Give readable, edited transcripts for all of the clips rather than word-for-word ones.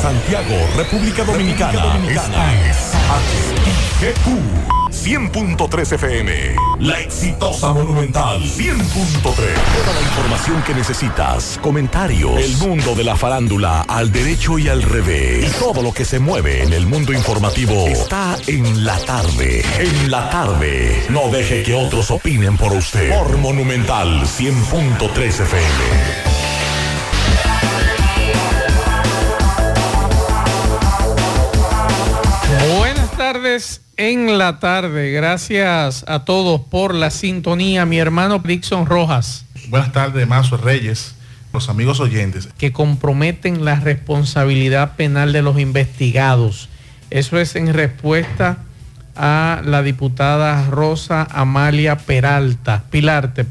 Santiago, República Dominicana. Esta es HIGQ 100.3 FM. La exitosa Monumental 100.3. Toda la información que necesitas, comentarios, el mundo de la farándula al derecho y al revés, y todo lo que se mueve en el mundo informativo está en la tarde. En la tarde. No deje que otros opinen por usted. Por Monumental 100.3 FM. Buenas tardes en la tarde. Gracias a todos por la sintonía. Mi hermano Dixon Rojas. Buenas tardes, Mazo Reyes, los amigos oyentes. Que comprometen la responsabilidad penal de los investigados. Eso es en respuesta a la diputada Rosa Amalia Pilarte.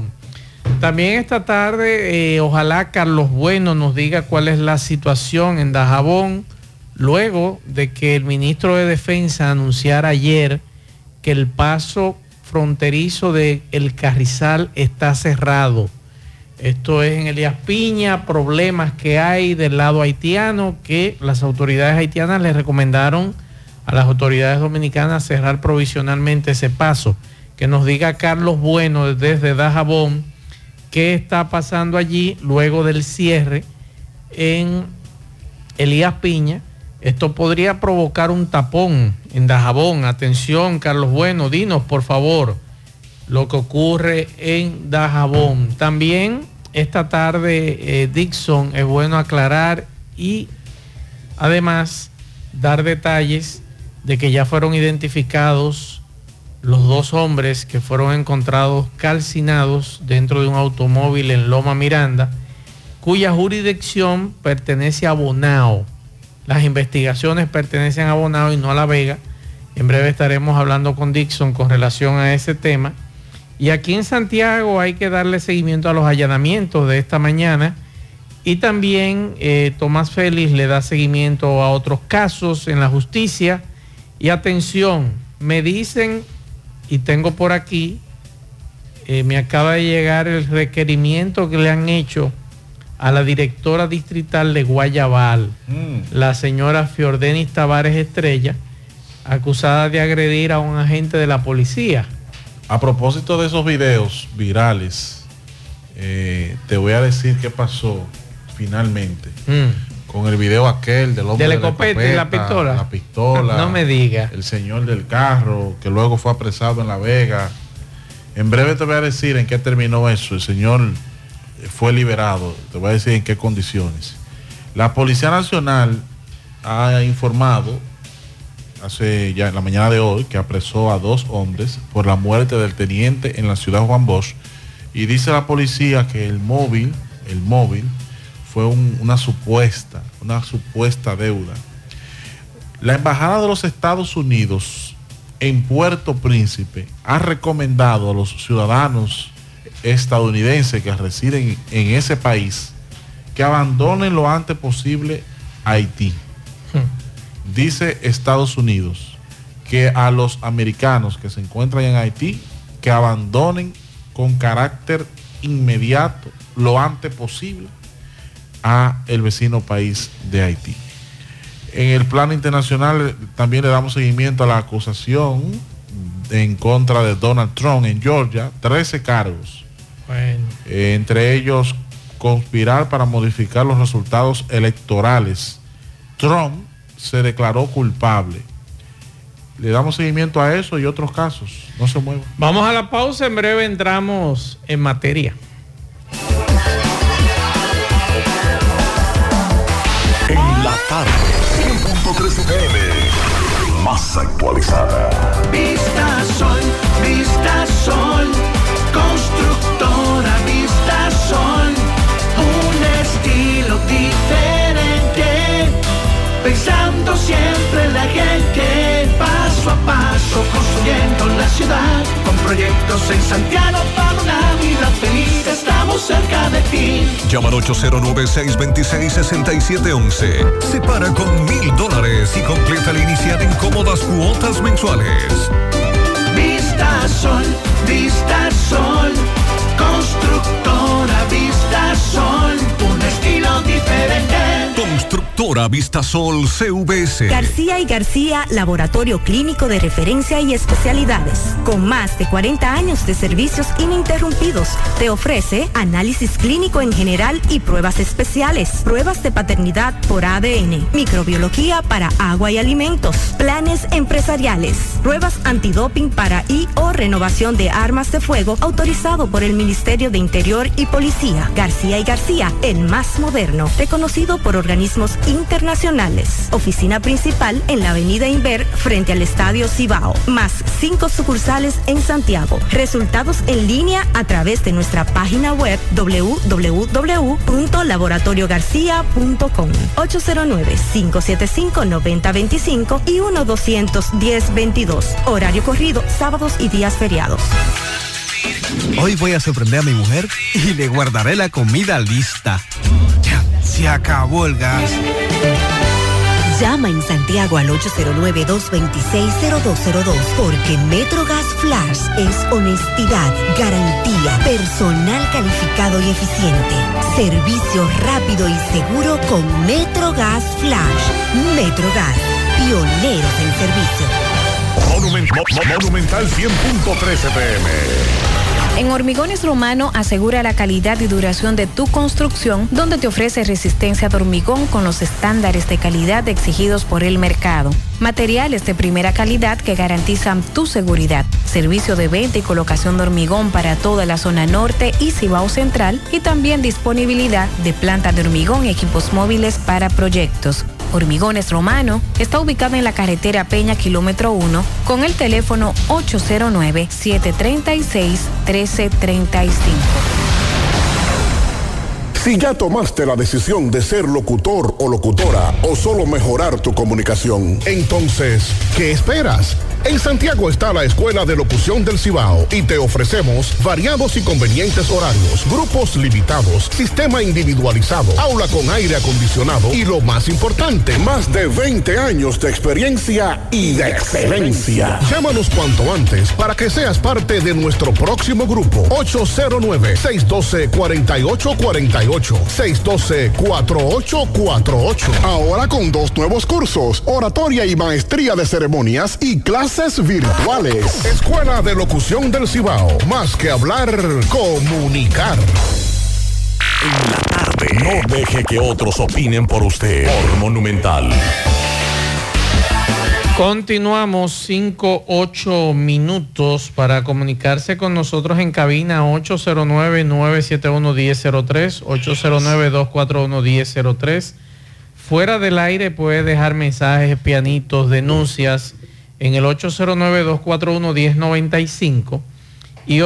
También esta tarde, ojalá Carlos Bueno nos diga cuál es la situación en Dajabón, luego de que el ministro de Defensa anunciara ayer que el paso fronterizo de El Carrizal está cerrado. Esto es en Elías Piña, problemas que hay del lado haitiano, que las autoridades haitianas le recomendaron a las autoridades dominicanas cerrar provisionalmente ese paso. Que nos diga Carlos Bueno desde Dajabón qué está pasando allí luego del cierre en Elías Piña. Esto podría provocar un tapón en Dajabón. Atención, Carlos Bueno, dinos por favor lo que ocurre en Dajabón. También esta tarde, Dixon, es bueno aclarar y además dar detalles de que ya fueron identificados los dos hombres que fueron encontrados calcinados dentro de un automóvil en Loma Miranda, cuya jurisdicción pertenece a Bonao. Las investigaciones pertenecen a Bonao y no a La Vega. En breve estaremos hablando con Dixon con relación a ese tema. Y aquí en Santiago hay que darle seguimiento a los allanamientos de esta mañana. Y también Tomás Félix le da seguimiento a otros casos en la justicia. Y atención, me dicen, y tengo por aquí, me acaba de llegar el requerimiento que le han hecho a la directora distrital de Guayabal, la señora Fiordenis Tavares Estrella, acusada de agredir a un agente de la policía. A propósito de esos videos virales, te voy a decir qué pasó finalmente con el video aquel del hombre de la escopeta y la pistola. No me diga. El señor del carro que luego fue apresado en La Vega. En breve te voy a decir en qué terminó eso. El señor fue liberado, te voy a decir en qué condiciones. La Policía Nacional ha informado ya en la mañana de hoy que apresó a 2 hombres por la muerte del teniente en la ciudad de Juan Bosch, y dice la policía que el móvil fue una supuesta deuda. La Embajada de los Estados Unidos en Puerto Príncipe ha recomendado a los ciudadanos estadounidenses que residen en ese país que abandonen lo antes posible Haití. Dice Estados Unidos que a los americanos que se encuentran en Haití que abandonen con carácter inmediato lo antes posible a el vecino país de Haití. En el plano internacional también le damos seguimiento a la acusación en contra de Donald Trump en Georgia, 13 cargos. Bueno. Entre ellos conspirar para modificar los resultados electorales. Trump se declaró culpable. Le damos seguimiento a eso y otros casos. No se muevan. Vamos a la pausa, en breve entramos en materia. En la tarde, 100.3 FM, más actualizada. Vista Sol, constructora Vista Sol, un estilo diferente, pensando siempre en la gente, paso a paso construyendo la ciudad, con proyectos en Santiago para una vida feliz, estamos cerca de ti. Llama al 809-626-6711. Separa con $1,000 y completa la inicial en cómodas cuotas mensuales. Vista Sol, constructora Vista Sol, un estilo diferente. Constructora Doctora Vistasol CVS. García y García, laboratorio clínico de referencia y especialidades. Con más de 40 años de servicios ininterrumpidos, te ofrece análisis clínico en general y pruebas especiales, pruebas de paternidad por ADN, microbiología para agua y alimentos, planes empresariales, pruebas antidoping para y o renovación de armas de fuego autorizado por el Ministerio de Interior y Policía. García y García, el más moderno, reconocido por organismos internacionales. Oficina principal en la avenida Inver frente al Estadio Cibao, más 5 sucursales en Santiago. Resultados en línea a través de nuestra página web www.laboratoriogarcia.com 809-575-9025 y 1-210-22. Horario corrido, sábados y días feriados. Hoy voy a sorprender a mi mujer y le guardaré la comida lista. Ya, se acabó el gas. Llama en Santiago al 809-226-0202 porque MetroGas Flash es honestidad, garantía, personal calificado y eficiente, servicio rápido y seguro con MetroGas Flash. MetroGas, pioneros en servicio. Monumental 100.13 pm. En Hormigones Romano asegura la calidad y duración de tu construcción, donde te ofrece resistencia de hormigón con los estándares de calidad exigidos por el mercado. Materiales de primera calidad que garantizan tu seguridad. Servicio de venta y colocación de hormigón para toda la zona norte y Cibao Central, y también disponibilidad de planta de hormigón y equipos móviles para proyectos. Hormigones Romano está ubicado en la carretera Peña, kilómetro 1, con el teléfono 809-736-1335. Si ya tomaste la decisión de ser locutor o locutora o solo mejorar tu comunicación, entonces, ¿qué esperas? En Santiago está la Escuela de Locución del Cibao y te ofrecemos variados y convenientes horarios, grupos limitados, sistema individualizado, aula con aire acondicionado y lo más importante, más de 20 años de experiencia y de excelencia. Llámanos cuanto antes para que seas parte de nuestro próximo grupo. 809-612-4848. 612-4848. Ahora con 2 nuevos cursos, oratoria y maestría de ceremonias y clases virtuales. Escuela de Locución del Cibao. Más que hablar, comunicar. En la tarde. No deje que otros opinen por usted. Por Monumental. Continuamos 5-8 minutos para comunicarse con nosotros en cabina 809-971-1003, 809-241-1003. Fuera del aire puede dejar mensajes, pianitos, denuncias en el 809-241-1095 y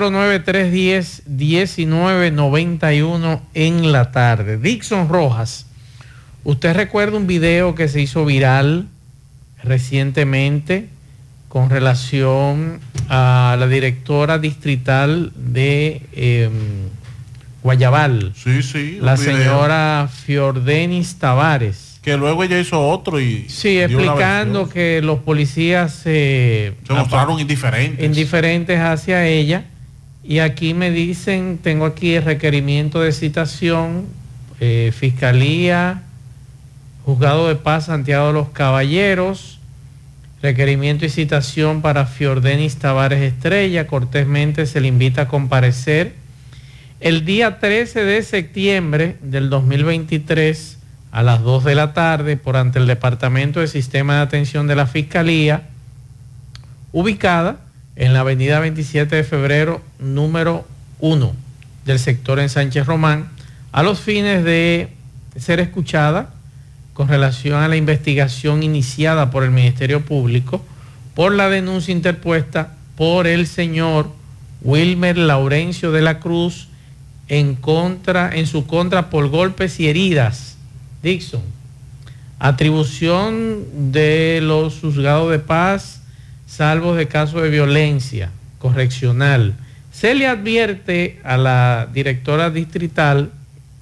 809-310-1991 en la tarde. Dixon Rojas, ¿usted recuerda un video que se hizo viral recientemente con relación a la directora distrital de Guayabal? Sí, la señora Fiordenis Tavares. Que luego ella hizo otro y... Sí, explicando que los policías se mostraron indiferentes hacia ella. Y aquí me dicen, tengo aquí el requerimiento de citación, Fiscalía, Juzgado de Paz Santiago de los Caballeros, requerimiento y citación para Fiordenis Tavares Estrella. Cortésmente se le invita a comparecer el día 13 de septiembre del 2023 a las 2 de la tarde por ante el Departamento de Sistema de Atención de la Fiscalía, ubicada en la avenida 27 de febrero, número 1 del sector en Sánchez Román, a los fines de ser escuchada con relación a la investigación iniciada por el Ministerio Público por la denuncia interpuesta por el señor Wilmer Laurencio de la Cruz en su contra por golpes y heridas. Dixon, atribución de los juzgados de paz, salvos de casos de violencia correccional. Se le advierte a la directora distrital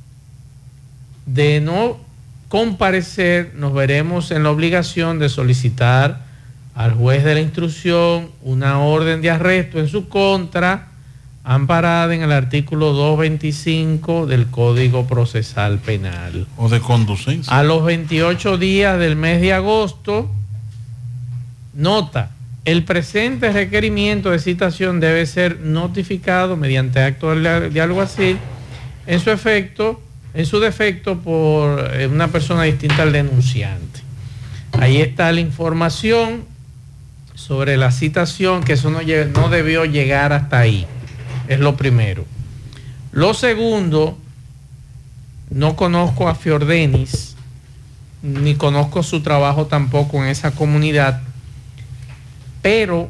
de no comparecer. Nos veremos en la obligación de solicitar al juez de la instrucción una orden de arresto en su contra, amparada en el artículo 225 del Código Procesal Penal. O de conducencia. A los 28 días del mes de agosto, nota, el presente requerimiento de citación debe ser notificado mediante acto de alguacil en su defecto por una persona distinta al denunciante. Ahí está la información sobre la citación, que eso no debió llegar hasta ahí. Es lo primero. Lo segundo, no conozco a Fiordenis, ni conozco su trabajo tampoco en esa comunidad, pero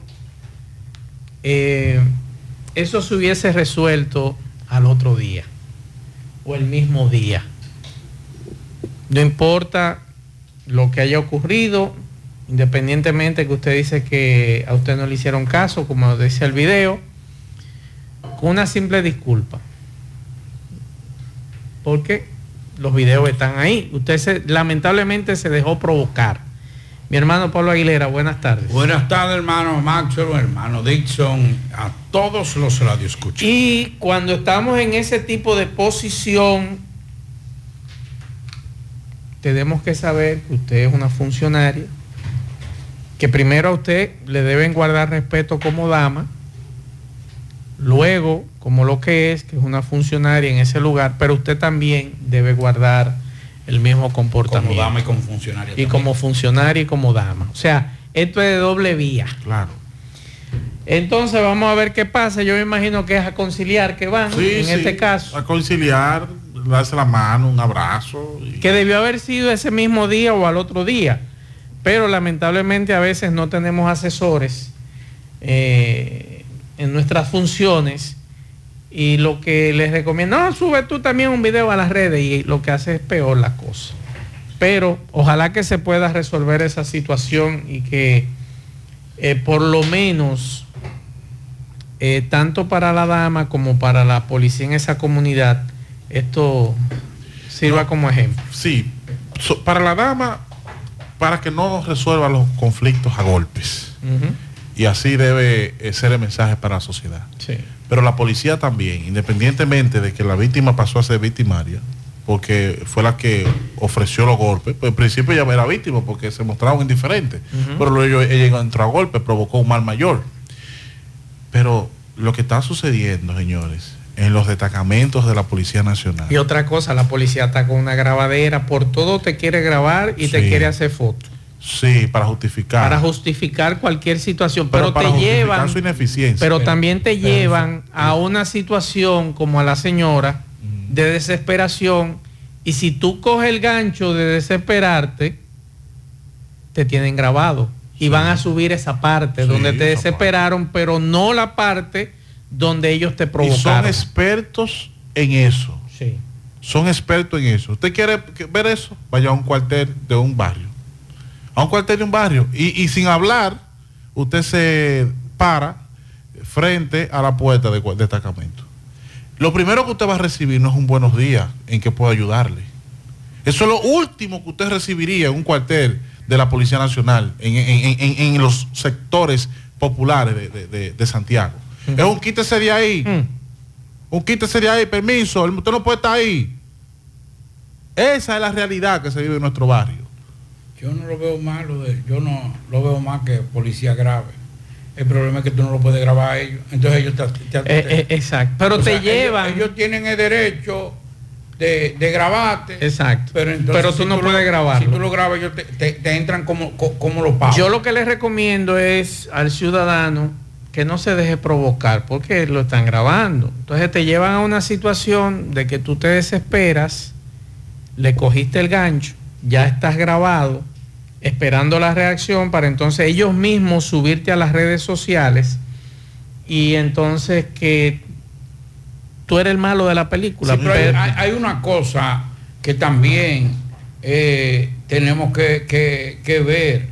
eso se hubiese resuelto al otro día o el mismo día. No importa lo que haya ocurrido, independientemente que usted dice que a usted no le hicieron caso, como decía el video, con una simple disculpa, porque los videos están ahí. Usted lamentablemente se dejó provocar. Mi hermano Pablo Aguilera, buenas tardes. Buenas tardes, hermano Maxwell, hermano Dixon, a todos los radioescuchas. Y cuando estamos en ese tipo de posición, tenemos que saber que usted es una funcionaria, que primero a usted le deben guardar respeto como dama, luego como lo que es una funcionaria en ese lugar, pero usted también debe guardar el mismo comportamiento. Como dama y como funcionaria. Y como funcionaria y como dama. O sea, esto es de doble vía. Claro. Entonces vamos a ver qué pasa. Yo me imagino que es a conciliar que van, este caso. A conciliar, darse la mano, un abrazo. Que debió haber sido ese mismo día o al otro día. Pero lamentablemente a veces no tenemos asesores en nuestras funciones. Y lo que les recomiendo, no, sube tú también un video a las redes, y lo que hace es peor la cosa. Pero ojalá que se pueda resolver esa situación y que por lo menos tanto para la dama como para la policía en esa comunidad esto sirva como ejemplo. Sí, para la dama, para que no resuelva los conflictos a golpes. Y así debe ser el mensaje para la sociedad. Sí. Pero la policía también, independientemente de que la víctima pasó a ser victimaria, porque fue la que ofreció los golpes, pues al principio ella era víctima porque se mostraban indiferentes, pero luego ella entró a golpe, provocó un mal mayor. Pero lo que está sucediendo, señores, en los destacamentos de la Policía Nacional. Y otra cosa, la policía está con una grabadera, por todo te quiere grabar y te quiere hacer fotos. Sí, para justificar. Para justificar cualquier situación, pero te llevan su ineficiencia. Pero también te llevan a una situación como a la señora de desesperación, y si tú coges el gancho de desesperarte, te tienen grabado y van a subir esa parte donde te desesperaron, pero no la parte donde ellos te provocaron. Y son expertos en eso. Sí. Son expertos en eso. ¿Usted quiere ver eso? Vaya a un cuartel de un barrio. A un cuartel de un barrio. Y sin hablar, usted se para frente a la puerta del destacamento. Lo primero que usted va a recibir no es un buenos días en que pueda ayudarle. Eso es lo último que usted recibiría en un cuartel de la Policía Nacional, en los sectores populares de Santiago. Es un quítese de ahí. Un quítese de ahí, permiso, usted no puede estar ahí. Esa es la realidad que se vive en nuestro barrio. Yo no lo veo mal, yo no lo veo más que policía grave. El problema es que tú no lo puedes grabar a ellos. Entonces ellos exacto. Pero te llevan. Ellos tienen el derecho de grabarte. Exacto. Pero tú no puedes grabarlo. Si tú lo grabas, ellos te entran como los pavos. Yo lo que les recomiendo es al ciudadano que no se deje provocar, porque lo están grabando. Entonces te llevan a una situación de que tú te desesperas, le cogiste el gancho, ya estás grabado, esperando la reacción para entonces ellos mismos subirte a las redes sociales, y entonces que tú eres el malo de la película. Sí, pero hay una cosa que también tenemos que ver.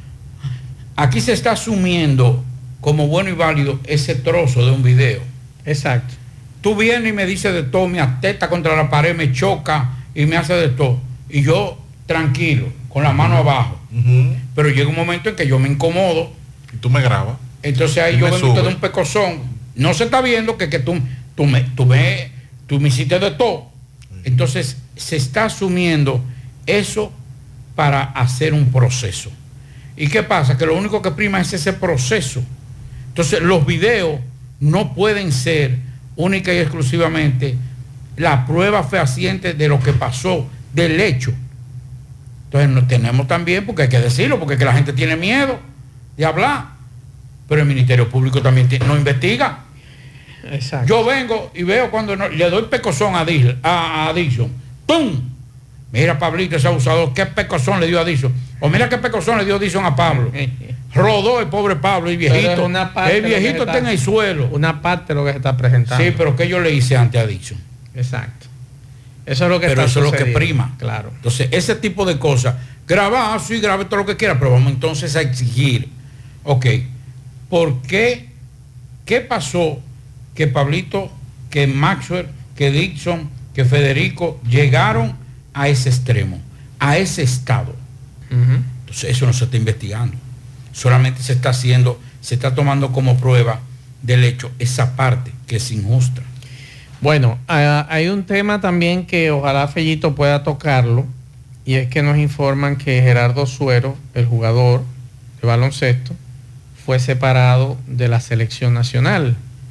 Aquí se está asumiendo como bueno y válido ese trozo de un video. Exacto. Tú vienes y me dices de todo, me atesta contra la pared, me choca y me hace de todo. Y yo tranquilo, con la mano abajo. Pero llega un momento en que yo me incomodo. Y tú me grabas. Entonces ahí yo vengo de un pecozón No se está viendo que tú me hiciste de todo. Entonces se está asumiendo eso para hacer un proceso. ¿Y qué pasa? Que lo único que prima es ese proceso. Entonces los videos no pueden ser única y exclusivamente la prueba fehaciente de lo que pasó, del hecho. Entonces no tenemos también, porque hay que decirlo, porque es que la gente tiene miedo de hablar, pero el Ministerio Público también no investiga. Exacto. Yo vengo y veo cuando le doy pecozón a Dixon, ¡pum! Mira, Pablito, ese abusador, qué pecozón le dio a Dixon, o mira qué pecozón le dio Dixon a Pablo. Rodó el pobre Pablo, el viejito. El viejito está en el suelo. Una parte de lo que se está presentando. Sí, pero que yo le hice antes a Dixon. Exacto. Eso es lo que pero está eso sucediendo. Es lo que prima. Claro. Entonces, ese tipo de cosas, grabar, sí, grabe todo lo que quiera, pero vamos entonces a exigir, ok, ¿por qué? ¿Qué pasó que Pablito, que Maxwell, que Dixon, que Federico llegaron a ese extremo, a ese estado? Entonces, eso no se está investigando. Solamente se está tomando como prueba del hecho esa parte que es injusta. Bueno, hay un tema también que ojalá Fellito pueda tocarlo, y es que nos informan que Gerardo Suero, el jugador de baloncesto, fue separado de la selección nacional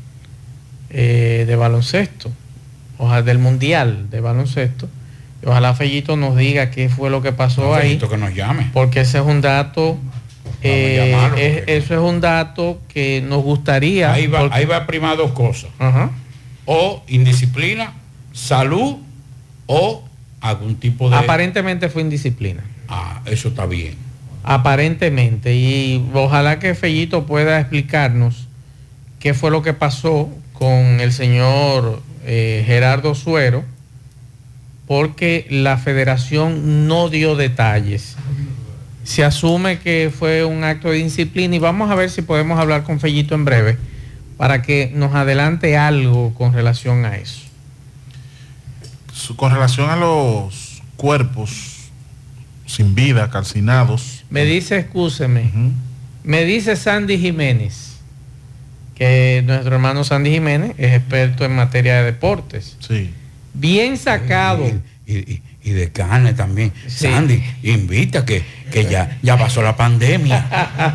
de baloncesto, ojalá del mundial de baloncesto. Y ojalá Fellito nos diga qué fue lo que pasó ahí. Fellito, que nos llame. Porque ese es un dato. Eso es un dato que nos gustaría. Ahí va a primar dos cosas. O indisciplina, salud o algún tipo de... Aparentemente fue indisciplina. Eso está bien. Aparentemente. Y ojalá que Fellito pueda explicarnos qué fue lo que pasó con el señor Gerardo Suero, porque la federación no dio detalles. Se asume que fue un acto de indisciplina y vamos a ver si podemos hablar con Fellito en breve para que nos adelante algo con relación a eso. Con relación a los cuerpos sin vida, calcinados. Me dice, excúseme, me dice Sandy Jiménez, que nuestro hermano Sandy Jiménez es experto en materia de deportes. Sí. Bien sacado. Y de carne también. Sí. Sandy, invita que ya pasó la pandemia.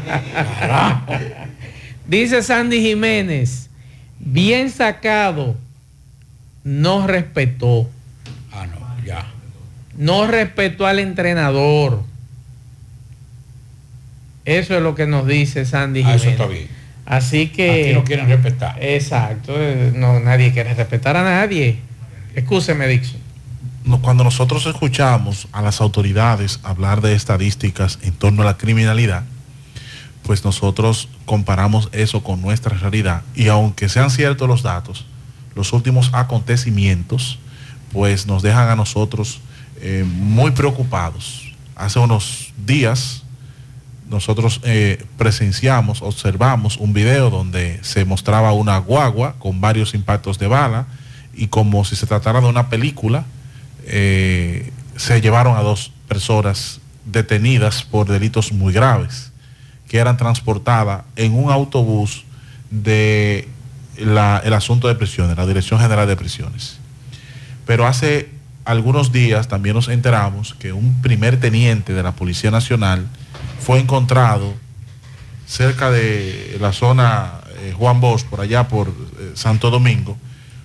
Dice Sandy Jiménez, bien sacado, no respetó. No, ya. No respetó al entrenador. Eso es lo que nos dice Sandy Jiménez. Eso está bien. Así que... Aquí no quieren respetar. Exacto. No, nadie quiere respetar a nadie. Excúseme, Dixon. Cuando nosotros escuchamos a las autoridades hablar de estadísticas en torno a la criminalidad, pues nosotros comparamos eso con nuestra realidad, y aunque sean ciertos los datos, los últimos acontecimientos pues nos dejan a nosotros muy preocupados. Hace unos días nosotros observamos un video donde se mostraba una guagua con varios impactos de bala, y como si se tratara de una película, se llevaron a 2 personas detenidas por delitos muy graves, que eran transportadas en un autobús de el asunto de prisiones, la Dirección General de Prisiones. Pero hace algunos días también nos enteramos que un primer teniente de la Policía Nacional fue encontrado cerca de la zona Juan Bosch, por allá por Santo Domingo,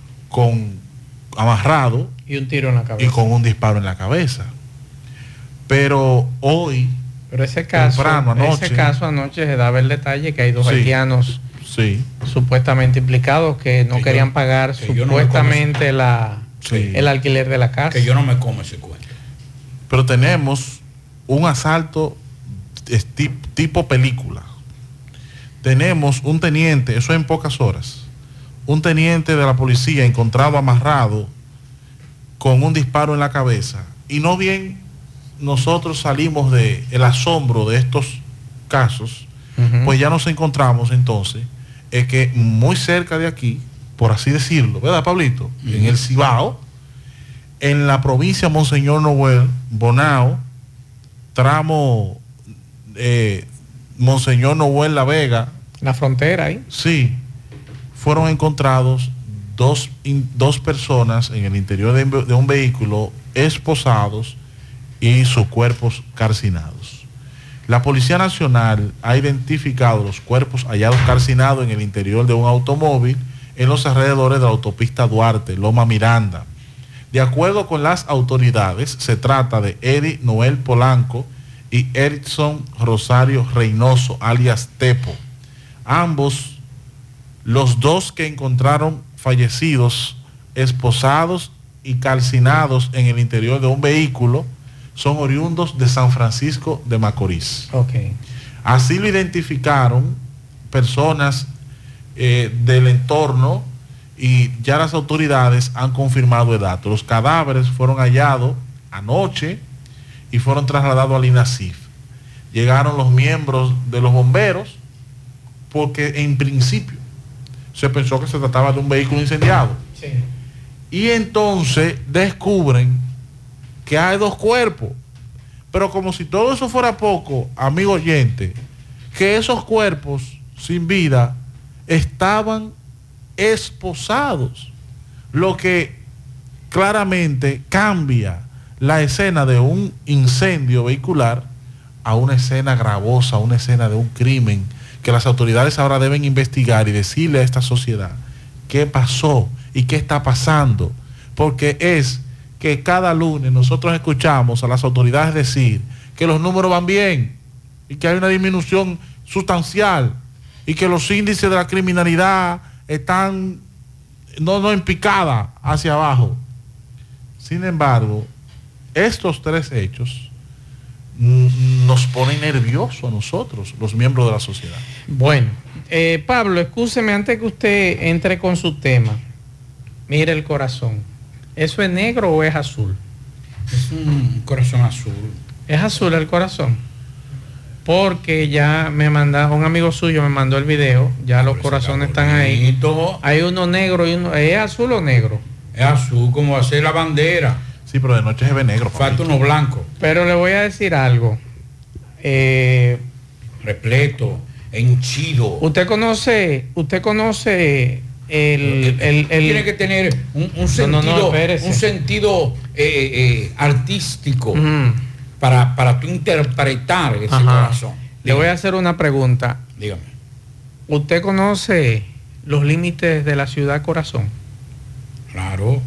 amarrado y un tiro en la cabeza y con un disparo en la cabeza. Pero hoy, pero ese caso anoche se daba el detalle que hay 2 haitianos supuestamente implicados que no querían pagar supuestamente el alquiler de la casa. Que yo no me como ese cuento. Pero tenemos un asalto tipo película. Tenemos un teniente, eso en pocas horas, un teniente de la policía encontrado amarrado con un disparo en la cabeza. Y no bien nosotros salimos del asombro de estos casos, pues ya nos encontramos entonces que muy cerca de aquí, por así decirlo, ¿verdad, Pablito? En el Cibao, en la provincia Monseñor Noel, Bonao, tramo Monseñor Noel La Vega. La frontera ahí. Sí. fueron encontrados dos personas en el interior de un vehículo esposados y sus cuerpos calcinados. La Policía Nacional ha identificado los cuerpos hallados calcinados en el interior de un automóvil en los alrededores de la autopista Duarte, Loma Miranda. De acuerdo con las autoridades, se trata de Eddie Noel Polanco y Erickson Rosario Reynoso, alias Tepo. Ambos, los dos que encontraron fallecidos, esposados y calcinados en el interior de un vehículo, son oriundos de San Francisco de Macorís. Okay. Así lo identificaron personas del entorno y ya las autoridades han confirmado el dato. Los cadáveres fueron hallados anoche y fueron trasladados al INASIF. Llegaron los miembros de los bomberos porque en principio se pensó que se trataba de un vehículo incendiado. Sí. Y entonces descubren que hay dos cuerpos. Pero como si todo eso fuera poco, amigo oyente, que esos cuerpos sin vida estaban esposados, lo que claramente cambia la escena de un incendio vehicular a una escena gravosa, una escena de un crimen que las autoridades ahora deben investigar y decirle a esta sociedad qué pasó y qué está pasando, porque es que cada lunes nosotros escuchamos a las autoridades decir que los números van bien y que hay una disminución sustancial y que los índices de la criminalidad están no en picada hacia abajo. Sin embargo, estos tres hechos nos ponen nerviosos a nosotros, los miembros de la sociedad. Bueno, Pablo, excúseme antes que usted entre con su tema. Mire el corazón. ¿Eso es negro o es azul? Es un corazón azul. ¿Es azul el corazón? Porque ya me mandó, un amigo suyo me mandó el video, ya los corazones están ahí. Hay uno negro y uno, ¿es azul o negro? Es azul, como va a ser la bandera. Sí, pero de noche se ve negro. Falta uno blanco. Pero le voy a decir algo. Repleto, henchido. Usted conoce tiene que tener un sentido, un sentido artístico para tú interpretar ese corazón. Le voy a hacer una pregunta. Dígame. ¿Usted conoce los límites de la ciudad corazón? Claro.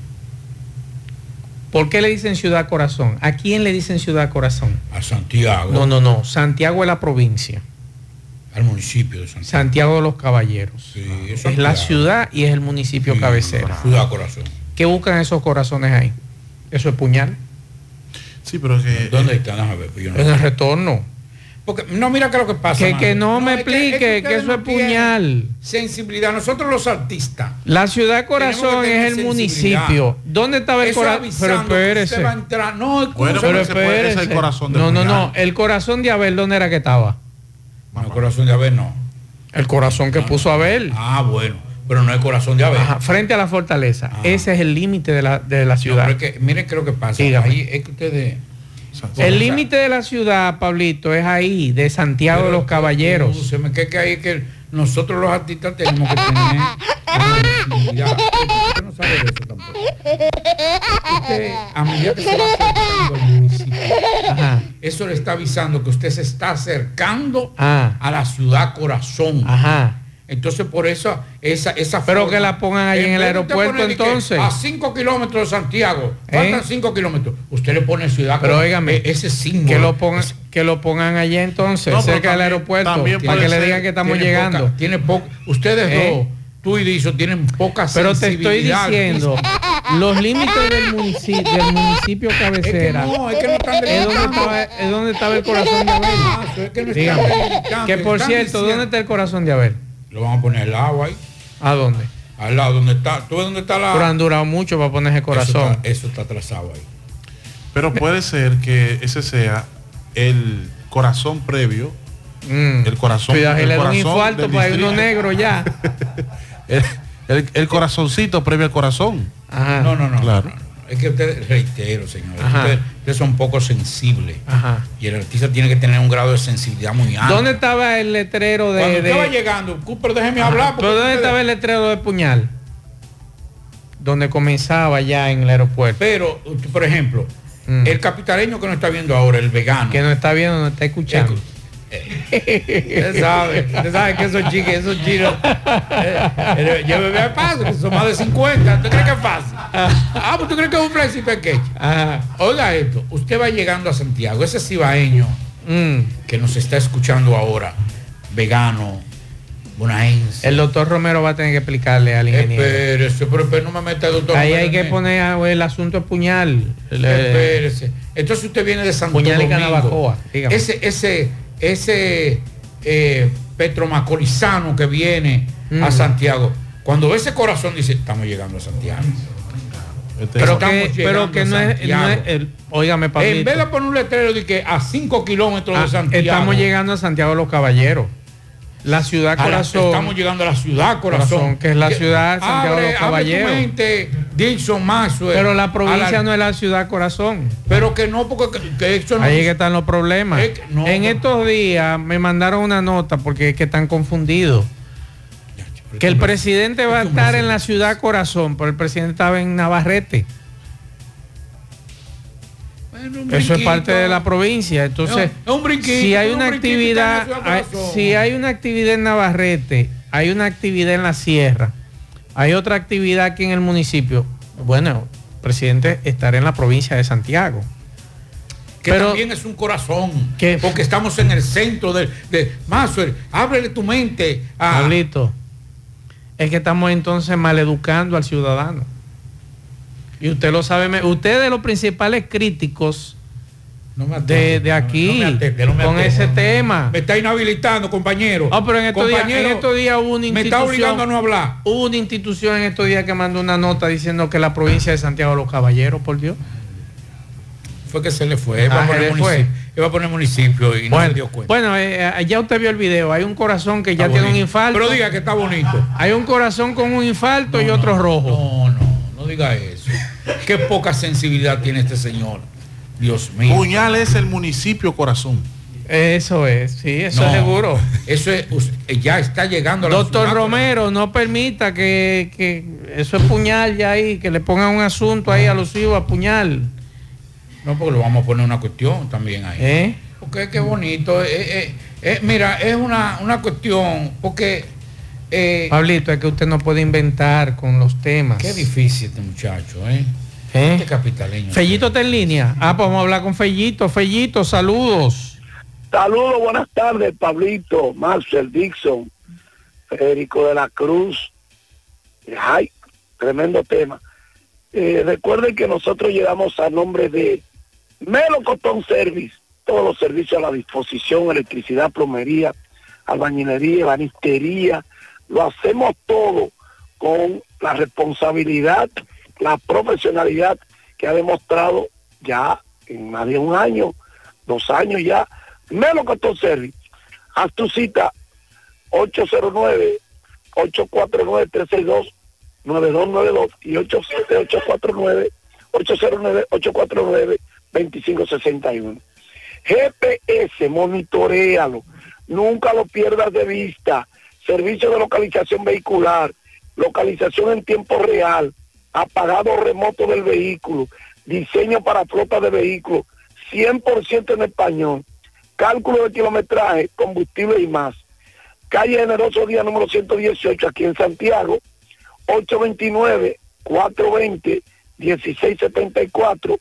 ¿Por qué le dicen ciudad corazón? ¿A quién le dicen ciudad corazón? A Santiago. No. Santiago es la provincia. Al municipio de Santiago. Santiago de los Caballeros. Sí, es la ciudad y es el municipio cabecera. Ciudad corazón. ¿Qué buscan esos corazones ahí? ¿Eso es puñal? Sí, pero que... ¿Dónde están? A ver, en el retorno. Porque, no, mira qué es lo que pasa. Que no me explique que eso es puñal. Sensibilidad. Nosotros los artistas. La ciudad corazón es el municipio. ¿Dónde estaba el corazón? Pero espérese. Pero espérese. El corazón de no. El corazón de Abel, ¿dónde era que estaba? No, el corazón de Abel no. El corazón que puso Abel. Ah, bueno. Pero no el corazón de Abel. Ajá, frente a la fortaleza. Ese es el límite de la ciudad. No, pero miren qué es lo que pasa. Ahí es que ustedes... El límite de la ciudad, Pablito, es ahí, de Santiago de los Caballeros. Se me queda que ahí que nosotros los artistas tenemos que tener sensibilidad. Usted no sabe de eso tampoco. Usted, a medida que se va acercando al municipio, eso le está avisando que usted se está acercando a la ciudad corazón. Entonces por eso esa pero forma, que la pongan ahí en el aeropuerto entonces. A 5 kilómetros de Santiago, faltan 5 kilómetros. Usted le pone ciudad. Pero óigame, ese símbolo. Que lo pongan allá entonces, cerca del aeropuerto, para que le digan que estamos llegando. Ustedes dos, tú y Dizo, tienen poca sensibilidad. Pero te estoy diciendo, los límites del municipio cabecera. Es donde estaba el corazón de Abel. Dígame. Que por cierto, ¿dónde está el corazón de Abel? Lo vamos a poner al lado ahí. ¿A dónde? Al lado, donde está. ¿Tú ves dónde está la...? Pero han durado mucho para poner ese corazón. Eso está atrasado ahí. Pero puede ser que ese sea el corazón previo. El corazón. Cuidado, le da un infarto para ir uno negro ya. el corazoncito previo al corazón. No. Claro. Es que ustedes, reitero, señores, ustedes son poco sensibles. Ajá. Y el artista tiene que tener un grado de sensibilidad muy alto. ¿Dónde estaba el letrero de...? Cuando usted va llegando, pero déjeme hablar. ¿Pero dónde estaba el letrero de Puñal? Donde comenzaba ya en el aeropuerto. Pero, por ejemplo, el capitaleño que nos está viendo ahora, el vegano. Que no está viendo, no está escuchando. Usted sabe que esos chinos, yo me veo paso, que son más de 50. ¿Usted cree que es fácil? Pues tú crees que es un flexible pequeño. Oiga esto, usted va llegando a Santiago, ese cibaeño que nos está escuchando ahora, vegano, bonaense. El doctor Romero va a tener que explicarle al ingeniero. Espérese, pero no me meta el doctor Ahí Romero. hay que poner el asunto de Puñal. Espérese. Entonces usted viene de Santo Puñal y Domingo. Canabacoa, dígame. Ese petromacorizano que viene a Santiago, cuando ve ese corazón dice, estamos llegando a Santiago. Pero que no es óigame, Pablito. En vez de poner un letrero de que a 5 kilómetros de Santiago. Estamos llegando a Santiago de los Caballeros. La ciudad corazón. Estamos llegando a la ciudad corazón. Que es la ciudad de Santiago de los Caballeros. Dixon Maxwell. Pero la provincia no es la ciudad corazón. Pero que no, porque que eso no. Ahí que están los problemas. Estos días me mandaron una nota porque es que están confundidos. Que el presidente va a estar en la ciudad corazón, pero el presidente estaba en Navarrete. Eso es parte de la provincia. Entonces, si hay una actividad, si hay una actividad en Navarrete, hay una actividad en la sierra, hay otra actividad aquí en el municipio, bueno, el presidente estará en la provincia de Santiago. Pero también es un corazón, porque estamos en el centro de Maxwell, ábrele tu mente a Pablito. Es que estamos entonces maleducando al ciudadano. Y usted lo sabe, usted es de los principales críticos de aquí, con ese tema. Me está inhabilitando, compañero. Pero en estos días hubo una institución. Me está obligando a no hablar. Hubo una institución en estos días que mandó una nota diciendo que la provincia de Santiago de los Caballeros, por Dios. Fue que se le fue. Iba a poner municipio y no se dio cuenta. Bueno, ya usted vio el video. Hay un corazón que ya tiene un infarto. Pero diga que está bonito. Hay un corazón con un infarto y otro rojo. No diga eso. Qué poca sensibilidad tiene este señor. Dios mío. Puñal es el municipio corazón. Eso es, sí, eso es seguro. Eso es, ya está llegando a la Doctor ciudad, Romero, no permita que eso es Puñal ya ahí, que le pongan un asunto ahí alusivo a Puñal. No, porque le vamos a poner una cuestión también ahí. Porque qué bonito. Mira, es una cuestión, porque... Pablito, es que usted no puede inventar con los temas. Qué difícil este muchacho, Este capitaleño. Fellito está en línea. Pues vamos a hablar con Fellito. Fellito, saludos. Saludos, buenas tardes, Pablito, Marcel, Dixon, Federico de la Cruz. Ay, tremendo tema. Recuerden que nosotros llegamos a nombre de Melo Cotton Service, todos los servicios a la disposición, electricidad, plomería, albañilería, ebanistería, lo hacemos todo con la responsabilidad, la profesionalidad que ha demostrado ya en más de un año, 2 años ya, Melo Cotton Service. Haz tu cita 809-849-362-9292 y 809-849-2561. GPS, monitoréalo, nunca lo pierdas de vista. Servicio de localización vehicular, localización en tiempo real, apagado remoto del vehículo, diseño para flota de vehículos, 100% en español, cálculo de kilometraje, combustible y más. Calle Generoso Díaz número 118 aquí en Santiago, 829-420-1674,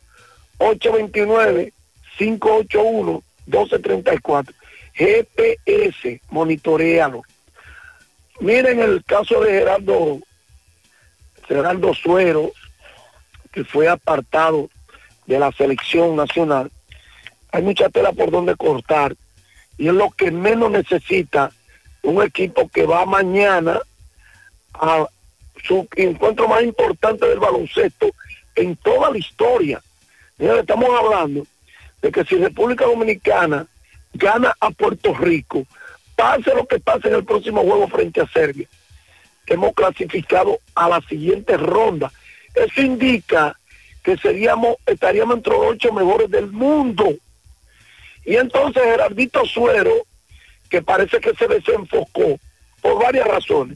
829-581-1234. GPS, monitorealo. Miren el caso de Gerardo Suero, que fue apartado de la selección nacional. Hay mucha tela por donde cortar y es lo que menos necesita un equipo que va mañana a su encuentro más importante del baloncesto en toda la historia. Mira, estamos hablando de que si República Dominicana gana a Puerto Rico, pase lo que pase en el próximo juego frente a Serbia, hemos clasificado a la siguiente ronda. Eso indica que estaríamos entre los 8 mejores del mundo. Y entonces Gerardito Suero, que parece que se desenfocó por varias razones.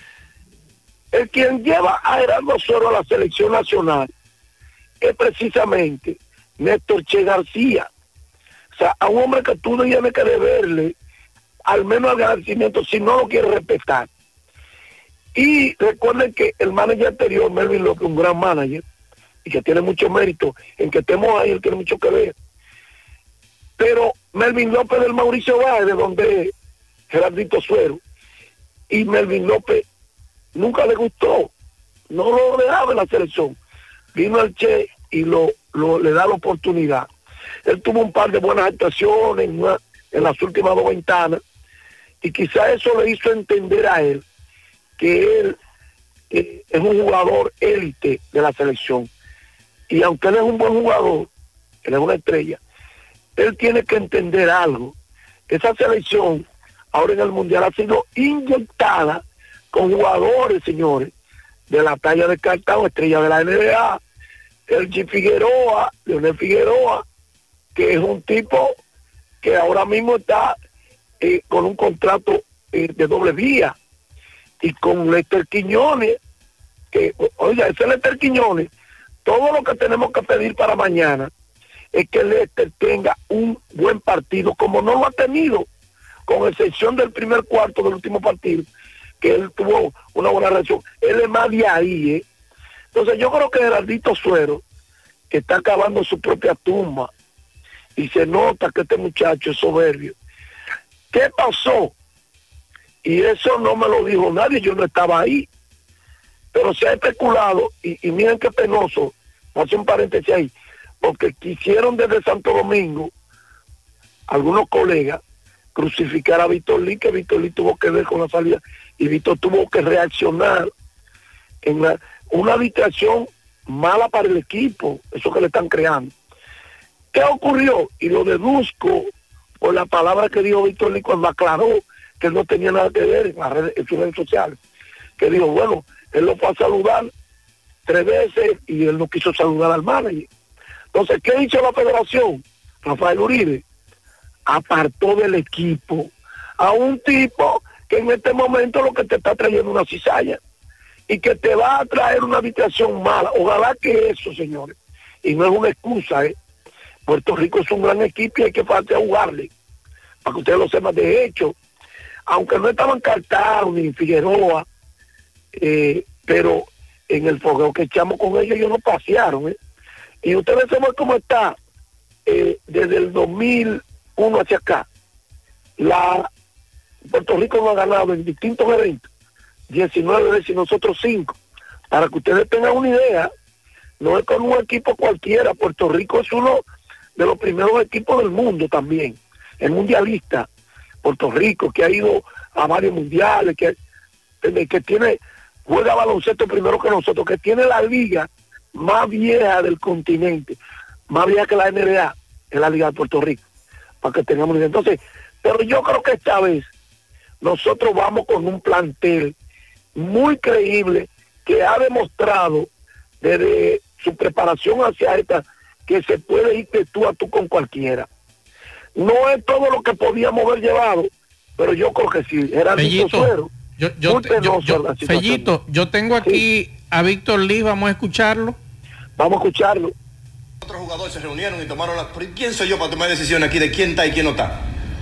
El quien lleva a Gerardo Suero a la selección nacional es precisamente Néstor Che García. O sea, a un hombre que tú tienes que deberle al menos agradecimiento si no lo quieres respetar. Y recuerden que el manager anterior, Melvin López, un gran manager, y que tiene mucho mérito en que estemos ahí, él tiene mucho que ver. Pero Melvin López del Mauricio Báez, de donde es Gerardito Suero, y Melvin López nunca le gustó, no lo dejaba en la selección. Vino el Che y le da la oportunidad. Él tuvo un par de buenas actuaciones en las últimas 2 ventanas, y quizá eso le hizo entender a él que él es un jugador élite de la selección. Y aunque él es un buen jugador, él es una estrella, él tiene que entender algo. Esa selección ahora en el Mundial ha sido inyectada con jugadores, señores, de la talla de Cartago, estrella de la NBA, el G. Figueroa, Leonel Figueroa, que es un tipo que ahora mismo está con un contrato de doble vía, y con Lester Quiñones, que, oiga, ese Lester Quiñones, todo lo que tenemos que pedir para mañana es que Lester tenga un buen partido, como no lo ha tenido, con excepción del primer cuarto del último partido, que él tuvo una buena reacción. Él es más de ahí, Entonces yo creo que Gerardito Suero, que está acabando su propia tumba, y se nota que este muchacho es soberbio. ¿Qué pasó? Y eso no me lo dijo nadie, yo no estaba ahí. Pero se ha especulado, y miren qué penoso, hace un paréntesis ahí, porque quisieron desde Santo Domingo, algunos colegas, crucificar a Víctor Lee, que Víctor Lee tuvo que ver con la salida, y Víctor tuvo que reaccionar en una distracción mala para el equipo, eso que le están creando. ¿Qué ocurrió? Y lo deduzco por la palabra que dijo Víctor Lee cuando aclaró que él no tenía nada que ver en sus redes sociales, que dijo, bueno, él lo fue a saludar 3 veces y él no quiso saludar al manager. Entonces, ¿qué hizo la federación? Rafael Uribe apartó del equipo a un tipo que en este momento lo que te está trayendo una cizalla y que te va a traer una habitación mala. Ojalá que eso, señores, y no es una excusa, Puerto Rico es un gran equipo y hay que faltar a jugarle, para que ustedes lo sepan. De hecho, aunque no estaban Cartago ni Figueroa, pero en el fogueo que echamos con ellos nos pasearon, y ustedes saben cómo está desde el 2001 hacia acá. Puerto Rico no ha ganado en distintos eventos 19 veces y nosotros 5. Para que ustedes tengan una idea, no es con un equipo cualquiera. Puerto Rico es uno de los primeros equipos del mundo también, el mundialista. Puerto Rico, que ha ido a varios mundiales, que juega baloncesto primero que nosotros, que tiene la liga más vieja del continente, más vieja que la NBA, es la liga de Puerto Rico, para que tengamos idea. Entonces, pero yo creo que esta vez nosotros vamos con un plantel muy creíble, que ha demostrado desde su preparación hacia esta que se puede ir de tú a tú con cualquiera. No es todo lo que podíamos haber llevado, pero yo creo que sí. Gerardito Suero. Fellito, yo tengo aquí a Víctor Lee, vamos a escucharlo. Vamos a escucharlo. Otros jugadores se reunieron y tomaron la... ¿Quién soy yo para tomar decisiones aquí de quién está y quién no está?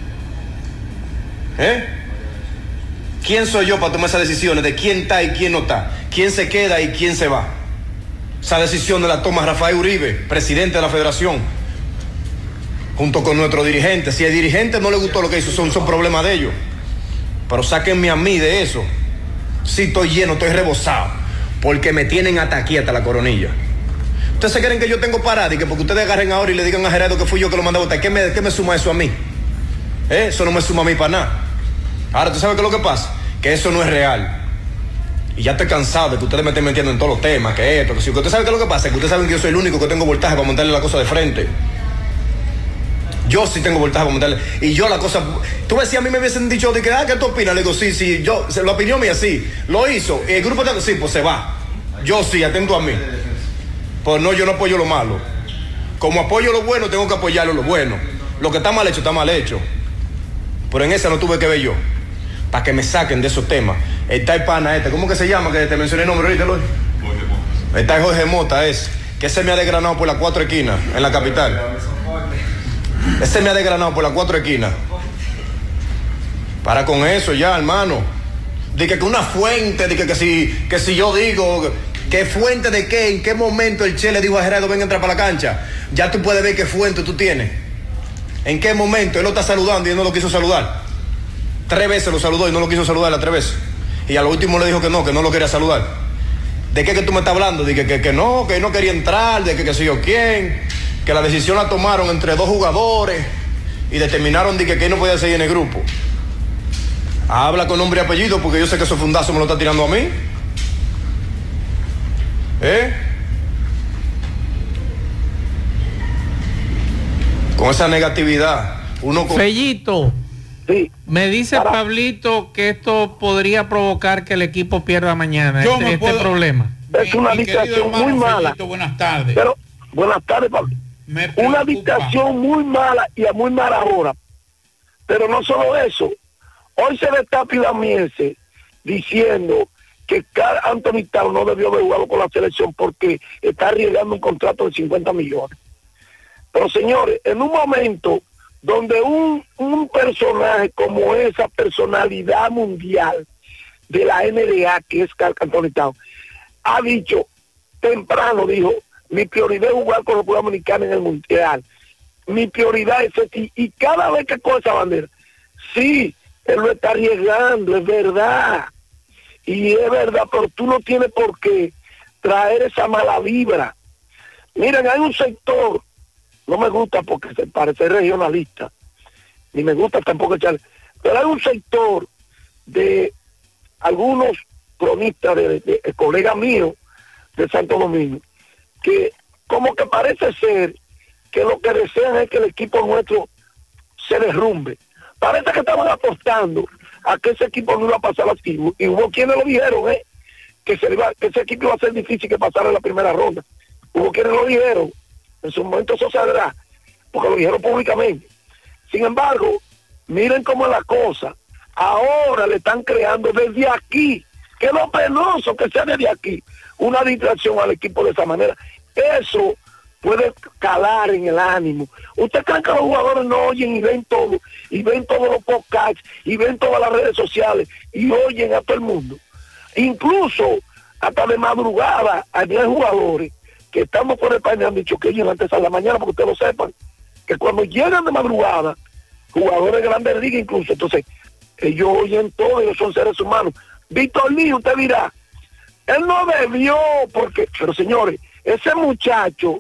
¿Quién soy yo para tomar esas decisiones de quién está y quién no está? ¿Quién se queda y quién se va? Esa decisión la toma Rafael Uribe, presidente de la federación, junto con nuestro dirigente. Si al dirigente no le gustó lo que hizo, son problemas de ellos. Pero sáquenme a mí de eso. Sí, estoy lleno, estoy rebosado, porque me tienen hasta aquí, hasta la coronilla. ¿Ustedes se creen que yo tengo parada y que porque ustedes agarren ahora y le digan a Gerardo que fui yo que lo mandé a votar, ¿qué me suma eso a mí? Eso no me suma a mí para nada. Ahora, ¿tú sabes qué es lo que pasa? Que eso no es real. Y ya estoy cansado de que ustedes me estén metiendo en todos los temas, que esto, que si. ¿Ustedes saben qué es lo que pasa? Que ustedes saben que yo soy el único que tengo voltaje para montarle la cosa de frente. Yo sí tengo voltaje para montarle. Y yo la cosa... Tú ves, si a mí me hubiesen dicho de que, ¿qué tú opinas? Le digo, sí, yo, la opinión mía, sí. Lo hizo. Y el grupo, sí, pues se va. Yo sí, atento a mí. Pues no, yo no apoyo lo malo. Como apoyo lo bueno, tengo que apoyarlo lo bueno. Lo que está mal hecho, está mal hecho. Pero en esa no tuve que ver yo. Para que me saquen de esos temas. Está el pana ¿cómo que se llama? Que te mencioné el nombre ahorita, Jorge. Está el Jorge Mota, que ese me ha desgranado por las 4 esquinas, en la capital. Ese me ha desgranado por las 4 esquinas. Para con eso ya, hermano. Dije que una fuente, dije que si yo digo, ¿qué fuente de qué? ¿En qué momento el Che le dijo a Gerardo, ven a entrar para la cancha? Ya tú puedes ver qué fuente tú tienes. ¿En qué momento? Él lo está saludando y él no lo quiso saludar. 3 veces lo saludó y no lo quiso saludar las 3 veces. Y a lo último le dijo que no lo quería saludar. ¿De qué que tú me estás hablando? Dije que no quería entrar, de que sé yo quién, que la decisión la tomaron entre 2 jugadores y determinaron que él no podía seguir en el grupo. Habla con nombre y apellido porque yo sé que ese fundazo me lo está tirando a mí. Con esa negatividad, Fellito, sí. Me dice Pablito que esto podría provocar que el equipo pierda mañana. Este problema. Es una distracción muy mala. Fellito, buenas tardes. Pero, buenas tardes, Pablo. Una distracción muy mala y a muy mala hora. Pero no solo eso. Hoy se destapa Idamiense diciendo que Carl Anthony Towns no debió haber jugado con la selección porque está arriesgando un contrato de 50 millones. Pero señores, en un momento donde un personaje como esa personalidad mundial de la NBA, que es Carl Anthony Towns, ha dicho, temprano dijo, mi prioridad es jugar con la República Dominicana en el Mundial. Mi prioridad es ese, y cada vez que coge esa bandera, sí, él lo está arriesgando, es verdad. Y es verdad, pero tú no tienes por qué traer esa mala vibra. Miren, hay un sector, no me gusta porque se parece regionalista, ni me gusta tampoco echarle, pero hay un sector de algunos cronistas, de colegas míos de Santo Domingo, que como que parece ser que lo que desean es que el equipo nuestro se derrumbe. Parece que estaban apostando a que ese equipo no iba a pasar así. Y hubo quienes lo dijeron, que ese equipo iba a ser difícil que pasara en la primera ronda. Hubo quienes lo dijeron. En su momento eso saldrá, porque lo dijeron públicamente. Sin embargo, miren cómo es la cosa. Ahora le están creando desde aquí, que es lo penoso que sea desde aquí, una distracción al equipo de esa manera. Eso puede calar en el ánimo. ¿Usted cree que los jugadores no oyen y ven todo? Y ven todos los podcasts, y ven todas las redes sociales, y oyen a todo el mundo. Incluso, hasta de madrugada, hay jugadores que estamos por España han dicho que ellos antes a la mañana, porque ustedes lo sepan, que cuando llegan de madrugada, jugadores de Grandes Ligas incluso, entonces, ellos oyen todo, ellos son seres humanos. Víctor Lee, usted dirá, él no debió, porque, pero señores, ese muchacho,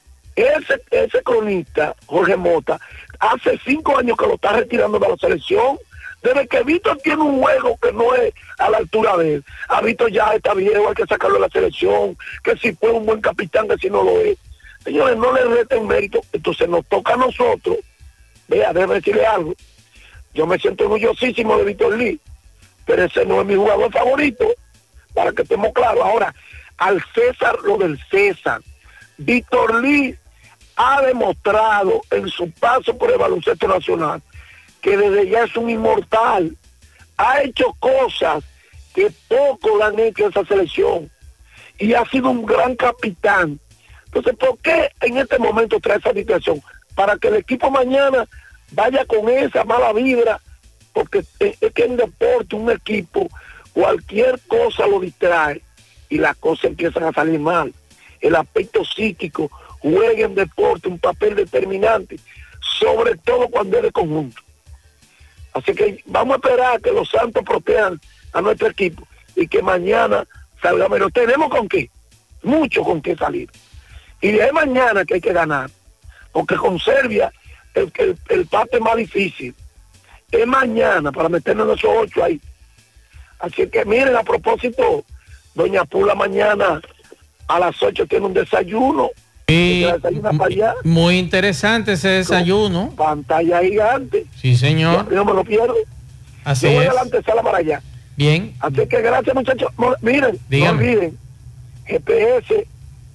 ese cronista, Jorge Mota, hace 5 años que lo está retirando de la selección. Desde que Víctor tiene un juego que no es a la altura de él. A Víctor ya está viejo, hay que sacarlo de la selección, que si fue un buen capitán, que si no lo es. Señores, no le reten mérito, entonces nos toca a nosotros. Vea, déjeme decirle algo. Yo me siento orgullosísimo de Víctor Lee, pero ese no es mi jugador favorito, para que estemos claros. Ahora, al César lo del César. Víctor Lee ha demostrado en su paso por el baloncesto nacional que desde ya es un inmortal. Ha hecho cosas que poco le han hecho a esa selección y ha sido un gran capitán. Entonces, ¿por qué en este momento trae esa situación? Para que el equipo mañana vaya con esa mala vibra, porque es que en deporte un equipo, cualquier cosa lo distrae y las cosas empiezan a salir mal. El aspecto psíquico juega en deporte un papel determinante, sobre todo cuando es de conjunto. Así que vamos a esperar que los Santos protejan a nuestro equipo y que mañana salga menos. Tenemos con qué, mucho con qué salir. Y de mañana que hay que ganar, porque con Serbia el parte más difícil es mañana para meternos en esos 8 ahí. Así que miren, a propósito, doña Pula mañana a las 8 tiene un desayuno. Y muy interesante ese desayuno. Pantalla gigante. Sí, señor. Yo no me lo pierdo. Así yo voy es. a la antesala para allá. Bien. Así que gracias, muchachos. No, miren, dígame. no olviden, GPS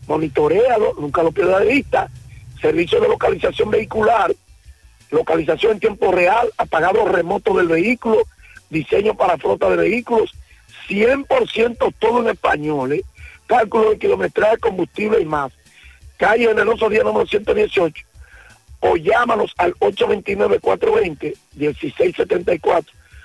monitoréalo, nunca lo pierda de vista. Servicio de localización vehicular, localización en tiempo real, apagado remoto del vehículo, diseño para flota de vehículos, 100% todo en español, cálculo de kilometraje, combustible y más. Calle Generoso Díaz número 118, o llámanos al 829-420-1674,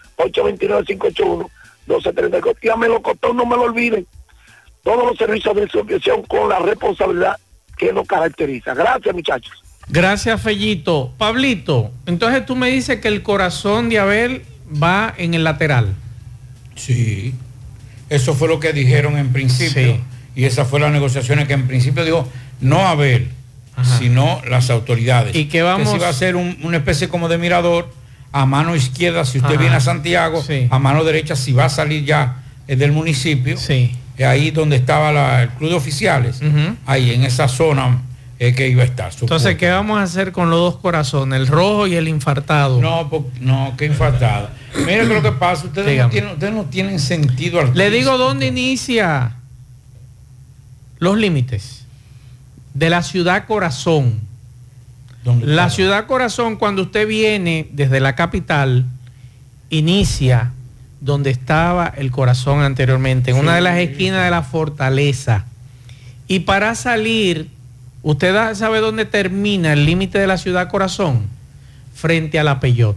829-581-1234. Y a Melocotón, no me lo olviden, todos los servicios de suscripción con la responsabilidad que nos caracteriza. Gracias, muchachos. Gracias, Fellito. Pablito, entonces tú me dices que el corazón de Abel va en el lateral. Sí, eso fue lo que dijeron en principio. Sí. Y esas fueron las negociaciones que en principio dijo, no Abel, sino las autoridades. Y que vamos... Que si va a ser una especie como de mirador, a mano izquierda si usted viene a Santiago, a mano derecha si va a salir ya del municipio. Sí. Ahí donde estaba el club de oficiales, ahí en esa zona que iba a estar. Entonces, ¿qué vamos a hacer con los dos corazones, el rojo y el infartado? No, qué infartado. Mire lo que pasa, ustedes no tienen sentido artístico. Le digo dónde inicia los límites de la ciudad corazón. La ciudad corazón, cuando usted viene desde la capital, inicia donde estaba el corazón anteriormente, en una de las esquinas de la fortaleza. Y para salir, ¿usted sabe dónde termina el límite de la ciudad corazón? Frente a la Peyot.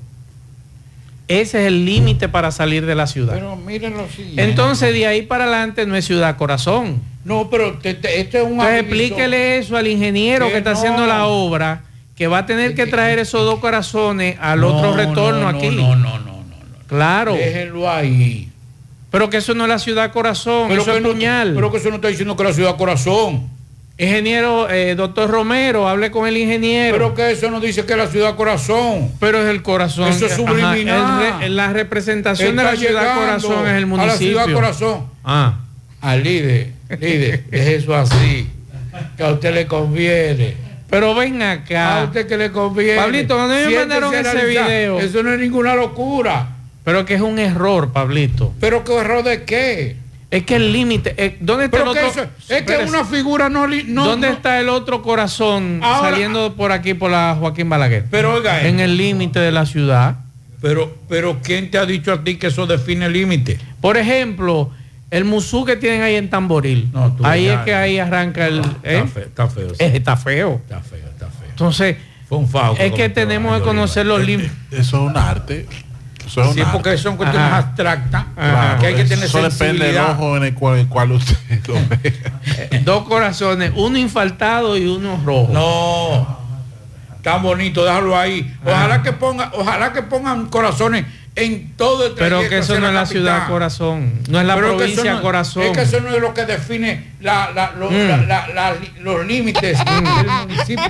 Ese es el límite para salir de la ciudad. Pero miren lo siguiente. Entonces, de ahí para adelante no es ciudad corazón. No, pero esto es un... Entonces, explíquele eso al ingeniero que está haciendo la obra, que va a tener que traer esos dos corazones al otro retorno aquí. No. Claro. Déjenlo ahí. Pero que eso no es la ciudad corazón, pero eso es puñal. Pero que eso no está diciendo que es la ciudad corazón. Ingeniero, doctor Romero, hable con el ingeniero. Pero que eso no dice que es la ciudad corazón. Pero es el corazón. Eso es subliminal. La representación de la ciudad corazón es el municipio. A la ciudad corazón. Al líder, deje eso así. Que a usted le conviene. Pero ven acá. A usted que le conviene. Pablito, ¿dónde me mandaron ese video? Eso no es ninguna locura. Pero que es un error, Pablito. ¿Pero qué error de qué? Es que el límite... ¿Dónde está el otro? Es que una figura no... ¿Dónde está el otro corazón saliendo por aquí, por la Joaquín Balaguer? Pero oiga... En el límite de la ciudad. Pero ¿quién te ha dicho a ti que eso define el límite? Por ejemplo, el musú que tienen ahí en Tamboril. Ahí es que ahí arranca el... Está feo. Está feo. Entonces, fue un fajo. Es que tenemos que conocer los límites. Eso es un arte. Sí, porque son cuestiones abstractas, que hay que tener eso depende del ojo en el cual usted lo ve. Dos corazones, uno infartado y uno rojo. No, tan bonito, déjalo ahí. Ojalá que pongan corazones en todo el trayecto. Pero que eso no es la ciudad corazón, no es la provincia corazón. Es que eso no es lo que define los límites del municipio.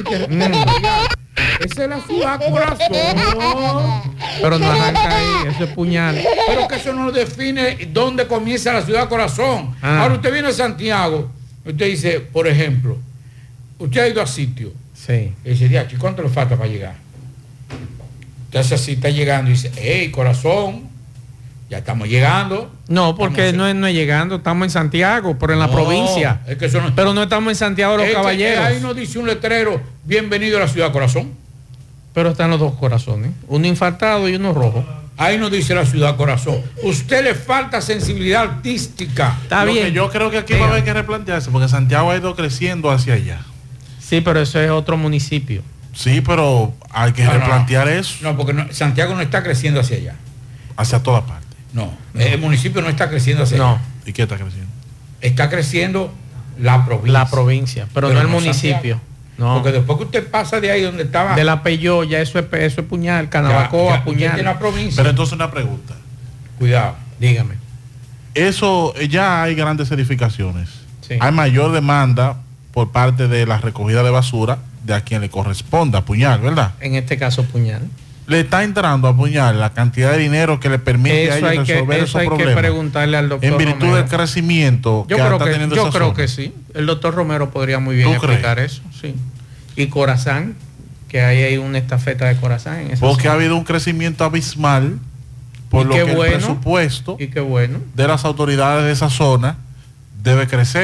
Esa es la ciudad corazón. Pero no arranca ahí, eso es puñal. Pero que eso no define dónde comienza la ciudad corazón. Ahora usted viene a Santiago, usted dice, por ejemplo, usted ha ido a sitio. Sí. Y dice, ¿cuánto le falta para llegar? Entonces así está llegando y dice, hey, corazón, ya estamos llegando. No, porque no es llegando, estamos en Santiago, pero en la provincia. Es que eso no, pero no estamos en Santiago de los Caballeros. Ahí nos dice un letrero, bienvenido a la ciudad corazón. Pero están los dos corazones, uno infartado y uno rojo. Ahí nos dice la ciudad corazón. Usted le falta sensibilidad artística. Está bien. Que yo creo que aquí va a haber que replantearse, porque Santiago ha ido creciendo hacia allá. Sí, pero eso es otro municipio. Sí, pero hay que replantear eso. No, porque Santiago no está creciendo hacia allá. Hacia toda parte. No, el municipio no está creciendo hacia allá. ¿Y qué está creciendo? Está creciendo la provincia. La provincia, pero no el municipio. No. Porque después que usted pasa de ahí donde estaba... De la Peyó, ya eso es puñal, Canabacoa, puñal. De la provincia. Pero entonces una pregunta. Cuidado. Dígame. Eso, ya hay grandes edificaciones. Sí. Hay mayor demanda por parte de la recogida de basura de a quien le corresponda puñal, ¿verdad? En este caso puñal. Le está entrando a puñal la cantidad de dinero que le permite a ellos resolver esos problemas. Hay que preguntarle al doctor en virtud Romero. del crecimiento yo creo que sí. El doctor Romero podría muy bien explicar eso. Sí. Y Corazán, que ahí hay una estafeta de Corazán. En esa porque zona. ha habido un crecimiento abismal por lo que el presupuesto y qué bueno de las autoridades de esa zona debe crecer.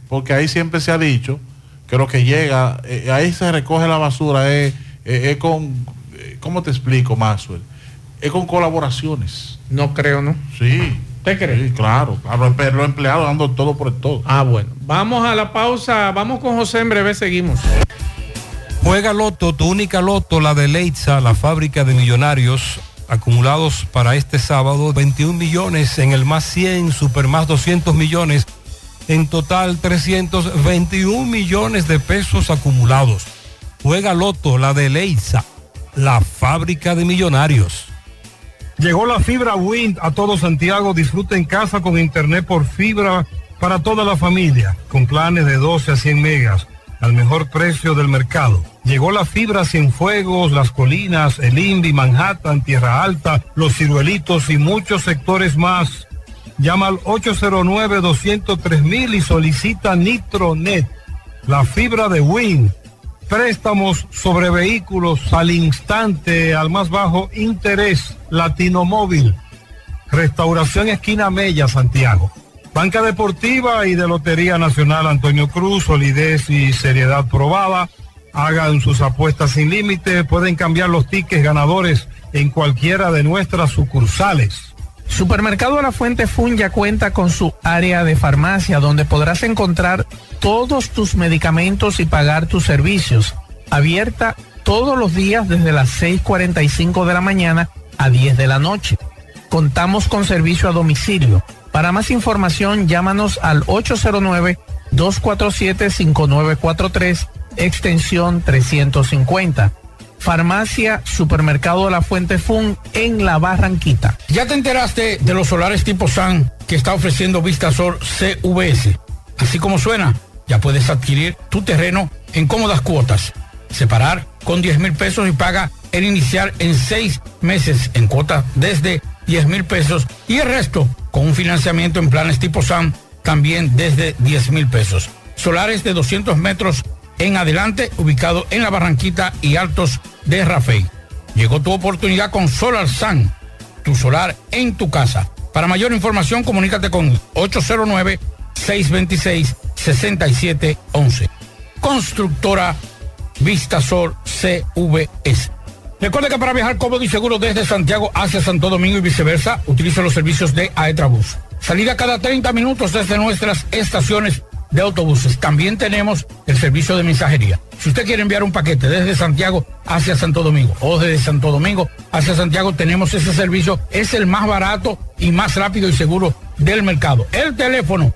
porque ahí siempre se ha dicho que lo que llega, ahí se recoge la basura, es con, ¿cómo te explico, Maxwell? Es con colaboraciones. No creo, ¿no? Sí. ¿Te crees? Sí, claro. Los empleados dando todo por el todo. Ah, bueno. Vamos a la pausa. Vamos con José, en breve seguimos. Juega Loto, tu única Loto, la de Leitza, la fábrica de millonarios. Acumulados para este sábado, 21 millones en el más 100, super más 200 millones. En total, 321 millones de pesos acumulados. Juega Loto, la de Leitza, la fábrica de millonarios. Llegó la fibra Wind a todo Santiago. Disfruta en casa con internet por fibra para toda la familia, con planes de 12 a 100 megas, al mejor precio del mercado. Llegó la fibra Cienfuegos, Las Colinas, El Invi, Manhattan, Tierra Alta, Los Ciruelitos y muchos sectores más. Llama al 809-203,000 y solicita Nitronet, la fibra de Wind. Préstamos sobre vehículos al instante, al más bajo interés. Latino Móvil. Restauración Esquina Mella, Santiago. Banca Deportiva y de Lotería Nacional Antonio Cruz, solidez y seriedad probada. Hagan sus apuestas sin límite. Pueden cambiar los tickets ganadores en cualquiera de nuestras sucursales. Supermercado La Fuente Fun ya cuenta con su área de farmacia, donde podrás encontrar todos tus medicamentos y pagar tus servicios. Abierta todos los días desde las 6:45 de la mañana a 10 de la noche. Contamos con servicio a domicilio. Para más información, llámanos al 809-247-5943, extensión 350. Farmacia Supermercado La Fuente Fun en La Barranquita. ¿Ya te enteraste de los solares tipo SAN que está ofreciendo Vistasol CVS? Así como suena, ya puedes adquirir tu terreno en cómodas cuotas. Separar con 10,000 pesos y paga el inicial en 6 meses en cuotas desde 10,000 pesos y el resto con un financiamiento en planes tipo SAM también desde 10,000 pesos. Solares de 200 metros en adelante, ubicado en La Barranquita y Altos de Rafey. Llegó tu oportunidad con Solar Sun, tu solar en tu casa. Para mayor información, comunícate con 809-626-6711. Constructora Vistasol CVS. Recuerde que para viajar cómodo y seguro desde Santiago hacia Santo Domingo y viceversa, utiliza los servicios de Aetrabús. Salida cada 30 minutos desde nuestras estaciones de autobuses. También tenemos el servicio de mensajería. Si usted quiere enviar un paquete desde Santiago hacia Santo Domingo o desde Santo Domingo hacia Santiago, tenemos ese servicio. Es el más barato y más rápido y seguro del mercado. El teléfono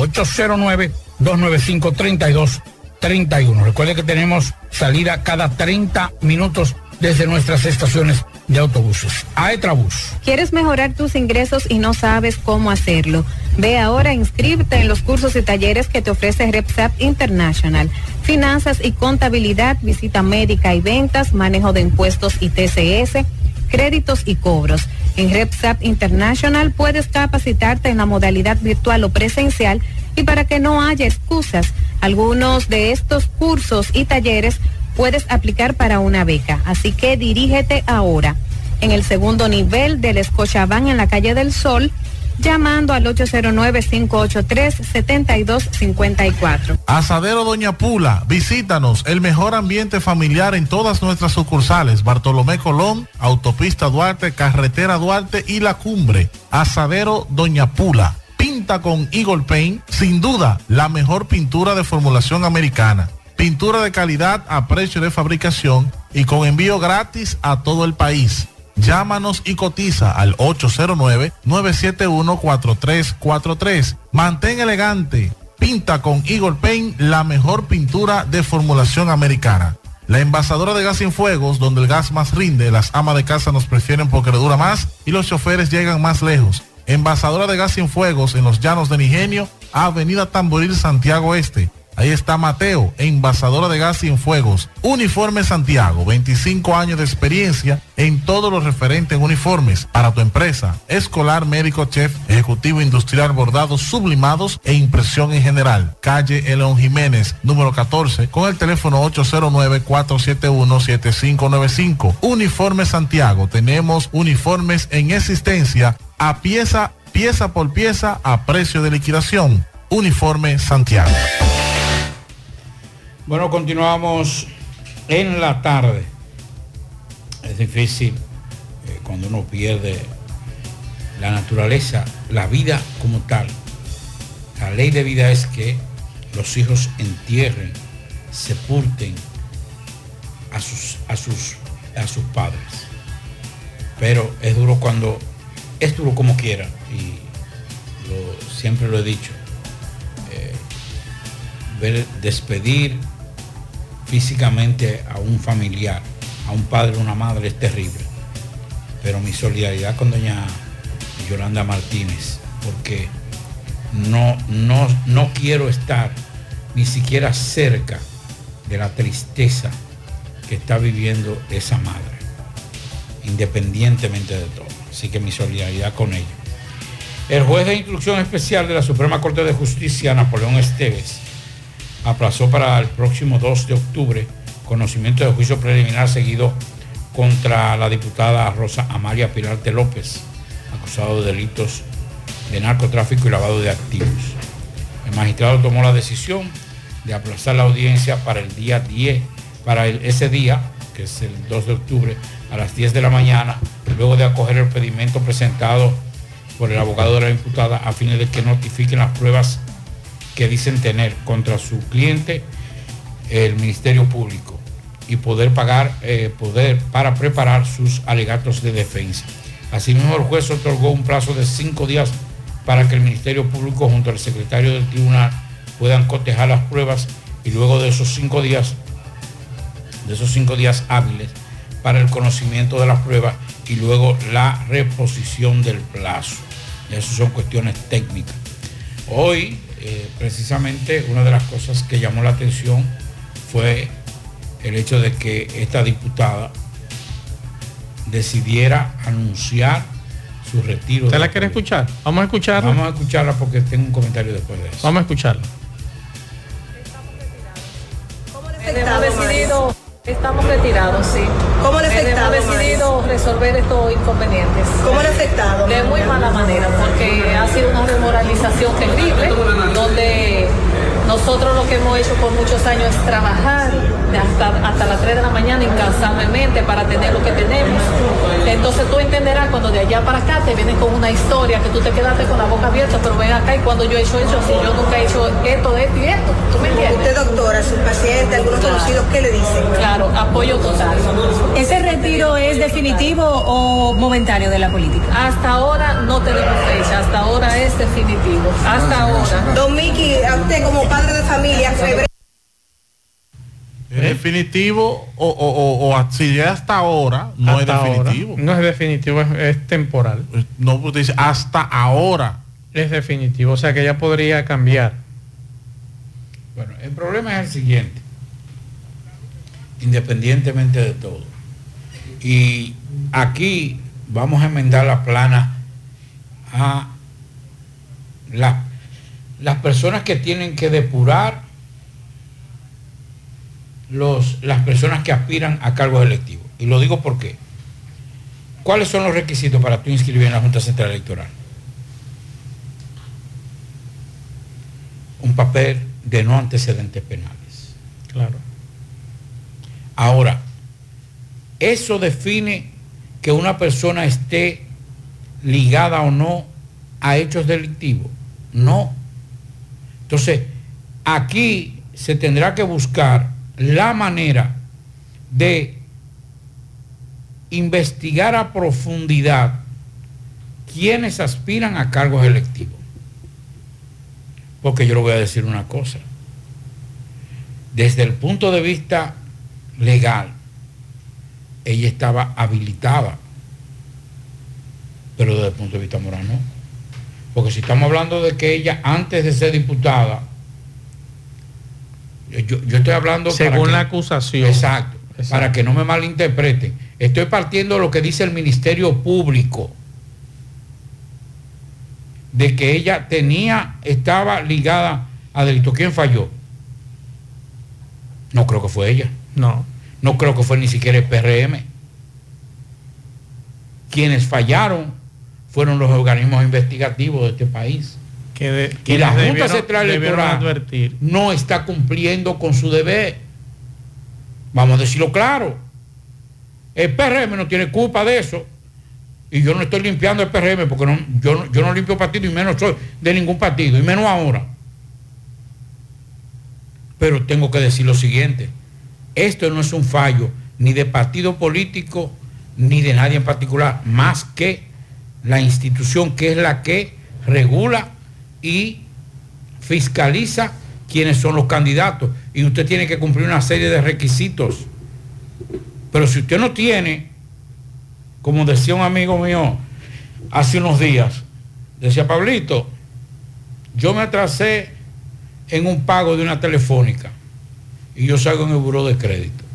809-295-3231. Recuerde que tenemos salida cada 30 minutos desde nuestras estaciones de autobuses. Aetrabús. ¿Quieres mejorar tus ingresos y no sabes cómo hacerlo? Ve ahora e inscríbete en los cursos y talleres que te ofrece RepSap International. Finanzas y contabilidad, visita médica y ventas, manejo de impuestos y TCS, créditos y cobros. En RepSap International puedes capacitarte en la modalidad virtual o presencial y para que no haya excusas, algunos de estos cursos y talleres puedes aplicar para una beca, así que dirígete ahora en el segundo nivel del Scotiabank en la calle del Sol, llamando al 809-583-7254. Asadero Doña Pula, visítanos, el mejor ambiente familiar en todas nuestras sucursales, Bartolomé Colón, Autopista Duarte, Carretera Duarte y La Cumbre. Asadero Doña Pula, pinta con Eagle Paint, sin duda la mejor pintura de formulación americana. Pintura de calidad a precio de fabricación y con envío gratis a todo el país. Llámanos y cotiza al 809-971-4343. Mantén elegante. Pinta con Eagle Paint, la mejor pintura de formulación americana. La envasadora de gas sin fuegos, donde el gas más rinde, las amas de casa nos prefieren porque le dura más y los choferes llegan más lejos. Envasadora de gas sin fuegos en los Llanos de Nigenio, Avenida Tamboril, Santiago Este. Ahí está Mateo, envasadora de gas sin fuegos. Uniforme Santiago, 25 años de experiencia en todo lo referente en uniformes para tu empresa, escolar, médico, chef, ejecutivo, industrial, bordados, sublimados e impresión en general. Calle Elon Jiménez, número 14, con el teléfono 809-471-7595. Uniforme Santiago, tenemos uniformes en existencia a pieza por pieza a precio de liquidación. Uniforme Santiago. Bueno, continuamos en la tarde. Es difícil cuando uno pierde la naturaleza, la vida como tal. La ley de vida es que los hijos entierren, sepulten a sus padres. Pero es duro como quiera, y siempre lo he dicho. Despedir físicamente a un familiar, a un padre o una madre, es terrible. Pero mi solidaridad con doña Yolanda Martínez, porque no quiero estar ni siquiera cerca de la tristeza que está viviendo esa madre, independientemente de todo. Así que mi solidaridad con ella. El juez de instrucción especial de la Suprema Corte de Justicia, Napoleón Esteves, aplazó para el próximo 2 de octubre conocimiento del juicio preliminar seguido contra la diputada Rosa Amalia Pirarte López, acusado de delitos de narcotráfico y lavado de activos. El magistrado tomó la decisión de aplazar la audiencia para el día 10, ese día, que es el 2 de octubre, a las 10 de la mañana, luego de acoger el pedimento presentado por el abogado de la imputada a fines de que notifiquen las pruebas que dicen tener contra su cliente el Ministerio Público y poder para preparar sus alegatos de defensa. Asimismo, el juez otorgó un plazo de 5 días para que el Ministerio Público junto al secretario del tribunal puedan cotejar las pruebas, y luego de esos 5 días hábiles para el conocimiento de las pruebas y luego la reposición del plazo. Esas son cuestiones técnicas. Hoy, precisamente, una de las cosas que llamó la atención fue el hecho de que esta diputada decidiera anunciar su retiro. ¿Usted la quiere escuchar? Vamos a escucharla. Vamos a escucharla porque tengo un comentario después de eso. Vamos a escucharla. Estamos retirados, sí. ¿Cómo le ha afectado? Hemos decidido resolver estos inconvenientes. ¿Cómo le ha afectado? De muy mala manera, porque ha sido una desmoralización terrible, donde nosotros lo que hemos hecho por muchos años es trabajar hasta las 3 de la mañana incansablemente para tener lo que tenemos. Entonces tú entenderás cuando de allá para acá te vienen con una historia que tú te quedaste con la boca abierta, pero ven acá y cuando yo he hecho eso, si yo nunca he hecho esto y esto, ¿tú me entiendes? Usted, doctora, sus pacientes, algunos conocidos, ¿qué le dicen? Claro, apoyo total. ¿Ese retiro es definitivo o momentáneo de la política? Hasta ahora no tenemos fecha, hasta ahora es definitivo, hasta ahora. Don Miki, a usted como padre de familia, febrero. ¿Es definitivo o si ya hasta ahora no es definitivo? Ahora, no es definitivo, es temporal. No, usted dice hasta ahora. Es definitivo, o sea que ya podría cambiar. Bueno, el problema es el siguiente, independientemente de todo. Y aquí vamos a enmendar la plana a las personas que tienen que depurar las personas que aspiran a cargos electivos. Y lo digo porque, ¿cuáles son los requisitos para tú inscribir en la Junta Central Electoral? Un papel de no antecedentes penales. Claro. Ahora, ¿eso define que una persona esté ligada o no a hechos delictivos? No. Entonces, aquí se tendrá que buscar la manera de investigar a profundidad quienes aspiran a cargos electivos. Porque yo le voy a decir una cosa. Desde el punto de vista legal, ella estaba habilitada, pero desde el punto de vista moral no. Porque si estamos hablando de que ella antes de ser diputada, yo estoy hablando según la acusación. Exacto, para que no me malinterpreten. Estoy partiendo de lo que dice el Ministerio Público, de que ella estaba ligada a delito. ¿Quién falló? No creo que fue ella. No creo que fue ni siquiera el PRM. Quienes fallaron fueron los organismos investigativos de este país. y la Junta Central Electoral no está cumpliendo con su deber. Vamos a decirlo claro. El PRM no tiene culpa de eso. Y yo no estoy limpiando el PRM porque yo no limpio partido y menos soy de ningún partido, y menos ahora. Pero tengo que decir lo siguiente. Esto no es un fallo ni de partido político ni de nadie en particular, más que la institución que es la que regula y fiscaliza quiénes son los candidatos. Y usted tiene que cumplir una serie de requisitos. Pero si usted no tiene, como decía un amigo mío hace unos días, decía: Pablito, yo me atrasé en un pago de una telefónica y yo salgo en el buró de crédito.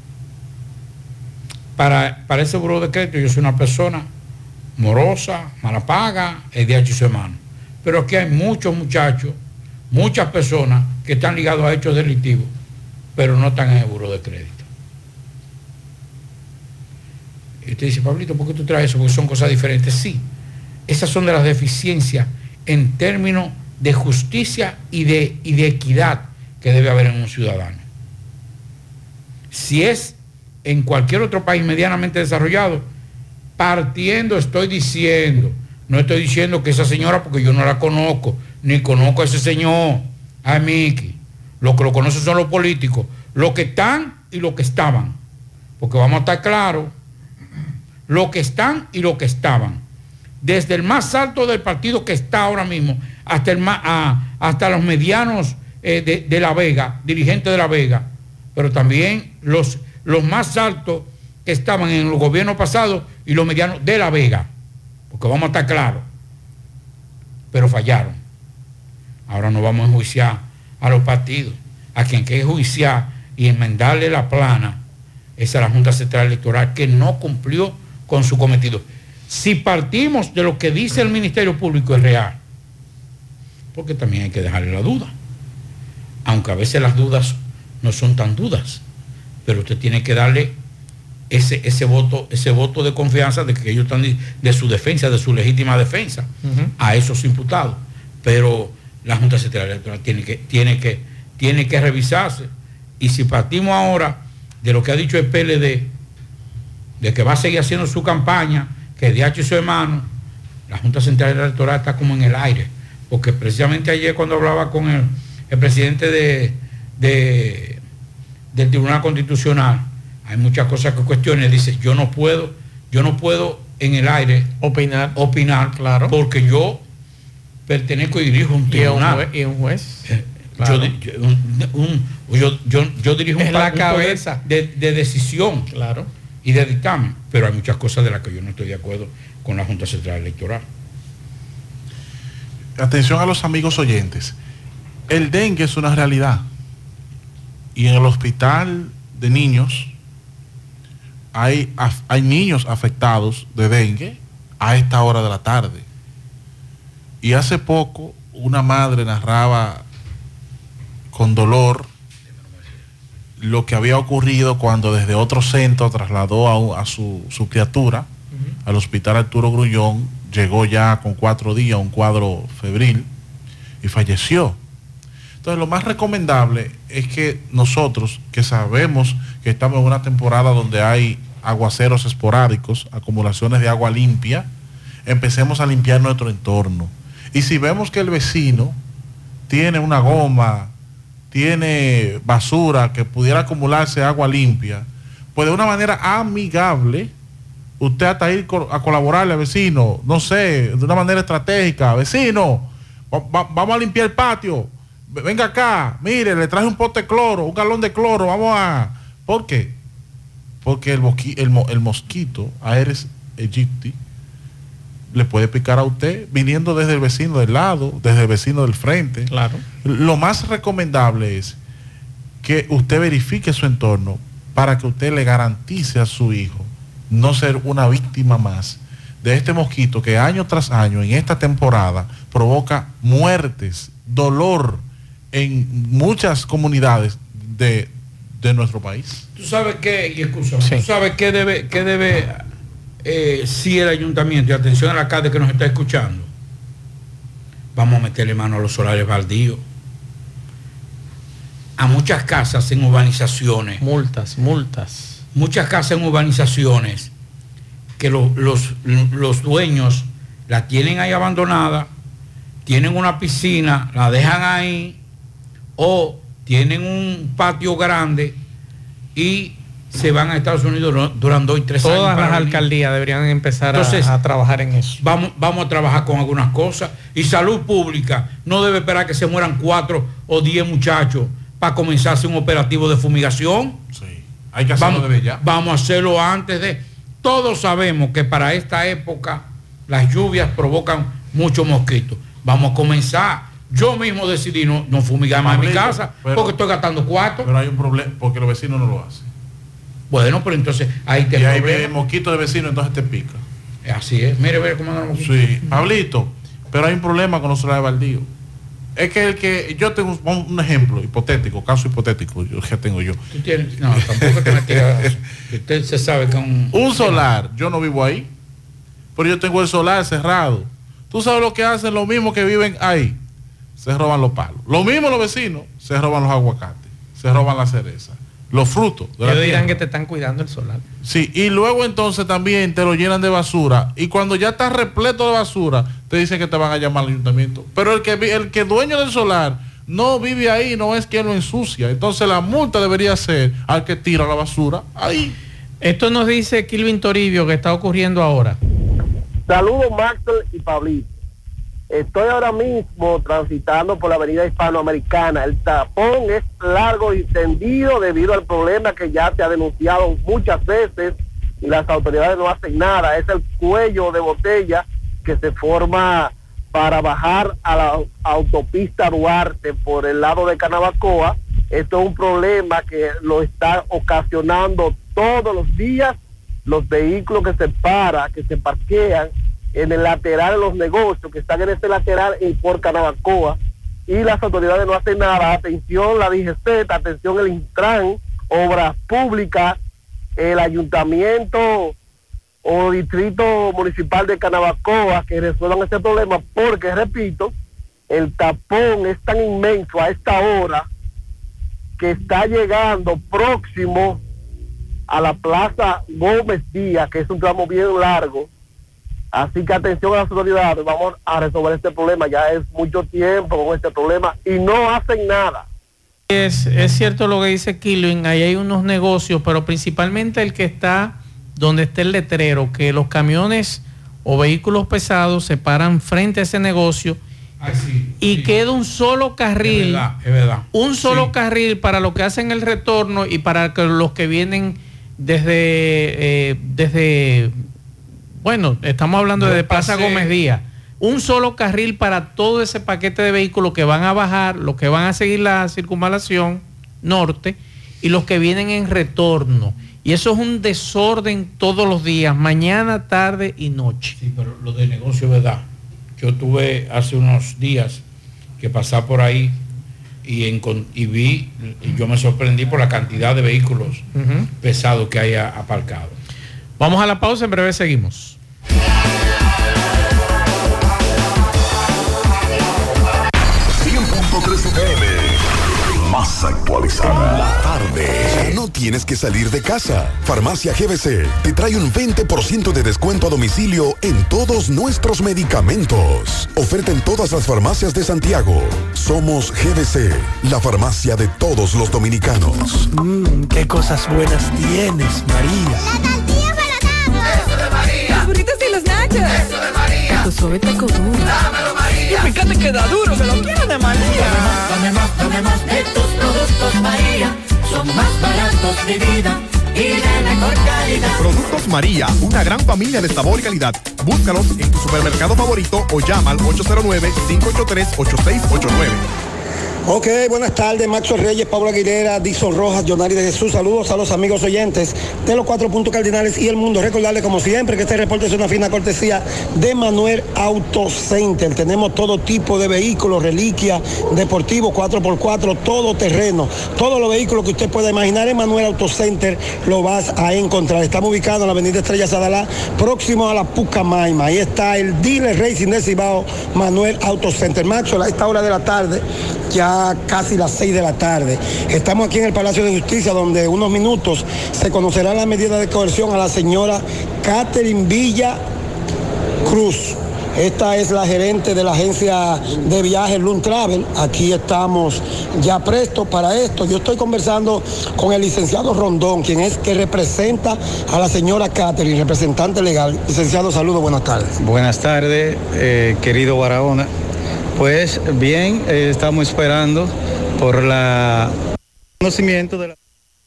Para ese buró de crédito yo soy una persona morosa, mala paga, el DH y su hermano. Pero aquí hay muchos muchachos, muchas personas que están ligados a hechos delictivos, pero no están en el buró de crédito. Y usted dice: Pablito, ¿por qué tú traes eso? Porque son cosas diferentes. Sí, esas son de las deficiencias en términos de justicia y de equidad que debe haber en un ciudadano. Si es en cualquier otro país medianamente desarrollado, partiendo, estoy diciendo, no estoy diciendo que esa señora, porque yo no la conozco, ni conozco a ese señor, a Miki, los que lo conocen son los políticos, los que están y los que estaban, porque vamos a estar claros, los que están y los que estaban, desde el más alto del partido que está ahora mismo, hasta los medianos de La Vega, dirigentes de La Vega, pero también los más altos que estaban en los gobiernos pasados y los medianos de La Vega, porque vamos a estar claros, pero fallaron. Ahora no vamos a enjuiciar a los partidos. A quien hay que enjuiciar y enmendarle la plana es a la Junta Central Electoral, que no cumplió con su cometido. Si partimos de lo que dice el Ministerio Público es real, porque también hay que dejarle la duda, aunque a veces las dudas no son tan dudas, pero usted tiene que darle ese voto de confianza de que ellos están de su defensa, de su legítima defensa, a esos imputados. Pero la Junta Central Electoral tiene que revisarse. Y si partimos ahora de lo que ha dicho el PLD, de que va a seguir haciendo su campaña, que DH y su hermano, la Junta Central Electoral está como en el aire, porque precisamente ayer cuando hablaba con el presidente del Tribunal Constitucional, hay muchas cosas que cuestiones, dice: yo no puedo en el aire opinar, claro, porque yo pertenezco y dirijo un tribunal. Y un juez. Claro. Yo dirijo un cabeza de decisión, claro, y de dictamen, pero hay muchas cosas de las que yo no estoy de acuerdo con la Junta Central Electoral. Atención a los amigos oyentes, el dengue es una realidad y en el hospital de niños hay niños afectados de dengue a esta hora de la tarde. Y hace poco una madre narraba con dolor lo que había ocurrido cuando desde otro centro trasladó a su criatura al hospital Arturo Grullón. Llegó ya con 4 días, un cuadro febril, y falleció. Entonces lo más recomendable es que nosotros, que sabemos que estamos en una temporada donde hay aguaceros esporádicos, acumulaciones de agua limpia, empecemos a limpiar nuestro entorno. Y si vemos que el vecino tiene una goma, tiene basura que pudiera acumularse agua limpia, pues de una manera amigable, usted hasta ir a colaborarle al vecino, no sé, de una manera estratégica: vecino, vamos a limpiar el patio, venga acá, mire, le traje un pote de cloro, un galón de cloro, vamos a... ¿Por qué? Porque el mosquito Aedes aegypti le puede picar a usted viniendo desde el vecino del lado, desde el vecino del frente. Claro. Lo más recomendable es que usted verifique su entorno para que usted le garantice a su hijo no ser una víctima más de este mosquito que año tras año en esta temporada provoca muertes, dolor en muchas comunidades de nuestro país. Tú sabes qué, y excusa, sí. Tú sabes qué debe sí el ayuntamiento, y atención al alcalde que nos está escuchando, vamos a meterle mano a los solares baldíos. A muchas casas en urbanizaciones. Multas. Muchas casas en urbanizaciones que los dueños la tienen ahí abandonada, tienen una piscina, la dejan ahí, o tienen un patio grande y se van a Estados Unidos, duran 2 y 3 años. Todas las alcaldías deberían empezar a trabajar en eso. Vamos a trabajar con algunas cosas. Y salud pública no debe esperar que se mueran 4 o 10 muchachos para comenzarse un operativo de fumigación. Sí, hay que hacerlo desde ya. Vamos a hacerlo antes de... Todos sabemos que para esta época las lluvias provocan muchos mosquitos. Vamos a comenzar. Yo mismo decidí no fumigar más en mi casa porque estoy gastando cuarto. Pero hay un problema, porque los vecinos no lo hacen. Bueno, pero entonces ahí te... Y ahí viene el mosquito de vecino, entonces te pica. Así es. Mire cómo andamos. Sí, Pablito, pero hay un problema con los solares baldíos. Es que yo tengo un ejemplo hipotético, caso hipotético, que tengo yo. ¿Tú tienes? No, tampoco te metas. Usted se sabe que un solar, yo no vivo ahí, pero yo tengo el solar cerrado. ¿Tú sabes lo que hacen los mismos que viven ahí? Se roban los palos. Lo mismo los vecinos, se roban los aguacates, se roban la cereza, los frutos. Ellos dirán que te están cuidando el solar. Sí, y luego entonces también te lo llenan de basura. Y cuando ya está repleto de basura, te dicen que te van a llamar al ayuntamiento. Pero el que dueño del solar no vive ahí, no es quien lo ensucia. Entonces la multa debería ser al que tira la basura ahí. Esto nos dice Kilvin Toribio que está ocurriendo ahora. Saludos, Maxwell y Pablito. Estoy ahora mismo transitando por la avenida Hispanoamericana. El tapón es largo y tendido debido al problema que ya se ha denunciado muchas veces y las autoridades no hacen nada. Es el cuello de botella que se forma para bajar a la autopista Duarte por el lado de Canabacoa. Esto es un problema que lo está ocasionando todos los días los vehículos que se parquean en el lateral de los negocios que están en este lateral por Canabacoa, y las autoridades no hacen nada. Atención la DGC, atención el Intran, Obras Públicas, el Ayuntamiento o Distrito Municipal de Canabacoa, que resuelvan este problema, porque repito, el tapón es tan inmenso a esta hora que está llegando próximo a la Plaza Gómez Díaz, que es un tramo bien largo. Así que atención a las autoridades, vamos a resolver este problema. Ya es mucho tiempo con este problema y no hacen nada. Es cierto lo que dice Kilvin, ahí hay unos negocios, pero principalmente el que está donde está el letrero, que los camiones o vehículos pesados se paran frente a ese negocio y queda un solo carril. Es verdad. Un solo carril para los que hacen el retorno y para los que vienen desde bueno, estamos hablando de Plaza Gómez Díaz. Un solo carril para todo ese paquete de vehículos que van a bajar, los que van a seguir la circunvalación norte y los que vienen en retorno. Y eso es un desorden todos los días, mañana, tarde y noche. Sí, pero lo de negocio, ¿verdad? Yo tuve hace unos días que pasar por ahí y vi, y yo me sorprendí por la cantidad de vehículos pesados que hay aparcados. Vamos a la pausa, en breve seguimos. 100.3 FM, más actualizada. La tarde. Ya no tienes que salir de casa. Farmacia GBC te trae un 20% de descuento a domicilio en todos nuestros medicamentos. Oferta en todas las farmacias de Santiago. Somos GBC, la farmacia de todos los dominicanos. Qué cosas buenas tienes, María. Eso de María. Los burritos y los nachos. Eso de María. Tu suave taco duro. Dámelo, María. Y fíjate que da duro, que lo quiero de María. Dame más de tus productos, María. Son más baratos de vida y de mejor calidad. Productos María, una gran familia de sabor y calidad. Búscalos en tu supermercado favorito o llama al 809-583-8689. Ok, buenas tardes, Maxo Reyes, Pablo Aguilera, Dixon Rojas, Jonari de Jesús. Saludos a los amigos oyentes de los 4 puntos cardinales y el mundo. Recordarles, como siempre, que este reporte es una fina cortesía de Manuel Auto Center. Tenemos todo tipo de vehículos, reliquias, deportivos, 4x4, todo terreno. Todos los vehículos que usted pueda imaginar en Manuel Auto Center lo vas a encontrar. Estamos ubicados en la avenida Estrella Sadalá, próximo a la Pucamaima. Ahí está el dealer Racing de Cibao, Manuel Auto Center. Maxo, a esta hora de la tarde, ya casi las 6 de la tarde. Estamos aquí en el Palacio de Justicia, donde unos minutos se conocerá la medida de coerción a la señora Catherine Villa Cruz. Esta es la gerente de la agencia de viajes Lund Travel. Aquí estamos ya prestos para esto. Yo estoy conversando con el licenciado Rondón, quien es que representa a la señora Catherine, representante legal. Licenciado, saludos, buenas tardes. Buenas tardes, querido Barahona. Pues bien, estamos esperando por el conocimiento de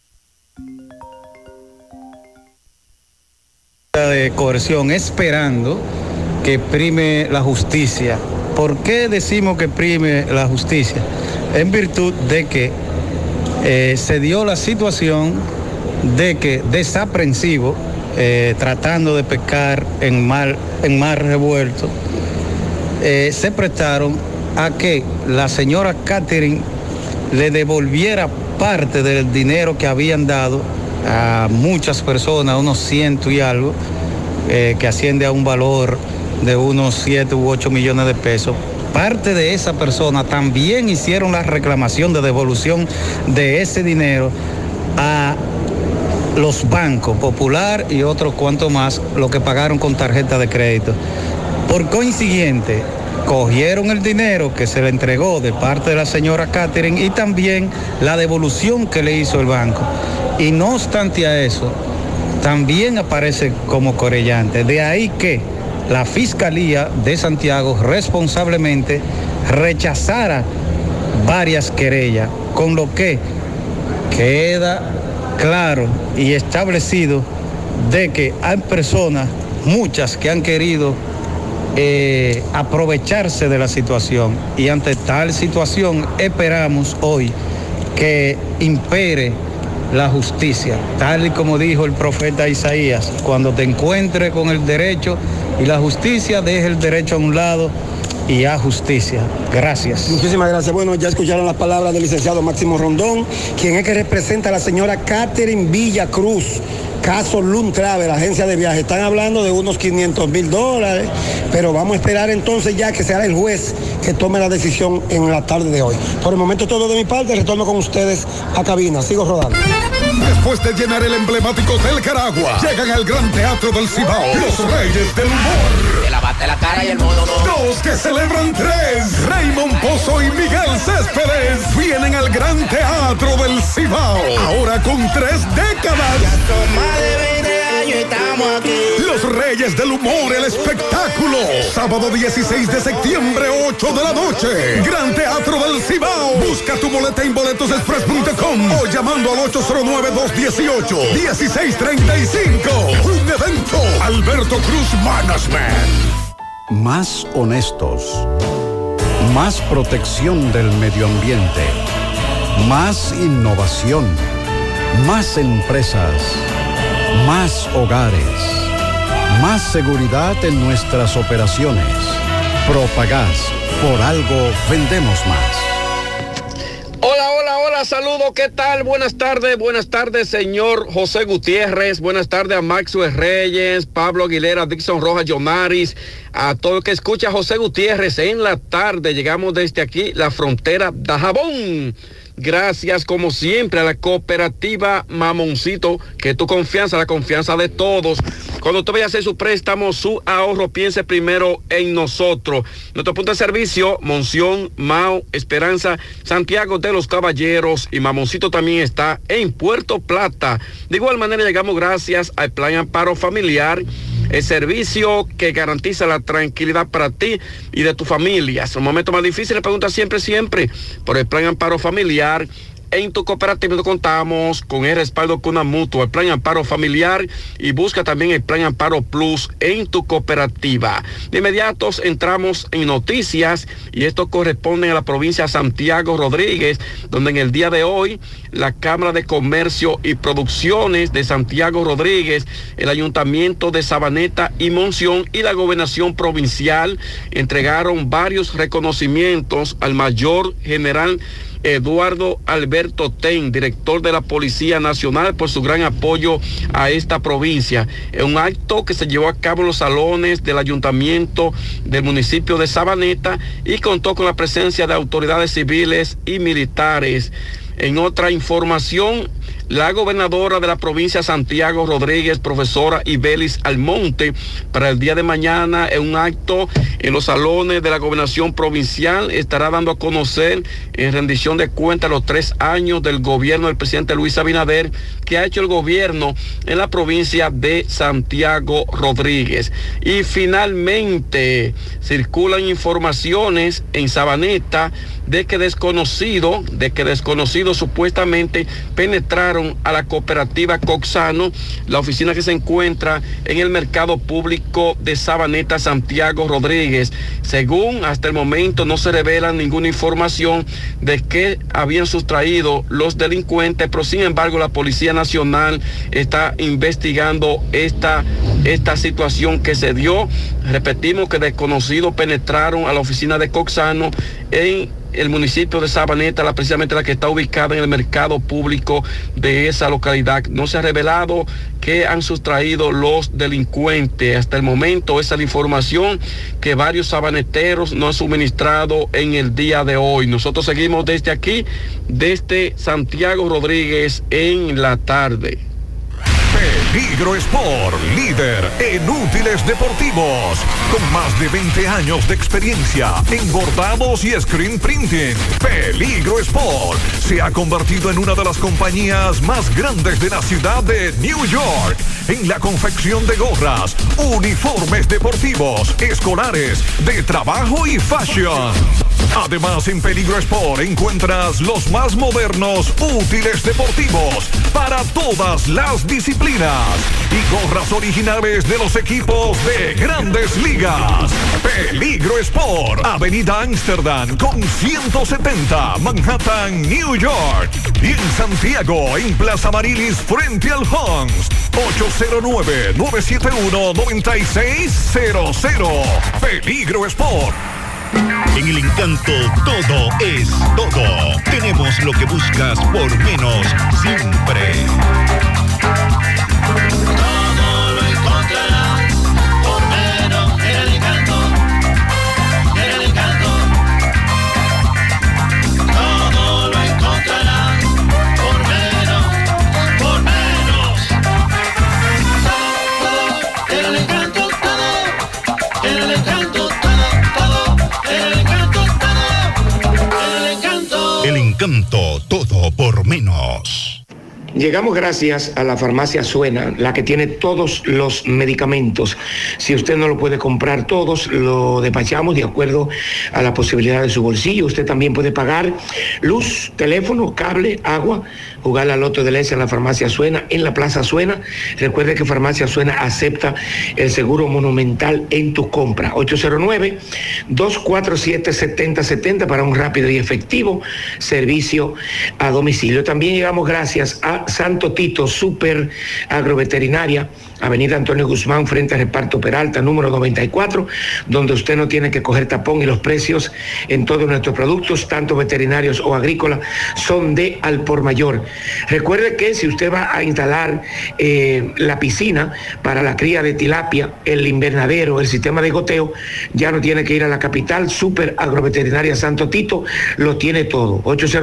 la de coerción, esperando que prime la justicia. ¿Por qué decimos que prime la justicia? En virtud de que se dio la situación de que desaprensivo, tratando de pescar en mar revuelto, se prestaron a que la señora Catherine le devolviera parte del dinero que habían dado a muchas personas, unos 100 y algo, que asciende a un valor de unos 7 u 8 millones de pesos. Parte de esa persona también hicieron la reclamación de devolución de ese dinero a los bancos Popular y otros cuantos más, lo que pagaron con tarjeta de crédito. Por consiguiente, cogieron el dinero que se le entregó de parte de la señora Catherine y también la devolución que le hizo el banco. Y no obstante a eso, también aparece como querellante. De ahí que la Fiscalía de Santiago responsablemente rechazara varias querellas, con lo que queda claro y establecido de que hay personas, muchas, que han querido aprovecharse de la situación, y ante tal situación esperamos hoy que impere la justicia, tal y como dijo el profeta Isaías: cuando te encuentres con el derecho y la justicia, deje el derecho a un lado y a justicia. Gracias. Muchísimas gracias. Bueno, ya escucharon las palabras del licenciado Máximo Rondón, quien es que representa a la señora Catherine Villa Cruz, caso Lund Travel, agencia de viajes. Están hablando de unos $500,000, pero vamos a esperar entonces ya que sea el juez que tome la decisión en la tarde de hoy. Por el momento todo de mi parte, retorno con ustedes a cabina. Sigo rodando. Después de llenar el emblemático Hotel Caragua, llegan al Gran Teatro del Cibao, los Reyes del Humor. Te lavaste la cara y el modo no. Los que celebran 3, Raymond Pozo y Miguel Céspedes, vienen al Gran Teatro del Cibao, ahora con 3 décadas. Ya son más de 20 años estamos aquí. Los Reyes del Humor, el espectáculo. Sábado 16 de septiembre, 8 de la noche. Gran Teatro del Cibao. Busca tu boleta en boletosexpress.com o llamando al 809-218-1635. Un evento Alberto Cruz Management. Más honestos. Más protección del medio ambiente. Más innovación. Más empresas. Más hogares. Más seguridad en nuestras operaciones. Propagás. Por algo vendemos más. Hola, saludos, ¿qué tal? Buenas tardes, señor José Gutiérrez, buenas tardes a Maxwell Reyes, Pablo Aguilera, Dixon Rojas, Yomaris, a todo el que escucha a José Gutiérrez en la tarde. Llegamos desde aquí, la frontera de Jabón. Gracias, como siempre, a la cooperativa Mamoncito, que tu confianza, la confianza de todos. Cuando usted vaya a hacer su préstamo, su ahorro, piense primero en nosotros. Nuestro punto de servicio: Monción, Mao, Esperanza, Santiago de los Caballeros, y Mamoncito también está en Puerto Plata. De igual manera, llegamos gracias al Plan Amparo Familiar, el servicio que garantiza la tranquilidad para ti y de tu familia. En los momentos más difíciles, pregunta siempre por el Plan Amparo Familiar, en tu cooperativa contamos con el respaldo con una mutua, el plan Amparo Familiar, y busca también el plan Amparo Plus en tu cooperativa. De inmediato entramos en noticias y esto corresponde a la provincia de Santiago Rodríguez, donde en el día de hoy la Cámara de Comercio y Producciones de Santiago Rodríguez, el Ayuntamiento de Sabaneta y Monción y la Gobernación Provincial entregaron varios reconocimientos al Mayor General Eduardo Alberto Ten, director de la Policía Nacional, por su gran apoyo a esta provincia. En un acto que se llevó a cabo en los salones del Ayuntamiento del municipio de Sabaneta y contó con la presencia de autoridades civiles y militares. En otra información, la gobernadora de la provincia Santiago Rodríguez, profesora Ibelis Almonte, para el día de mañana en un acto en los salones de la gobernación provincial estará dando a conocer en rendición de cuentas los 3 años del gobierno del presidente Luis Abinader que ha hecho el gobierno en la provincia de Santiago Rodríguez. Y finalmente circulan informaciones en Sabaneta de que desconocidos supuestamente penetraron a la cooperativa Coxano, la oficina que se encuentra en el mercado público de Sabaneta, Santiago Rodríguez. Según hasta el momento no se revela ninguna información de que habían sustraído los delincuentes, pero sin embargo la Policía Nacional está investigando esta situación que se dio. Repetimos que desconocidos penetraron a la oficina de Coxano en el municipio de Sabaneta, precisamente la que está ubicada en el mercado público de esa localidad. No se ha revelado que han sustraído los delincuentes. Hasta el momento esa es la información que varios sabaneteros nos han suministrado en el día de hoy. Nosotros seguimos desde aquí, desde Santiago Rodríguez en la tarde. Peligro Sport, líder en útiles deportivos, con más de 20 años de experiencia en bordados y screen printing. Peligro Sport se ha convertido en una de las compañías más grandes de la ciudad de New York en la confección de gorras, uniformes deportivos, escolares, de trabajo y fashion. Además, en Peligro Sport encuentras los más modernos útiles deportivos para todas las disciplinas y gorras originales de los equipos de Grandes Ligas. Peligro Sport, Avenida Amsterdam con 170, Manhattan, New York. Y en Santiago, en Plaza Marilis, frente al Hans, 809-971-9600. Peligro Sport. En El Encanto todo es todo. Tenemos lo que buscas por menos siempre. Todo lo encontrarás por menos en El Encanto. En El Encanto. Todo lo encontrarás por menos. Por menos. Todo en El Encanto. Todo en El Encanto. El Encanto, todo por menos. Llegamos gracias a la farmacia Suena, la que tiene todos los medicamentos. Si usted no lo puede comprar todos, lo despachamos de acuerdo a la posibilidad de su bolsillo. Usted también puede pagar luz, teléfono, cable, agua, jugar la loto del S en la farmacia Suena, en la Plaza Suena. Recuerde que Farmacia Suena acepta el seguro monumental en tu compra. 809-247-7070 para un rápido y efectivo servicio a domicilio. También llegamos gracias a Santo Tito, Super Agroveterinaria, Avenida Antonio Guzmán, frente a Reparto Peralta, número 94, donde usted no tiene que coger tapón y los precios en todos nuestros productos, tanto veterinarios o agrícolas, son de al por mayor. Recuerde que si usted va a instalar la piscina para la cría de tilapia, el invernadero, el sistema de goteo, ya no tiene que ir a la capital. Super Agroveterinaria Santo Tito lo tiene todo.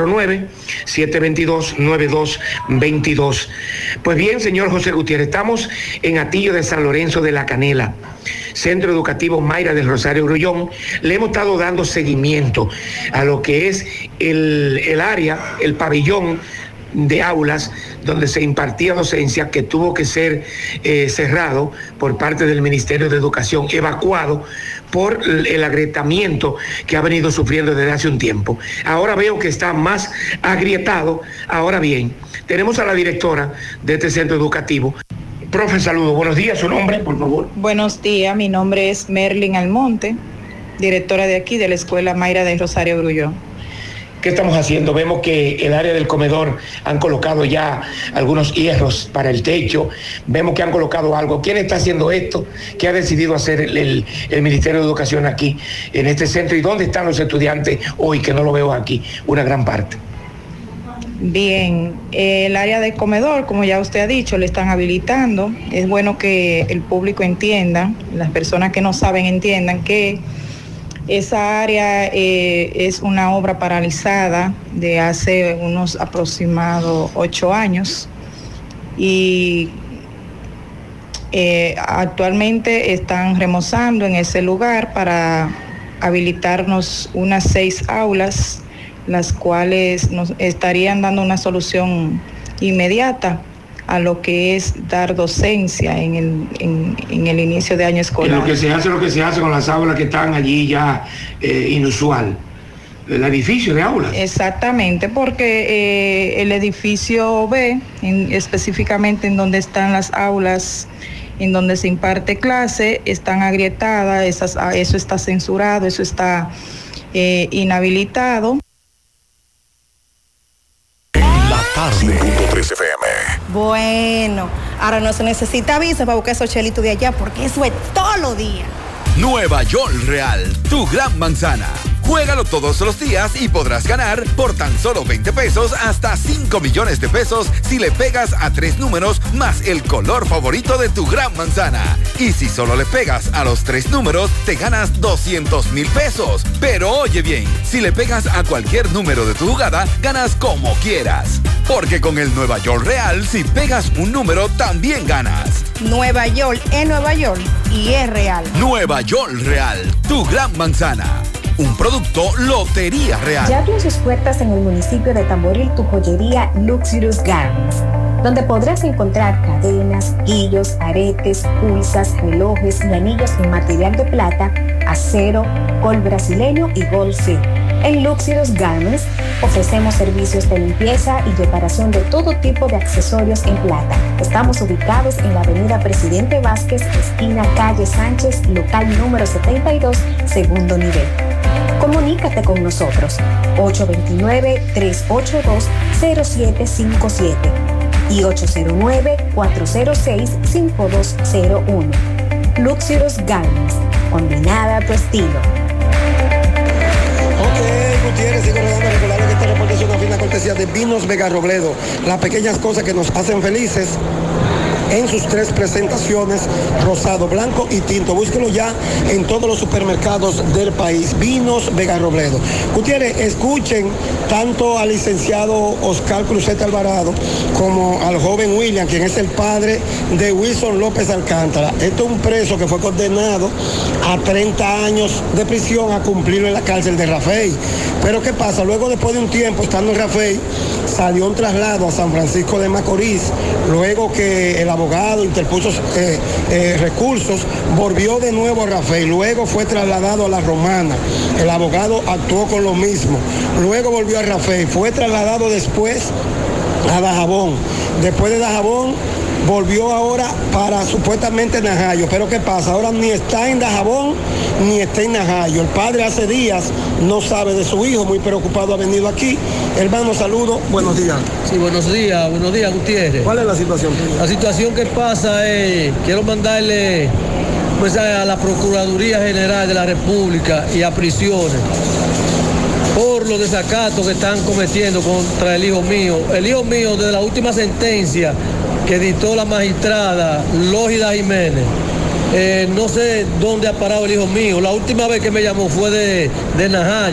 809-722-9222. Pues bien, señor José Gutiérrez, estamos en Atillo de San Lorenzo de la Canela, Centro Educativo Mayra del Rosario Grullón. Le hemos estado dando seguimiento a lo que es el área, el pabellón de aulas donde se impartía docencia que tuvo que ser cerrado por parte del Ministerio de Educación, evacuado por el agrietamiento que ha venido sufriendo desde hace un tiempo. Ahora veo que está más agrietado. Ahora bien, tenemos a la directora de este centro educativo. Profe, saludo. Buenos días, su nombre, por favor. Buenos días, mi nombre es Merlin Almonte, directora de aquí de la Escuela Mayra de Rosario Grullón. ¿Qué estamos haciendo? Vemos que el área del comedor han colocado ya algunos hierros para el techo, vemos que han colocado algo. ¿Quién está haciendo esto? ¿Qué ha decidido hacer el Ministerio de Educación aquí, en este centro? ¿Y dónde están los estudiantes hoy, que no lo veo aquí, una gran parte? Bien, el área del comedor, como ya usted ha dicho, le están habilitando. Es bueno que el público entienda, las personas que no saben entiendan que esa área es una obra paralizada de hace unos aproximados 8 años y actualmente están remozando en ese lugar para habilitarnos unas 6 aulas, las cuales nos estarían dando una solución inmediata a lo que es dar docencia en el inicio de año escolar. Lo que se hace con las aulas que están allí ya inusual, el edificio de aulas. Exactamente, porque el edificio B, específicamente en donde están las aulas, en donde se imparte clase, están agrietadas, eso está censurado, eso está inhabilitado. La tarde. 5.3 FM. Bueno, ahora no se necesita visa para buscar esos chelitos de allá, porque eso es todos los días. Nueva York Real, tu gran manzana. Juégalo todos los días y podrás ganar por tan solo 20 pesos hasta 5 millones de pesos si le pegas a 3 números más el color favorito de tu gran manzana. Y si solo le pegas a los 3 números, te ganas 200,000 pesos. Pero oye bien, si le pegas a cualquier número de tu jugada, ganas como quieras. Porque con el Nueva York Real, si pegas un número, también ganas. Nueva York es Nueva York y es real. Nueva York Real, tu gran manzana. Un producto Lotería Real. Ya abrió sus puertas en el municipio de Tamboril tu joyería Luxurious Garments, donde podrás encontrar cadenas, guillos, aretes, pulsas, relojes y anillos en material de plata, acero, col brasileño y gold seal. En Luxurious Garments ofrecemos servicios de limpieza y reparación de todo tipo de accesorios en plata. Estamos ubicados en la avenida Presidente Vázquez, esquina calle Sánchez, local número 72, segundo nivel. Comunícate con nosotros, 829-382-0757 y 809-406-5201. Luxurious Garments, combinada a tu estilo. Gutiérrez, sigo rodando, recordarle que este reporte es una fina cortesía de Vinos Vega Robledo, las pequeñas cosas que nos hacen felices, en sus 3 presentaciones, rosado, blanco y tinto. Búsquelo ya en todos los supermercados del país. Vinos Vega Robledo. Gutiérrez, escuchen tanto al licenciado Oscar Cruzete Alvarado como al joven William, quien es el padre de Wilson López Alcántara. Esto es un preso que fue condenado a 30 años de prisión a cumplirlo en la cárcel de Rafey. Pero ¿qué pasa? Luego, después de un tiempo estando en Rafey, salió un traslado a San Francisco de Macorís. Luego que el abogado interpuso recursos, volvió de nuevo a Rafey. Luego fue trasladado a La Romana. El abogado actuó con lo mismo. Luego volvió a Rafey. Fue trasladado después a Dajabón. Después de Dajabón, volvió ahora para supuestamente Najayo. Pero ¿qué pasa? Ahora ni está en Dajabón ni está en Najayo. El padre hace días no sabe de su hijo, muy preocupado ha venido aquí. Hermano, saludo, buenos días. Sí, buenos días, Gutiérrez. ¿Cuál es la situación? La situación que pasa es, quiero mandarle pues, a la Procuraduría General de la República y a prisiones por los desacatos que están cometiendo contra el hijo mío. El hijo mío, desde la última sentencia que dictó la magistrada Lógida Jiménez, no sé dónde ha parado el hijo mío. La última vez que me llamó fue de Najayo.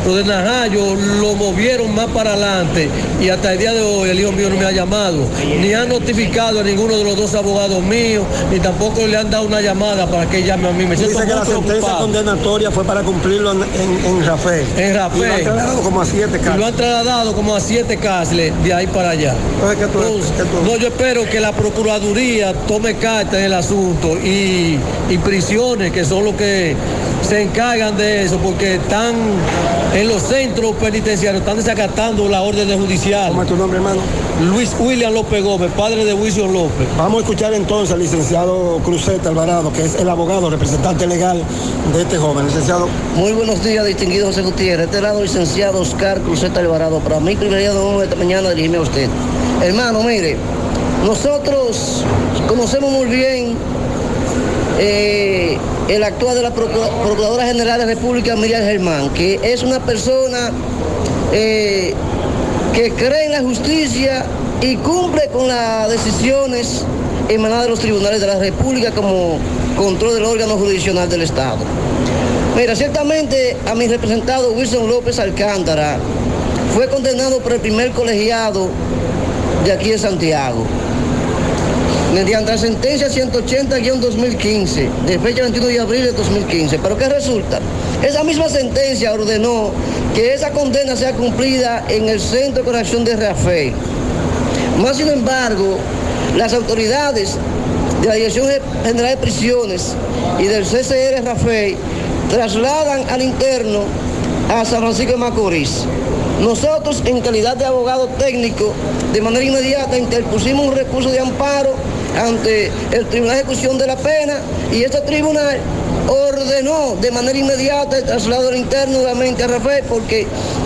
Lo de Najayo lo movieron más para adelante y hasta el día de hoy el hijo mío no me ha llamado, ni han notificado a ninguno de los dos abogados míos, ni tampoco le han dado una llamada para que llame a mí. Me siento dice que la sentencia condenatoria fue para cumplirlo en Rafael. En Rafael. Y lo han trasladado como a 7 cárceles. Y lo han trasladado como a 7 cárceles de ahí para allá. No, yo espero que la Procuraduría tome carta en el asunto y prisiones, que son los que se encargan de eso, porque están en los centros penitenciarios, están desacatando la orden judicial. ¿Cómo es tu nombre, hermano? Luis William López Gómez, padre de Wilson López. Vamos a escuchar entonces al licenciado Cruzeta Alvarado, que es el abogado, representante legal de este joven. Licenciado. Muy buenos días, distinguido José Gutiérrez. De este lado, licenciado Oscar Cruzeta Alvarado. Para mí, privilegiado esta mañana dirigirme a usted. Hermano, mire, nosotros conocemos muy bien el actual de la Procuradora General de la República, Miriam Germán, que es una persona que cree en la justicia y cumple con las decisiones emanadas de los tribunales de la República como control del órgano jurisdiccional del Estado. Mira, ciertamente a mi representado Wilson López Alcántara fue condenado por el primer colegiado de aquí de Santiago, mediante la sentencia 180-2015, de fecha 21 de abril de 2015. ¿Pero qué resulta? Esa misma sentencia ordenó que esa condena sea cumplida en el Centro de Corrección de Rafael. Más sin embargo, las autoridades de la Dirección General de Prisiones y del CCR Rafael trasladan al interno a San Francisco de Macorís. Nosotros, en calidad de abogado técnico, de manera inmediata interpusimos un recurso de amparo ante el Tribunal de Ejecución de la Pena, y este tribunal ordenó de manera inmediata el traslado del interno nuevamente a Rafael, porque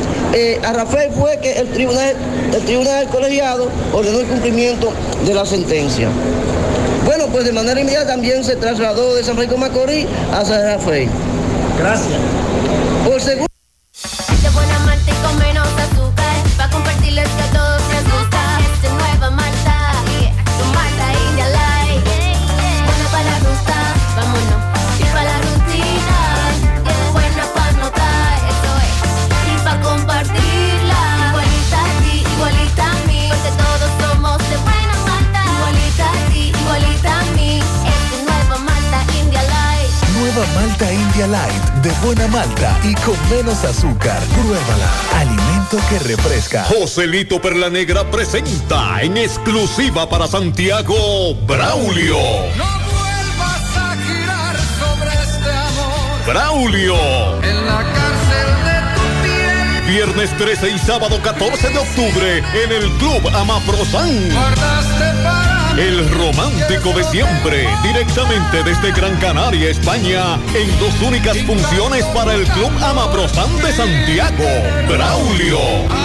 a Rafael fue que el tribunal del colegiado ordenó el cumplimiento de la sentencia. Bueno, pues de manera inmediata también se trasladó de San Francisco de Macorís a San Rafael. Gracias. Por segundo. De buena malta y con menos azúcar, para compartirles que a todos les gusta. Esta nueva malta, con Malta India Light. Buena para la ruta, vámonos, y para la rutina. Buena para notar, eso es, y para compartirla. Igualita a ti, igualita a mí, porque todos somos de buena malta. Igualita a ti, igualita a mí, esta nueva Malta India Light. Nueva Malta India Light, de buena malta y con menos azúcar. Pruébala. Alimento que refresca. Joselito Perla Negra presenta en exclusiva para Santiago, Braulio. No vuelvas a girar sobre este amor. Braulio. En la cárcel de tu piel. Viernes 13 y sábado 14 de octubre en el Club Amaprosan. Guardaste para el romántico de siempre, directamente desde Gran Canaria, España, en 2 únicas funciones para el Club Amaprosan de Santiago, Braulio.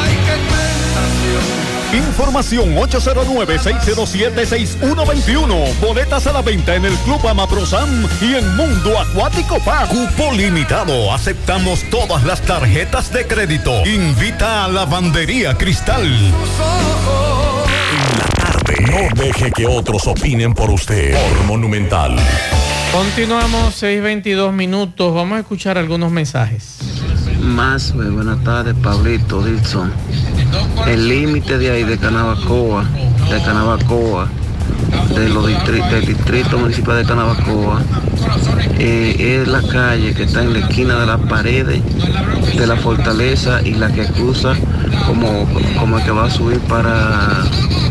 Información 809-607-6121. Boletas a la venta en el Club Amaprosan y en Mundo Acuático Park. Cupo limitado. Aceptamos todas las tarjetas de crédito. Invita a Lavandería Cristal. No deje que otros opinen por usted. Por Monumental. Continuamos, 6:22 minutos. Vamos a escuchar algunos mensajes. Más, buenas tardes, Pablito, Dilson. El límite de ahí de Canabacoa, del distrito municipal de Canabacoa, es la calle que está en la esquina de las paredes de la fortaleza y la que cruza como el que va a subir para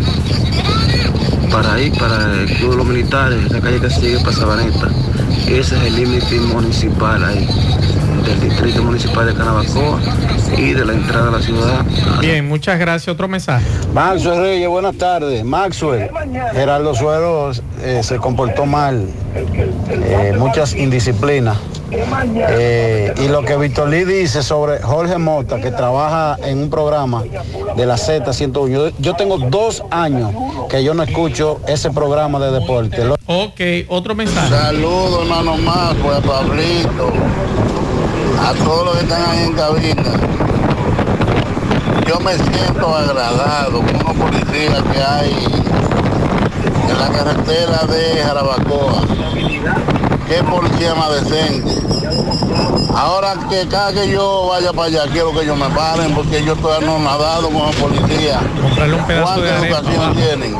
ir para el Club de los Militares, esa calle que sigue para Sabaneta. Ese es el límite municipal ahí, del distrito municipal de Canabacoa y de la entrada a la ciudad. Bien, muchas gracias. Otro mensaje. Maxwell Reyes, buenas tardes. Maxwell, Gerardo Suero se comportó mal, muchas indisciplinas. Y lo que Víctor Lee dice sobre Jorge Mota, que trabaja en un programa de la Z101. Yo tengo 2 años que yo no escucho ese programa de deporte. Ok, otro mensaje. Saludos, hermano más, pues a Pablito, a todos los que están ahí en cabina. Yo me siento agradado con unos policías que hay en la carretera de Jarabacoa. qué policía más decente. Ahora que cada que yo vaya para allá, quiero que ellos me paren porque yo estoy anonadado con la policía. Comprarle un pedazo de arena. ¿Cuánta educación tienen?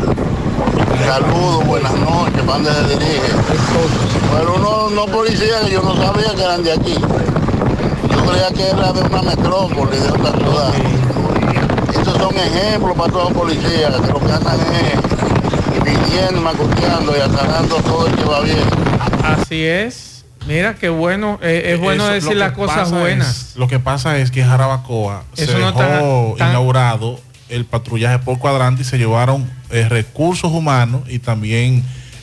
Saludos, buenas noches, ¿para dónde se dirige? Pero no policías que yo no sabía que eran de aquí. Yo creía que era de una metrópoli, de otra ciudad. Estos son ejemplos para todos los policías, que lo que andan es pidiendo, macuteando y atarando todo el que va bien. Así es. Mira qué bueno, es bueno decir las cosas buenas. Lo que pasa es que en Jarabacoa se dejó inaugurado el patrullaje por cuadrante y se llevaron recursos humanos y también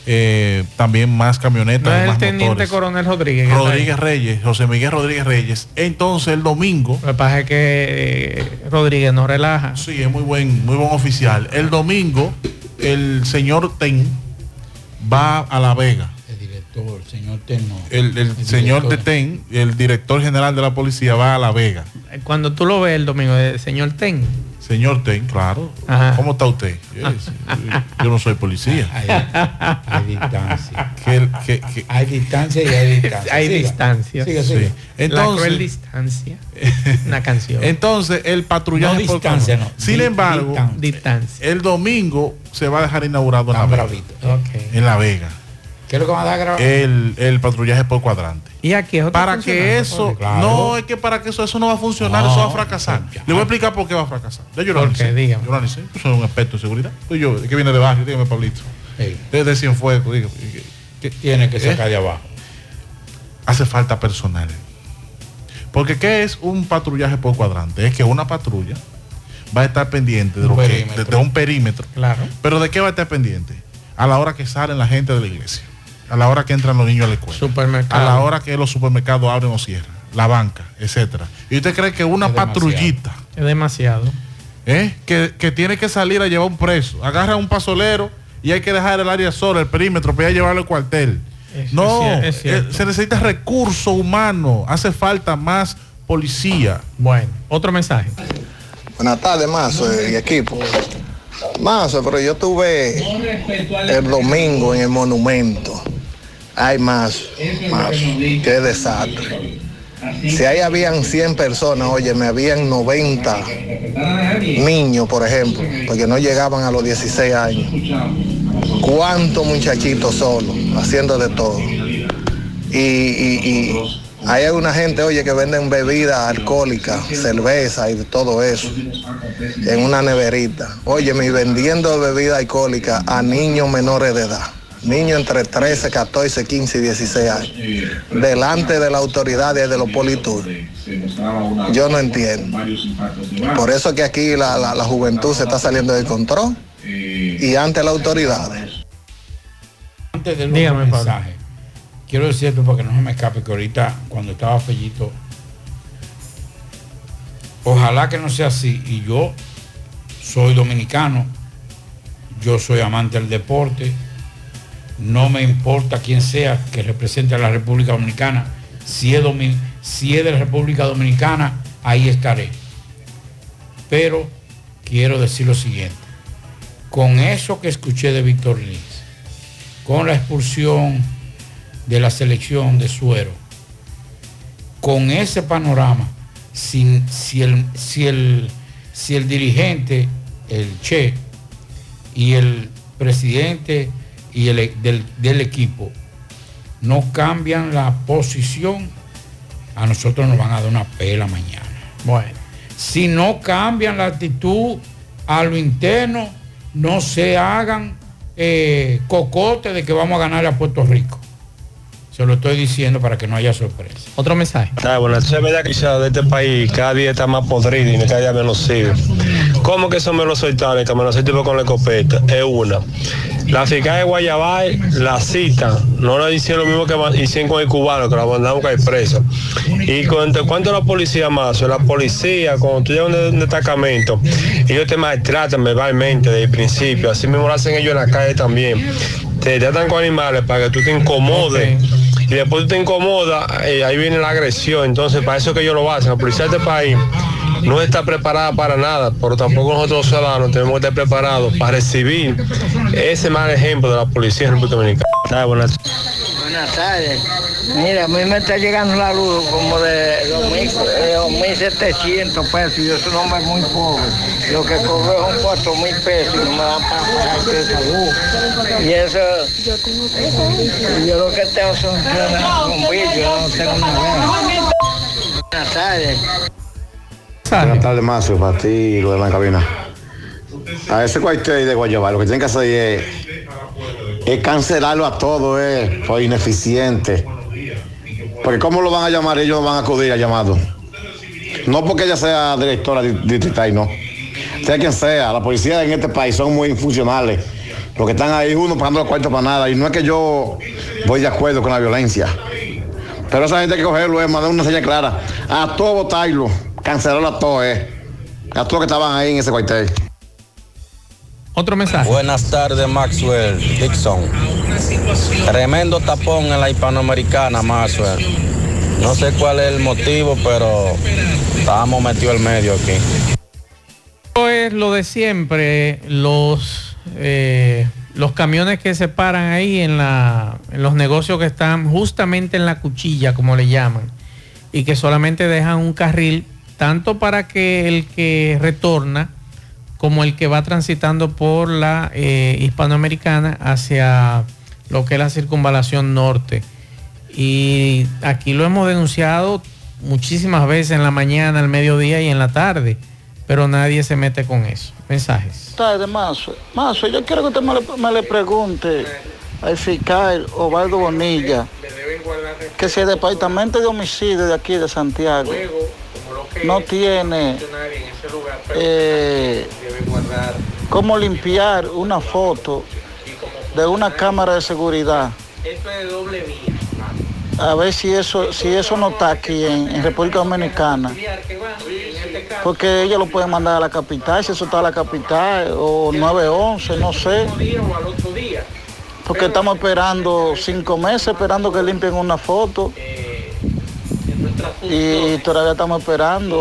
más camionetas. No es más el teniente motores. Coronel Rodríguez. Rodríguez Reyes, José Miguel Rodríguez Reyes. Entonces el domingo. Lo que pasa es que Rodríguez no relaja. Sí, es muy buen oficial. El domingo el señor Ten va a La Vega. El señor Ten no. El señor de Ten, el director general de la policía, va a La Vega. Cuando tú lo ves el domingo, el señor Ten. Señor Ten, claro. Ajá. ¿Cómo está usted? Yo no soy policía. Hay distancia. Hay distancia y hay distancia. Hay distancia. Sigue. Sí. Entonces, la cruel distancia. Una canción. Entonces, el patrullaje. No distancia, no. Sin embargo, distancia. El domingo se va a dejar inaugurado en La Vega. ¿Qué es lo que va a dar grabado? El patrullaje por cuadrante. Y aquí es para que eso, claro. no, es que para que eso no va a funcionar, eso va a fracasar. Le voy a explicar por qué va a fracasar. Yo lo analicé. Yo lo analicé. Yo soy un experto en seguridad. Yo, que viene de barrio, dígame, Pablito. Desde Cienfuegos, dígame. Tiene que sacar de abajo. Hace falta personal. Porque ¿qué es un patrullaje por cuadrante? Es que una patrulla va a estar pendiente de un perímetro. Claro. Pero ¿de qué va a estar pendiente? A la hora que salen la gente de la iglesia, a la hora que entran los niños a la escuela, supermercado, a la hora que los supermercados abren o cierran, la banca, etcétera. ¿Y usted cree que una patrullita es demasiado? Que tiene que salir a llevar un preso, agarra un pasolero y hay que dejar el área sola, el perímetro, para llevarlo al cuartel? Se necesita recurso humano, hace falta más policía. Bueno, otro mensaje. Buenas tardes, Mazo y equipo. Mazo, pero yo estuve el domingo en el monumento. Ay, Mazo, qué desastre. Si ahí habían 100 personas, oye, me habían 90 niños, por ejemplo, porque no llegaban a los 16 años. ¿Cuántos muchachitos solos, haciendo de todo? Y hay una gente, oye, que venden bebidas alcohólicas, cerveza y todo eso, en una neverita. Oye, me vendiendo bebida alcohólica a niños menores de edad. Niños entre 13, 14, 15 y 16 años. Delante de la autoridad y de los politur. Yo no entiendo. Por eso que aquí la juventud se está saliendo de control y ante las autoridades. Antes del mensaje, quiero decir esto para que no se me escape, que ahorita cuando estaba Fellito, ojalá que no sea así, y yo soy dominicano, yo soy amante del deporte, no me importa quién sea que represente a la República Dominicana, si es de la República Dominicana, ahí estaré. Pero quiero decir lo siguiente, con eso que escuché de Víctor Liz, con la expulsión de la selección de Suero, con ese panorama, si el dirigente, el Che y el presidente y del equipo no cambian la posición, a nosotros nos van a dar una pela mañana. Bueno, si no cambian la actitud a lo interno, no se hagan cocote de que vamos a ganar a Puerto Rico. Se lo estoy diciendo para que no haya sorpresa. Otro mensaje. Bueno, es verdad que de este país cada día está más podrido y cada día menos sirve. ¿Cómo que eso me lo soltaron? Que me lo soltaron con la escopeta. Es una. La fiscal de Guayabay la cita. No le hicieron lo mismo que hicieron con el cubano, que lo mandaron a ir preso. Y cuanto a la policía más, la policía, cuando tú llegas a un destacamento, ellos te maltratan verbalmente desde el principio. Así mismo lo hacen ellos en la calle también. Te tratan con animales para que tú te incomodes. Y después tú te incomodas, ahí viene la agresión. Entonces, para eso que ellos lo hacen, la policía de este país no está preparada para nada, pero tampoco nosotros los ciudadanos tenemos que estar preparados para recibir ese mal ejemplo de la policía en República Dominicana. Buenas tardes. Mira, a mí me está llegando la luz como de 2.700 pesos y yo soy un hombre muy pobre. Lo que cobro es 4.000 pesos y no me dan para pagar esa luz. Y eso, yo lo que tengo son bombillos, yo no tengo nada. Buenas tardes. Buenas tardes, Mazo, para ti y lo de la cabina. A ese cuartel de Guayabal, lo que tienen que hacer es cancelarlo a todo, por ineficiente. Porque ¿cómo lo van a llamar? Ellos no van a acudir al llamado. No porque ella sea directora distrital, no. Sea quien sea, la policía en este país son muy infuncionales. Los que están ahí, uno pagando los cuartos para nada. Y no es que yo voy de acuerdo con la violencia. Pero esa gente hay que cogerlo, mandar una señal clara. A todo votarlo, cancelarlo a todo, a todos que estaban ahí en ese cuartel. Otro mensaje. Buenas tardes, Maxwell Dixon. Tremendo tapón en la Hispanoamericana, Maxwell. No sé cuál es el motivo, pero estábamos metidos en medio aquí. Es lo de siempre, los camiones que se paran ahí en los negocios que están justamente en la cuchilla, como le llaman, y que solamente dejan un carril, tanto para que el que retorna como el que va transitando por la Hispanoamericana hacia lo que es la circunvalación norte. Y aquí lo hemos denunciado muchísimas veces en la mañana, al mediodía y en la tarde, pero nadie se mete con eso. Mensajes. Tarde, Mazo, yo quiero que usted me le pregunte al fiscal Osvaldo Bonilla que si el departamento de homicidio de aquí de Santiago no tiene cómo limpiar una foto de una cámara de seguridad. Esto es de doble vía. A ver si eso no está aquí en República Dominicana. Porque ellos lo pueden mandar a la capital, si eso está a la capital, o 911, no sé. Porque estamos esperando 5 meses, esperando que limpien una foto. Y todavía estamos esperando.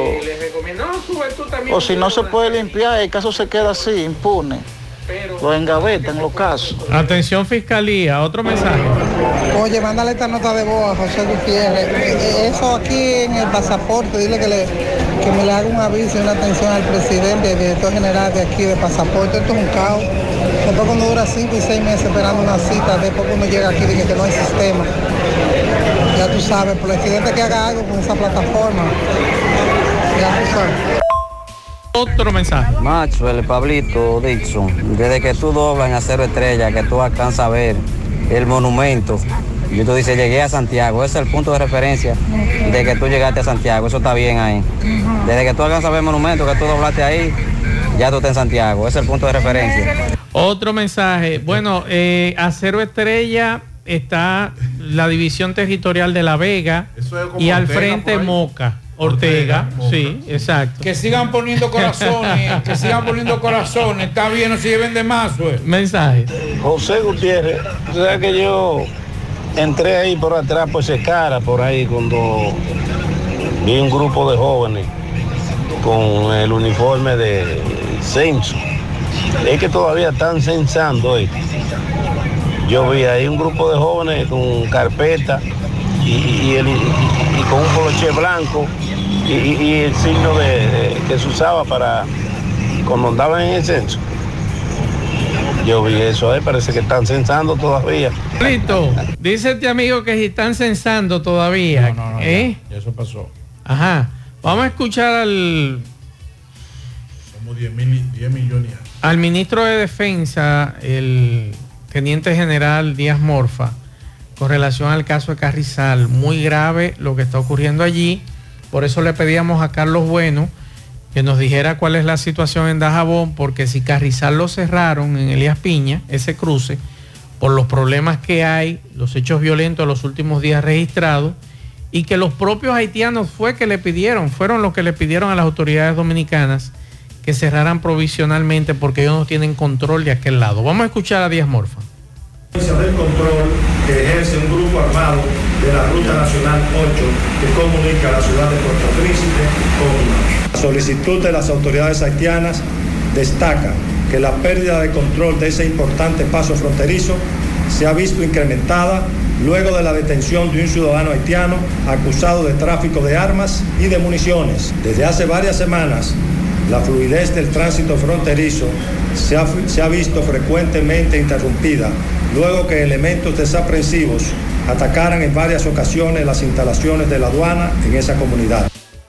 O si no se puede limpiar, el caso se queda así, impune. Lo engavetan los casos. Atención, fiscalía, otro mensaje. Oye, mándale esta nota de voz a José Gutiérrez. Eso aquí en el pasaporte, dile que me le haga un aviso y una atención al presidente, director general de aquí de pasaporte. Esto es un caos. Después cuando dura 5 y 6 meses esperando una cita, después cuando llega aquí dice que no hay sistema. Ya tú sabes, por el presidente que haga algo con esa plataforma. Ya tú sabes. Otro mensaje. Maxwell, Pablito Dixon, desde que tú doblas en Acero Estrella, que tú alcanzas a ver el monumento, y tú dices, llegué a Santiago, ese es el punto de referencia de que tú llegaste a Santiago, eso está bien ahí. Desde que tú alcanzas a ver el monumento, que tú doblaste ahí, ya tú estás en Santiago, ese es el punto de referencia. Otro mensaje. Bueno, Acero Estrella está la división territorial de La Vega y al frente Moca. Ortega, sí, exacto. Que sigan poniendo corazones, está bien, no se lleven de más, güey. Mensaje. José Gutiérrez, tú sabes que yo entré ahí por atrás, por Secara, por ahí, cuando vi un grupo de jóvenes con el uniforme de censo. Es que todavía están censando hoy. Yo vi ahí un grupo de jóvenes con carpeta y con un poloché blanco y el signo que se usaba para cuando andaban en el censo. Yo vi eso ahí, parece que están censando todavía. Listo, dice este amigo que si están censando todavía. No, ya eso pasó. Ajá, vamos a escuchar Somos 10 millones. Al ministro de Defensa, el teniente general Díaz Morfa, con relación al caso de Carrizal. Muy grave lo que está ocurriendo allí. Por eso le pedíamos a Carlos Bueno que nos dijera cuál es la situación en Dajabón, porque si Carrizal lo cerraron en Elías Piña, ese cruce, por los problemas que hay, los hechos violentos de los últimos días registrados, y que los propios haitianos fueron los que le pidieron a las autoridades dominicanas que cerraran provisionalmente porque ellos no tienen control de aquel lado. Vamos a escuchar a Díaz Morfa. Del control que ejerce un grupo armado de la Ruta Nacional 8 que comunica la ciudad de Puerto Príncipe con la solicitud de las autoridades haitianas destaca que la pérdida de control de ese importante paso fronterizo se ha visto incrementada luego de la detención de un ciudadano haitiano acusado de tráfico de armas y de municiones. Desde hace varias semanas, la fluidez del tránsito fronterizo se ha visto frecuentemente interrumpida, luego que elementos desaprensivos atacaran en varias ocasiones las instalaciones de la aduana en esa comunidad.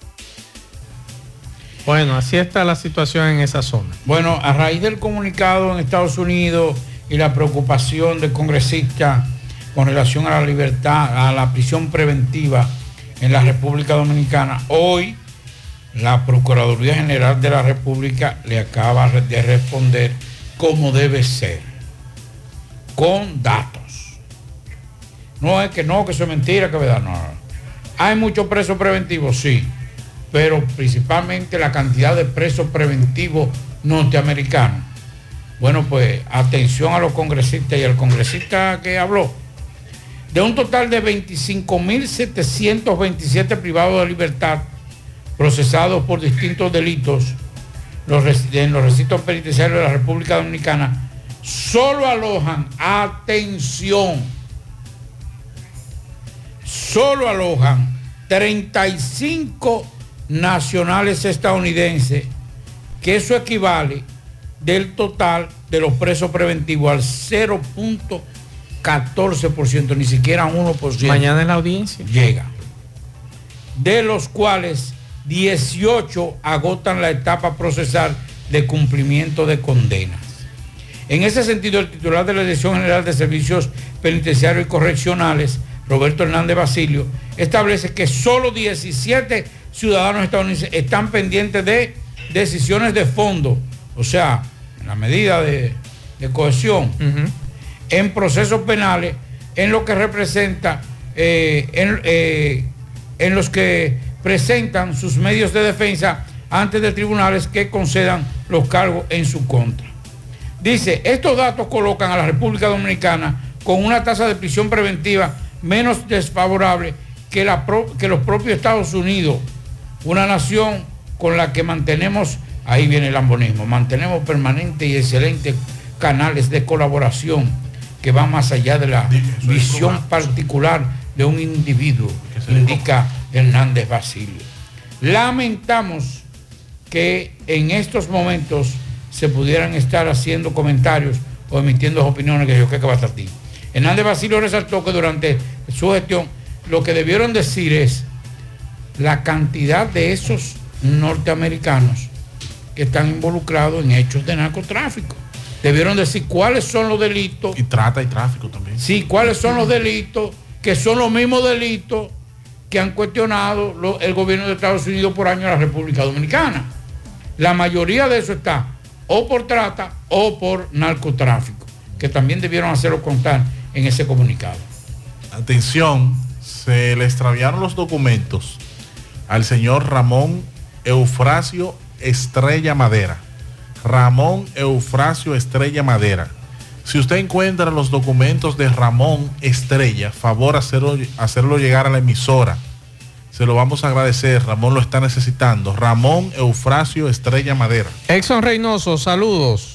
Bueno, así está la situación en esa zona. Bueno, a raíz del comunicado en Estados Unidos y la preocupación del congresista con relación a la libertad, a la prisión preventiva en la República Dominicana, hoy la Procuraduría General de la República le acaba de responder como debe ser, con datos. No es que no, que eso es mentira, que verdad, no. Hay muchos presos preventivos, sí, pero principalmente la cantidad de presos preventivos norteamericanos. Bueno, pues atención a los congresistas y al congresista que habló. De un total de 25.727 privados de libertad procesados por distintos delitos en los recintos penitenciarios de la República Dominicana, solo alojan, atención, solo alojan 35 nacionales estadounidenses, que eso equivale del total de los presos preventivos al 0.14%, ni siquiera 1%. Mañana en la audiencia llega. De los cuales 18 agotan la etapa procesal de cumplimiento de condenas. En ese sentido, el titular de la Dirección General de Servicios Penitenciarios y Correccionales, Roberto Hernández Basilio, establece que solo 17 ciudadanos estadounidenses están pendientes de decisiones de fondo, o sea, en la medida de cohesión, en procesos penales, en lo que representa, en los que presentan sus medios de defensa ante de tribunales que concedan los cargos en su contra. Dice, estos datos colocan a la República Dominicana con una tasa de prisión preventiva menos desfavorable que los propios Estados Unidos, una nación con la que mantenemos, ahí viene el lambonismo, mantenemos permanentes y excelentes canales de colaboración que van más allá de la visión particular de un individuo, indica Hernández Basilio. Lamentamos que en estos momentos se pudieran estar haciendo comentarios o emitiendo opiniones que yo creo que va a estar aquí. Hernández Basilio resaltó que durante su gestión lo que debieron decir es la cantidad de esos norteamericanos que están involucrados en hechos de narcotráfico. Debieron decir cuáles son los delitos. Y trata y tráfico también. Sí, cuáles son los delitos, que son los mismos delitos que han cuestionado el gobierno de Estados Unidos por años a la República Dominicana. La mayoría de eso está o por trata o por narcotráfico, que también debieron hacerlo constar en ese comunicado. Atención, se le extraviaron los documentos al señor Ramón Eufrasio Estrella Madera. Ramón Eufrasio Estrella Madera. Si usted encuentra los documentos de Ramón Estrella, favor hacerlo llegar a la emisora. Se lo vamos a agradecer. Ramón lo está necesitando. Ramón Eufrasio Estrella Madera. Exxon Reynoso, saludos.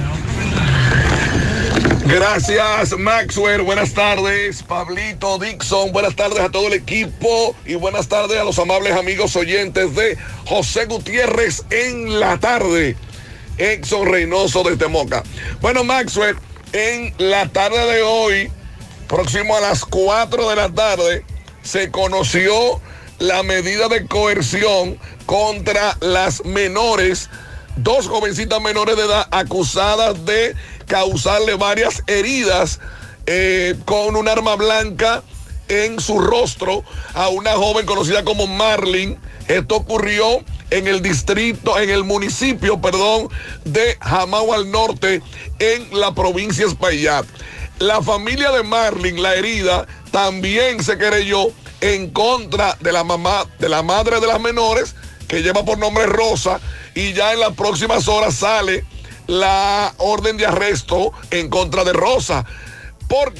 Gracias, Maxwell. Buenas tardes, Pablito, Dixon. Buenas tardes a todo el equipo y buenas tardes a los amables amigos oyentes de José Gutiérrez en la tarde. Exxon Reynoso desde Moca. Bueno, Maxwell, en la tarde de hoy, próximo a las 4 de la tarde, se conoció la medida de coerción contra las menores, 2 jovencitas menores de edad acusadas de causarle varias heridas con un arma blanca en su rostro a una joven conocida como Marlin. Esto ocurrió en el municipio de Jamao al Norte, en la provincia de Espaillat. La familia de Marlin, la herida, también se querelló en contra de la madre de las menores, que lleva por nombre Rosa, y ya en las próximas horas sale la orden de arresto en contra de Rosa. ¿Por qué?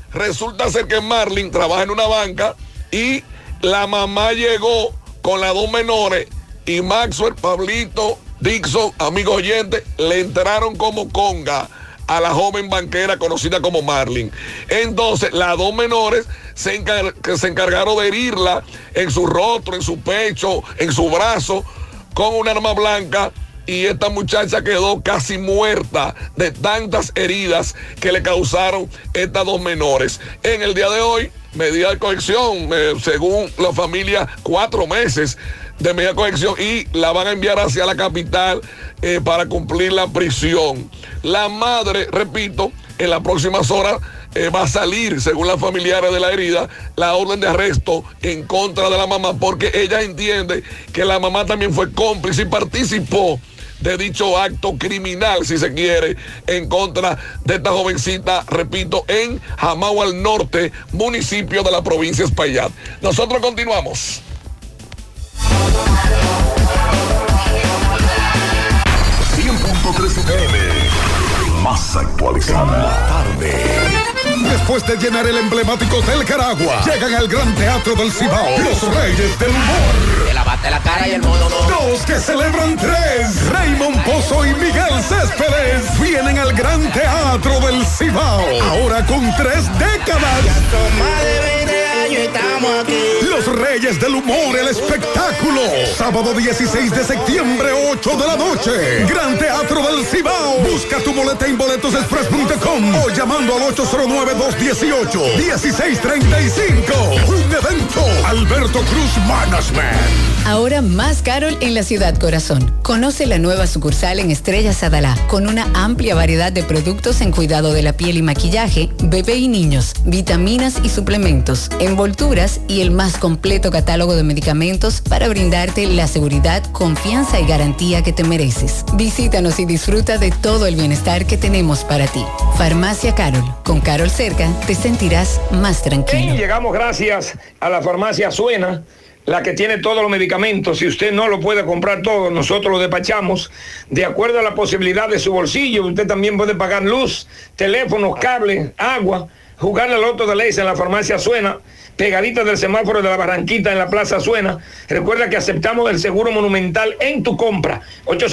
Resulta ser que Marlin trabaja en una banca y la mamá llegó con las 2 menores y Maxwell, Pablito, Dixon, amigos oyentes, le entraron como conga a la joven banquera conocida como Marlin. Entonces, las 2 menores se encargaron de herirla en su rostro, en su pecho, en su brazo, con un arma blanca, y esta muchacha quedó casi muerta de tantas heridas que le causaron estas 2 menores. En el día de hoy, medida de coerción, según la familia, 4 meses de medida de coerción, y la van a enviar hacia la capital para cumplir la prisión. La madre, repito, en las próximas horas va a salir, según las familiares de la herida, la orden de arresto en contra de la mamá, porque ella entiende que la mamá también fue cómplice y participó de dicho acto criminal, si se quiere, en contra de esta jovencita, repito, en Jamao al Norte, municipio de la provincia de Espaillat. Nosotros continuamos. 100.3 FM, más actualizada la tarde. Después de llenar el emblemático Hotel Caragua, llegan al Gran Teatro del Cibao, los Reyes del Humor. Te lavaste la cara y el mono no. Los que celebran 3, Raymond Pozo y Miguel Céspedes, vienen al Gran Teatro del Cibao, ahora con 3 décadas. Ya son más de 20 años estamos aquí. Los Reyes del Humor, el espectáculo. Sábado 16 de septiembre, 8 de la noche. Gran Teatro del Cibao. Busca tu boleta en boletosexpress.com o llamando al 809-218-1635. Un evento. Alberto Cruz Management. Ahora más Carol en la Ciudad Corazón. Conoce la nueva sucursal en Estrellas Adalá, con una amplia variedad de productos en cuidado de la piel y maquillaje, bebé y niños, vitaminas y suplementos, envolturas y el más completo catálogo de medicamentos para brindarte la seguridad, confianza y garantía que te mereces. Visítanos y disfruta de todo el bienestar que tenemos para ti. Farmacia Carol. Con Carol cerca, te sentirás más tranquilo. Llegamos gracias a la Farmacia Suena, la que tiene todos los medicamentos. Si usted no lo puede comprar todo, nosotros lo despachamos de acuerdo a la posibilidad de su bolsillo. Usted también puede pagar luz, teléfono, cable, agua, jugar al loto de Leis en la Farmacia Suena, pegadita del semáforo de la Barranquita en la Plaza Suena. Recuerda que aceptamos el seguro monumental en tu compra.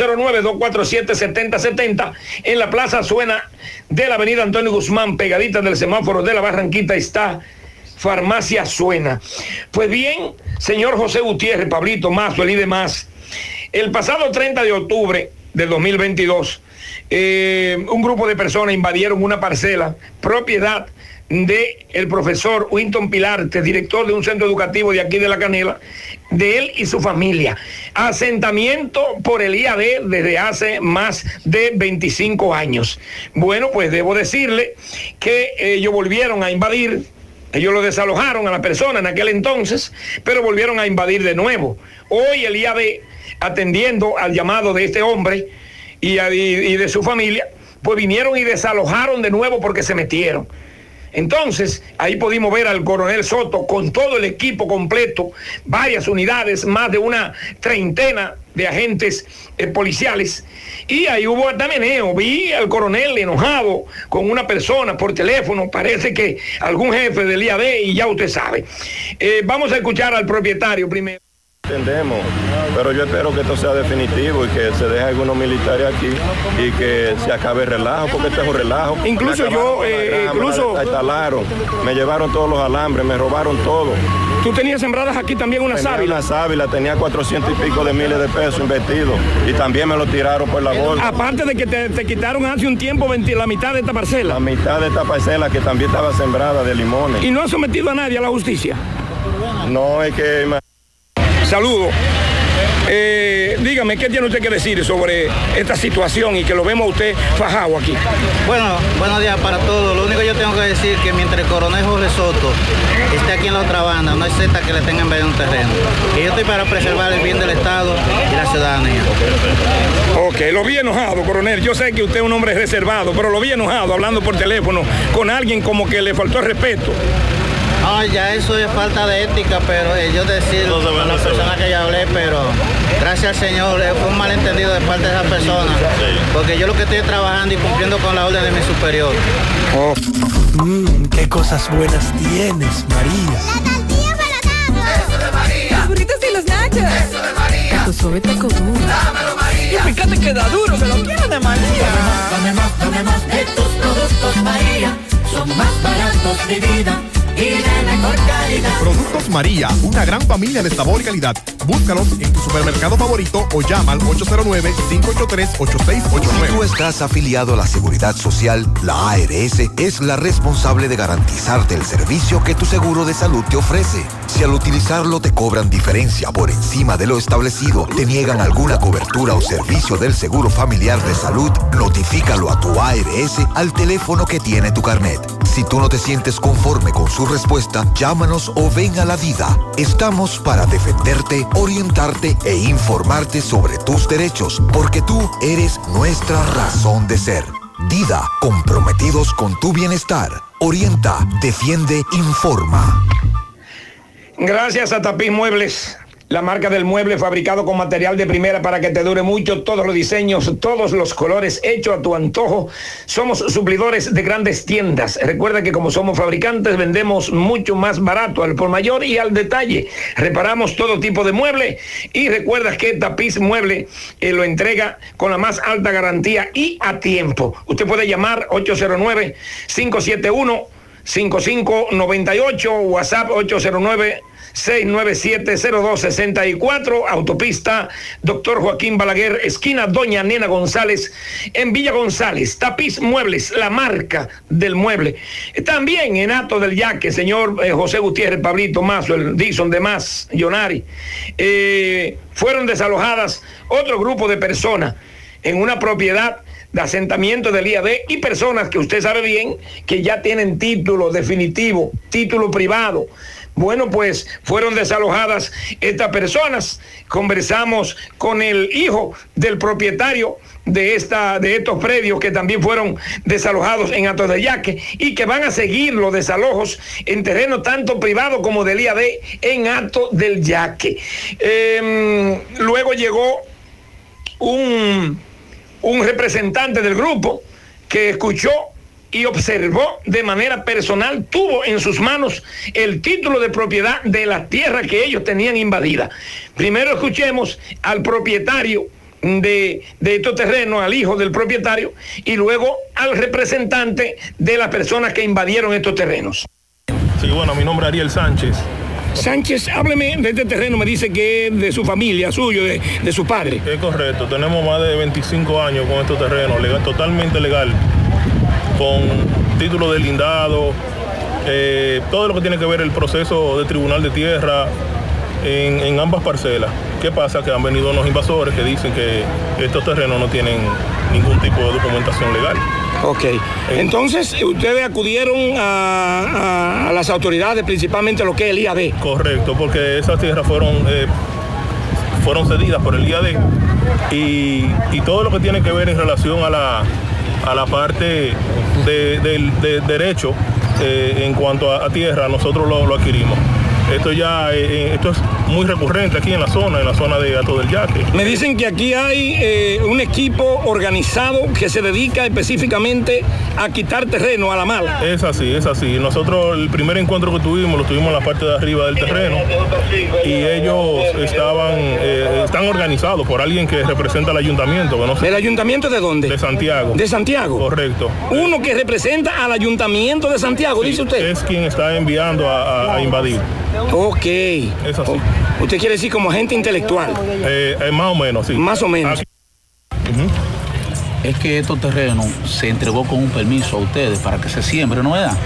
809-247-7070 en la Plaza Suena de la avenida Antonio Guzmán, pegadita del semáforo de la Barranquita está Farmacia Suena. Pues bien, señor José Gutiérrez, Pablito, Maxwell y demás, el pasado 30 de octubre del 2022, un grupo de personas invadieron una parcela, propiedad del profesor Winton Pilarte, director de un centro educativo de aquí de La Canela, de él y su familia. Asentamiento por el IAD desde hace más de 25 años. Bueno, pues debo decirle que ellos volvieron a invadir. Ellos lo desalojaron a la persona en aquel entonces, pero volvieron a invadir de nuevo. Hoy el IAD, atendiendo al llamado de este hombre y de su familia, pues vinieron y desalojaron de nuevo porque se metieron. Entonces, ahí pudimos ver al coronel Soto con todo el equipo completo, varias unidades, más de una treintena de agentes policiales, y ahí hubo hasta meneo. Vi al coronel enojado con una persona por teléfono, parece que algún jefe del IAD, y ya usted sabe. Vamos a escuchar al propietario primero. Entendemos, pero yo espero que esto sea definitivo y que se deje algunos militares aquí y que se acabe el relajo, porque esto es un relajo. Incluso yo, me instalaron, me llevaron todos los alambres, me robaron todo. ¿Tú tenías sembradas aquí también una sábila? Una sábila, tenía 400 y pico de miles de pesos invertidos y también me lo tiraron por la bolsa. Aparte de que te quitaron hace un tiempo la mitad de esta parcela. La mitad de esta parcela que también estaba sembrada de limones. ¿Y no ha sometido a nadie a la justicia? No, es que... Saludos. Dígame, ¿qué tiene usted que decir sobre esta situación y que lo vemos a usted fajado aquí? Bueno, buenos días para todos. Lo único que yo tengo que decir es que mientras el coronel Jorge Soto esté aquí en la otra banda, no acepta que le tengan en un terreno. Y yo estoy para preservar el bien del Estado y la ciudadanía. Ok, lo vi enojado, coronel. Yo sé que usted es un hombre reservado, pero lo vi enojado hablando por teléfono con alguien como que le faltó el respeto. No, ya eso es falta de ética, pero yo decirlo a la persona que yo hablé, pero gracias al Señor, fue un malentendido de parte de esa persona, porque yo lo que estoy trabajando y cumpliendo con la orden de mi superior. Qué cosas buenas tienes, María. La tortilla para Eso de María. Los burritos y los nachos. Eso de María. Tu suave taco duro. Dámelo, María. Y fíjate que da duro, que lo quiero de María. Dame más de tus productos, María. Son más baratos de vida y de mejor calidad. Productos María, una gran familia de sabor y calidad. Búscalos en tu supermercado favorito o llama al 809-583-8689. Si tú estás afiliado a la Seguridad Social, la ARS es la responsable de garantizarte el servicio que tu seguro de salud te ofrece. Si al utilizarlo te cobran diferencia por encima de lo establecido, te niegan alguna cobertura o servicio del Seguro Familiar de Salud, notifícalo a tu ARS al teléfono que tiene tu carnet. Si tú no te sientes conforme con su respuesta, llámanos o ven a la Dida. Estamos para defenderte, orientarte e informarte sobre tus derechos, porque tú eres nuestra razón de ser. Dida, comprometidos con tu bienestar. Orienta, defiende, informa. Gracias a Tapiz Muebles, la marca del mueble fabricado con material de primera para que te dure mucho, todos los diseños, todos los colores, hecho a tu antojo. Somos suplidores de grandes tiendas. Recuerda que como somos fabricantes, vendemos mucho más barato al por mayor y al detalle. Reparamos todo tipo de mueble y recuerda que Tapiz Mueble lo entrega con la más alta garantía y a tiempo. Usted puede llamar 809-571-5598, WhatsApp 809-697-0264, autopista Dr. Joaquín Balaguer, esquina Doña Nena González, en Villa González. Tapiz Muebles, la marca del mueble. También en Hato del Yaque, señor José Gutiérrez, Pablito Mazo, el Dixon de Más, Yonari, fueron desalojadas otro grupo de personas en una propiedad de asentamiento del IAD y personas que usted sabe bien que ya tienen título definitivo, título privado. Bueno, pues fueron desalojadas estas personas. Conversamos con el hijo del propietario de estos predios que también fueron desalojados en Hato del Yaque y que van a seguir los desalojos en terreno tanto privado como del IAD en Hato del Yaque. Luego llegó un representante del grupo que escuchó y observó de manera personal, tuvo en sus manos el título de propiedad de la tierra que ellos tenían invadida. Primero escuchemos al propietario de estos terrenos, al hijo del propietario, y luego al representante de las personas que invadieron estos terrenos. Sí, bueno, mi nombre es Ariel Sánchez. Sánchez, hábleme de este terreno, me dice que es de su familia, suyo, de su padre. Es correcto, tenemos más de 25 años con estos terrenos, legal, totalmente legal, con título de lindado, todo lo que tiene que ver el proceso de tribunal de tierra en ambas parcelas. ¿Qué pasa? Que han venido unos invasores que dicen que estos terrenos no tienen ningún tipo de documentación legal. Ok, entonces ustedes acudieron a las autoridades, principalmente lo que es el IAD. Correcto, porque esas tierras fueron cedidas por el IAD y todo lo que tiene que ver en relación a la parte del derecho en cuanto a tierra, nosotros lo adquirimos. Esto es muy recurrente aquí en la zona de Hato del Yaque. Me dicen que aquí hay un equipo organizado que se dedica específicamente a quitar terreno a la mala. Es así. Nosotros el primer encuentro que tuvimos, lo tuvimos en la parte de arriba del terreno y ellos están organizados por alguien que representa al ayuntamiento. No sé. ¿El ayuntamiento de dónde? De Santiago. ¿De Santiago? Correcto. Uno que representa al ayuntamiento de Santiago, sí, dice usted. Es quien está enviando a invadir. Ok. Es así. ¿Usted quiere decir como agente intelectual? Más o menos, sí. Más o menos. Es que estos terrenos se entregó con un permiso a ustedes para que se siembre, ¿no es?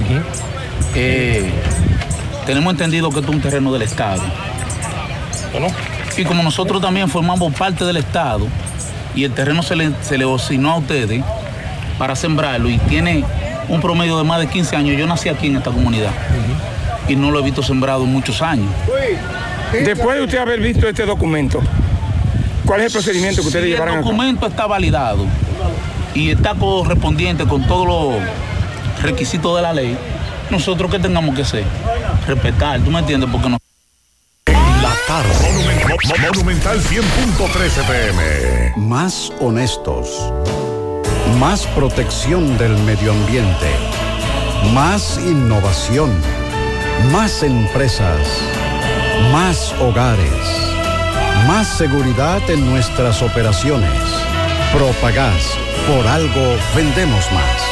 Tenemos entendido que esto es un terreno del Estado. Bueno. Y como nosotros también formamos parte del Estado y el terreno se le asignó a ustedes para sembrarlo y tiene un promedio de más de 15 años. Yo nací aquí en esta comunidad. Y no lo he visto sembrado en muchos años. Después de usted haber visto este documento, ¿cuál es el procedimiento que ustedes llevarán a cabo? El documento está validado y está correspondiente con todos los requisitos de la ley. ¿Nosotros qué tengamos que hacer? respetar, ¿tú me entiendes? Porque no. En la tarde. Monumental 100.13 FM. Más honestos. Más protección del medio ambiente. Más innovación. Más empresas. Más hogares. Más seguridad en nuestras operaciones. Propagás. Por algo vendemos más.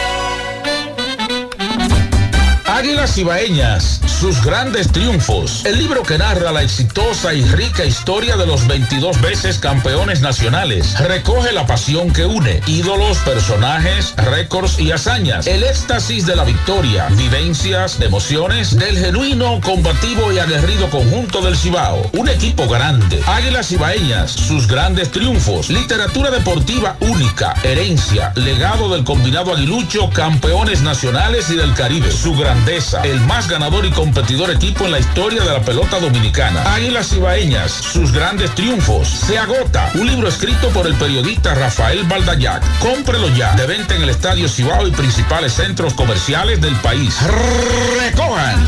Águilas Ibaeñas, sus grandes triunfos. El libro que narra la exitosa y rica historia de los 22 veces campeones nacionales. Recoge la pasión que une, ídolos, personajes, récords y hazañas. El éxtasis de la victoria, vivencias, emociones del genuino, combativo y aguerrido conjunto del Cibao. Un equipo grande. Águilas Ibaeñas, sus grandes triunfos. Literatura deportiva única, herencia, legado del combinado aguilucho, campeones nacionales y del Caribe. Su grandeza, el más ganador y competidor equipo en la historia de la pelota dominicana. Águilas Ibaeñas, sus grandes triunfos. Se agota. Un libro escrito por el periodista Rafael Baldayac. Cómprelo ya. De venta en el Estadio Cibao y principales centros comerciales del país. Recojan.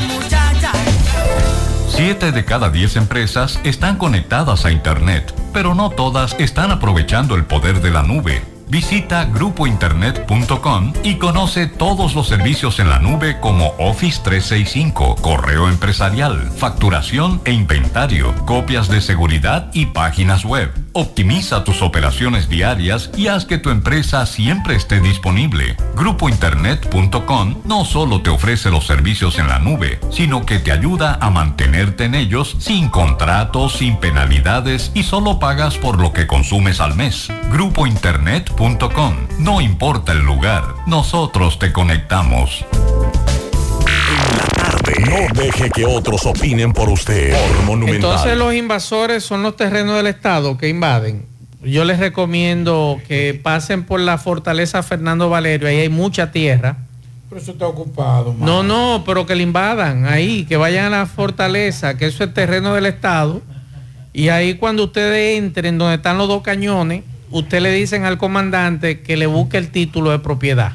7 de cada 10 empresas están conectadas a Internet, pero no todas están aprovechando el poder de la nube. Visita grupointernet.com y conoce todos los servicios en la nube como Office 365, correo empresarial, facturación e inventario, copias de seguridad y páginas web. Optimiza tus operaciones diarias y haz que tu empresa siempre esté disponible. Grupointernet.com no solo te ofrece los servicios en la nube, sino que te ayuda a mantenerte en ellos sin contratos, sin penalidades y solo pagas por lo que consumes al mes. Grupointernet.com. No importa el lugar, nosotros te conectamos. En la tarde, no deje que otros opinen por usted. Por Monumental. Entonces los invasores son los terrenos del Estado que invaden. Yo les recomiendo que pasen por la fortaleza Fernando Valerio, ahí hay mucha tierra. Pero eso está ocupado, man. No, pero que le invadan ahí, que vayan a la fortaleza, que eso es terreno del Estado. Y ahí cuando ustedes entren donde están los dos cañones, usted le dicen al comandante que le busque el título de propiedad.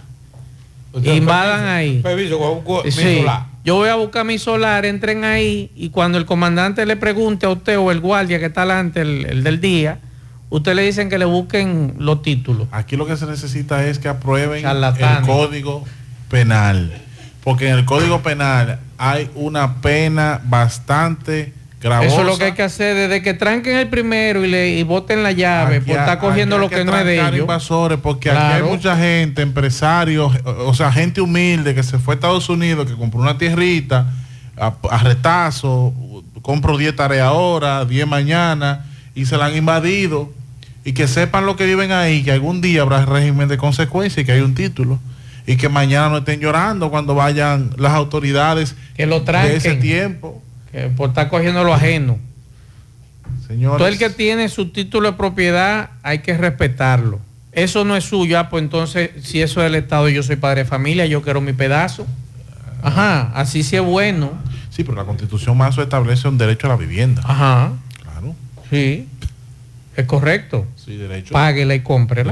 Invadan ahí. Sí. Yo voy a buscar mi solar, entren ahí y cuando el comandante le pregunte a usted o el guardia que está delante, el del día, usted le dicen que le busquen los títulos. Aquí lo que se necesita es que aprueben el Código Penal, porque en el Código Penal hay una pena bastante gravosa. Eso es lo que hay que hacer, desde que tranquen el primero y boten la llave, por estar cogiendo lo que no es de ellos. Invasores, porque aquí hay mucha gente, empresarios, o sea, gente humilde que se fue a Estados Unidos, que compró una tierrita a retazo, compro 10 tareas ahora, 10 mañana, y se la han invadido. Y que sepan lo que viven ahí, que algún día habrá régimen de consecuencia y que hay un título. Y que mañana no estén llorando cuando vayan las autoridades que lo tranquen de ese tiempo. Por estar cogiendo lo ajeno. Señores, todo el que tiene su título de propiedad hay que respetarlo. Eso no es suyo, pues entonces si eso es del Estado, yo soy padre de familia, yo quiero mi pedazo. Ajá, así sí es bueno. Sí, pero la Constitución más establece un derecho a la vivienda. Ajá. Claro. Sí, es correcto. Sí, derecho. Páguela y cómprela.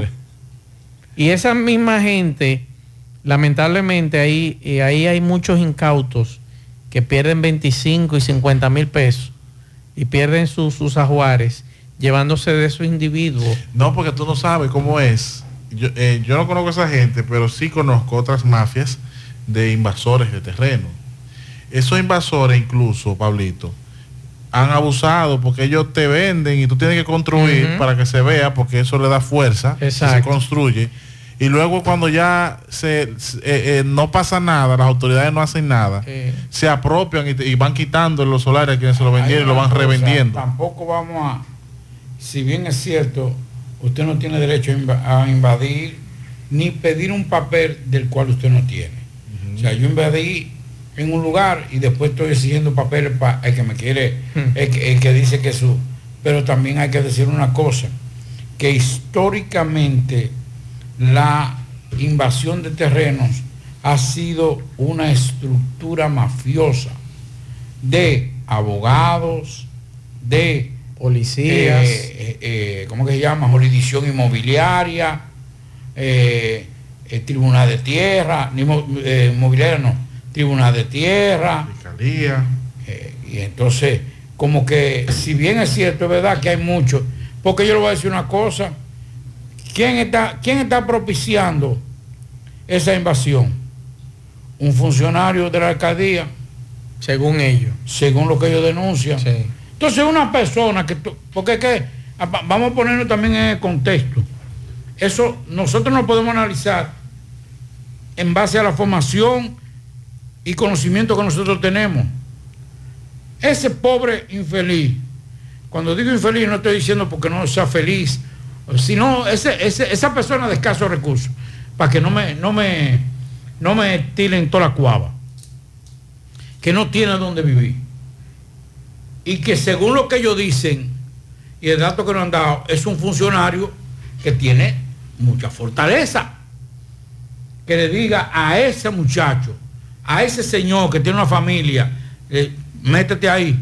Y esa misma gente, lamentablemente ahí hay muchos incautos que pierden 25 y 50 mil pesos y pierden sus ajuares llevándose de esos individuos. No, porque tú no sabes cómo es. Yo no conozco a esa gente, pero sí conozco otras mafias de invasores de terreno. Esos invasores incluso, Pablito, han abusado porque ellos te venden y tú tienes que construir para que se vea, porque eso le da fuerza. Exacto. Se construye. Y luego cuando ya no pasa nada, las autoridades no hacen nada, se apropian y van quitando los solares a quienes se lo vendieron y lo van revendiendo. Tampoco vamos a, si bien es cierto, usted no tiene derecho a invadir ni pedir un papel del cual usted no tiene. O sea, yo invadí en un lugar y después estoy exigiendo papeles para el que me quiere, el que dice que su... Pero también hay que decir una cosa, que históricamente la invasión de terrenos ha sido una estructura mafiosa de abogados, de policías, ¿cómo que se llama? Jurisdicción inmobiliaria, tribunal de tierra, inmobiliaria no, tribunal de tierra, fiscalía. Y entonces, como que, si bien es cierto, es verdad que hay muchos, porque yo le voy a decir una cosa, ¿quién está propiciando esa invasión? Un funcionario de la alcaldía. Según ellos. Según lo que ellos denuncian. Sí. Entonces una persona que, porque es que, vamos a ponerlo también en el contexto. Eso nosotros no podemos analizar en base a la formación y conocimiento que nosotros tenemos. Ese pobre infeliz, cuando digo infeliz no estoy diciendo porque no sea feliz, sino esa persona de escasos recursos, para que no me tiren toda la cuava, que no tiene dónde vivir, y que según lo que ellos dicen y el dato que nos han dado, es un funcionario que tiene mucha fortaleza, que le diga a ese muchacho, a ese señor que tiene una familia, métete ahí.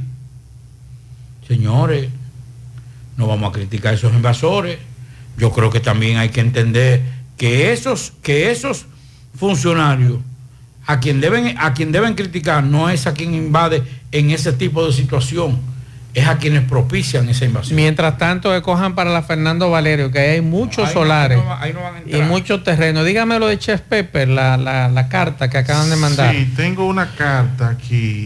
Señores, no vamos a criticar a esos invasores. Yo creo que también hay que entender que esos funcionarios a quien deben criticar no es a quien invade en ese tipo de situación, es a quienes propician esa invasión. Mientras tanto, que cojan para la Fernando Valerio, que hay muchos solares y muchos terrenos. Dígame lo de Chef Pepper, la carta que acaban de mandar. Sí, tengo una carta aquí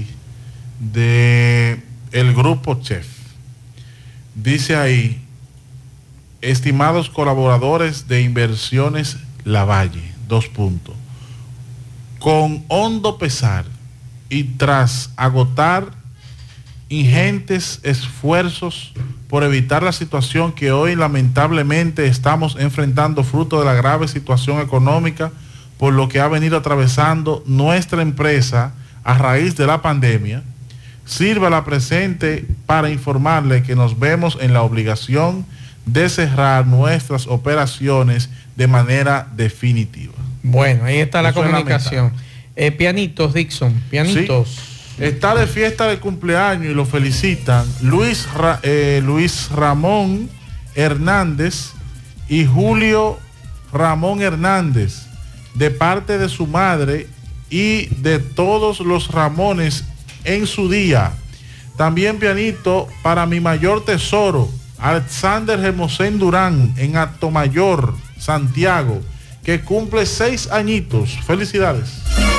de el grupo Chef. Dice ahí: estimados colaboradores de Inversiones Lavalle, 2 puntos. Con hondo pesar y tras agotar ingentes esfuerzos por evitar la situación que hoy lamentablemente estamos enfrentando, fruto de la grave situación económica por lo que ha venido atravesando nuestra empresa a raíz de la pandemia, sirva la presente para informarle que nos vemos en la obligación de cerrar nuestras operaciones de manera definitiva. Bueno, ahí está la comunicación. Pianitos, Dixon, pianitos. Sí. Está de fiesta de cumpleaños y lo felicitan Luis Ramón Hernández y Julio Ramón Hernández, de parte de su madre y de todos los Ramones en su día. También pianito para mi mayor tesoro, Alexander Hermosén Durán, en Atomayor, Santiago, que cumple 6 añitos. Felicidades.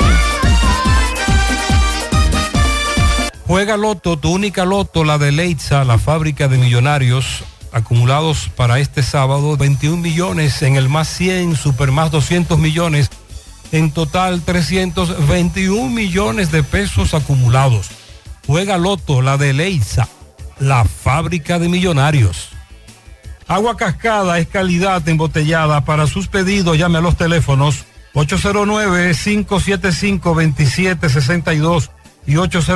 Juega Loto, tu única Loto, la de Leitza, la fábrica de millonarios, acumulados para este sábado, 21 millones en el más 100, super más 200 millones, en total 321 millones de pesos acumulados. Juega Loto, la de Leitza, la fábrica de millonarios. Agua Cascada es calidad embotellada. Para sus pedidos llame a los teléfonos 809-575-2762 y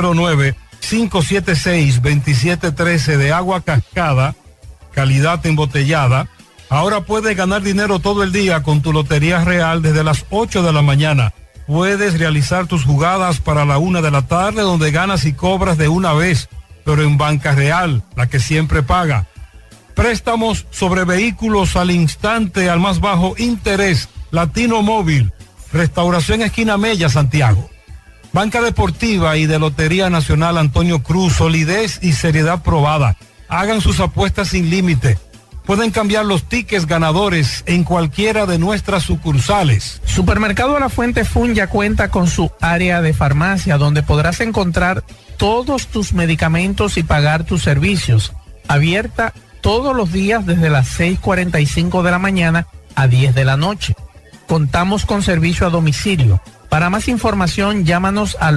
809-576-2713 de Agua Cascada, calidad embotellada. Ahora puedes ganar dinero todo el día con tu Lotería Real desde las 8 de la mañana. Puedes realizar tus jugadas para la 1 de la tarde, donde ganas y cobras de una vez, pero en Banca Real, la que siempre paga. Préstamos sobre vehículos al instante, al más bajo interés. Latino Móvil, Restauración Esquina Mella, Santiago. Banca Deportiva y de Lotería Nacional Antonio Cruz, solidez y seriedad probada. Hagan sus apuestas sin límite. Pueden cambiar los tickets ganadores en cualquiera de nuestras sucursales. Supermercado La Fuente Fun ya cuenta con su área de farmacia, donde podrás encontrar todos tus medicamentos y pagar tus servicios. Abierta todos los días desde las 6:45 de la mañana a 10 de la noche. Contamos con servicio a domicilio. Para más información, llámanos al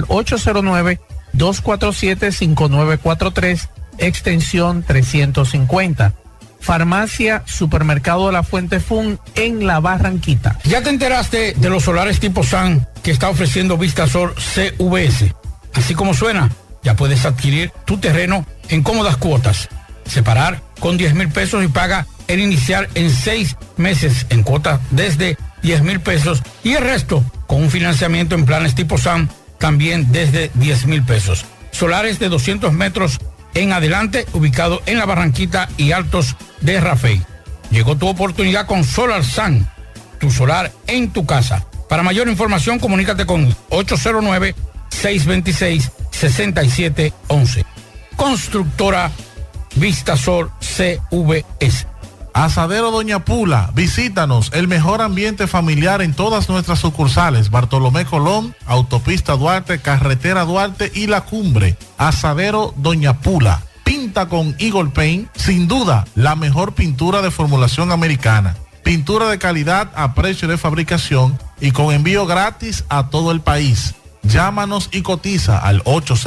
809-247-5943, extensión 350. Farmacia Supermercado La Fuente Fun en La Barranquita. ¿Ya te enteraste de los solares tipo SAN que está ofreciendo Vistasol CVS? Así como suena, ya puedes adquirir tu terreno en cómodas cuotas. Separar con 10,000 pesos y paga el inicial en 6 meses en cuotas desde 10,000 pesos y el resto con un financiamiento en planes tipo SAM también desde 10,000 pesos. Solares de 200 metros en adelante, ubicado en La Barranquita y Altos de Rafey. Llegó tu oportunidad con Solar SAN, tu solar en tu casa. Para mayor información, comunícate con 809-626-69 6711. Constructora Vistasol CVS. Asadero Doña Pula, visítanos, el mejor ambiente familiar en todas nuestras sucursales, Bartolomé Colón, Autopista Duarte, Carretera Duarte y La Cumbre. Asadero Doña Pula, pinta con Eagle Paint, sin duda, la mejor pintura de formulación americana. Pintura de calidad a precio de fabricación y con envío gratis a todo el país. Llámanos y cotiza al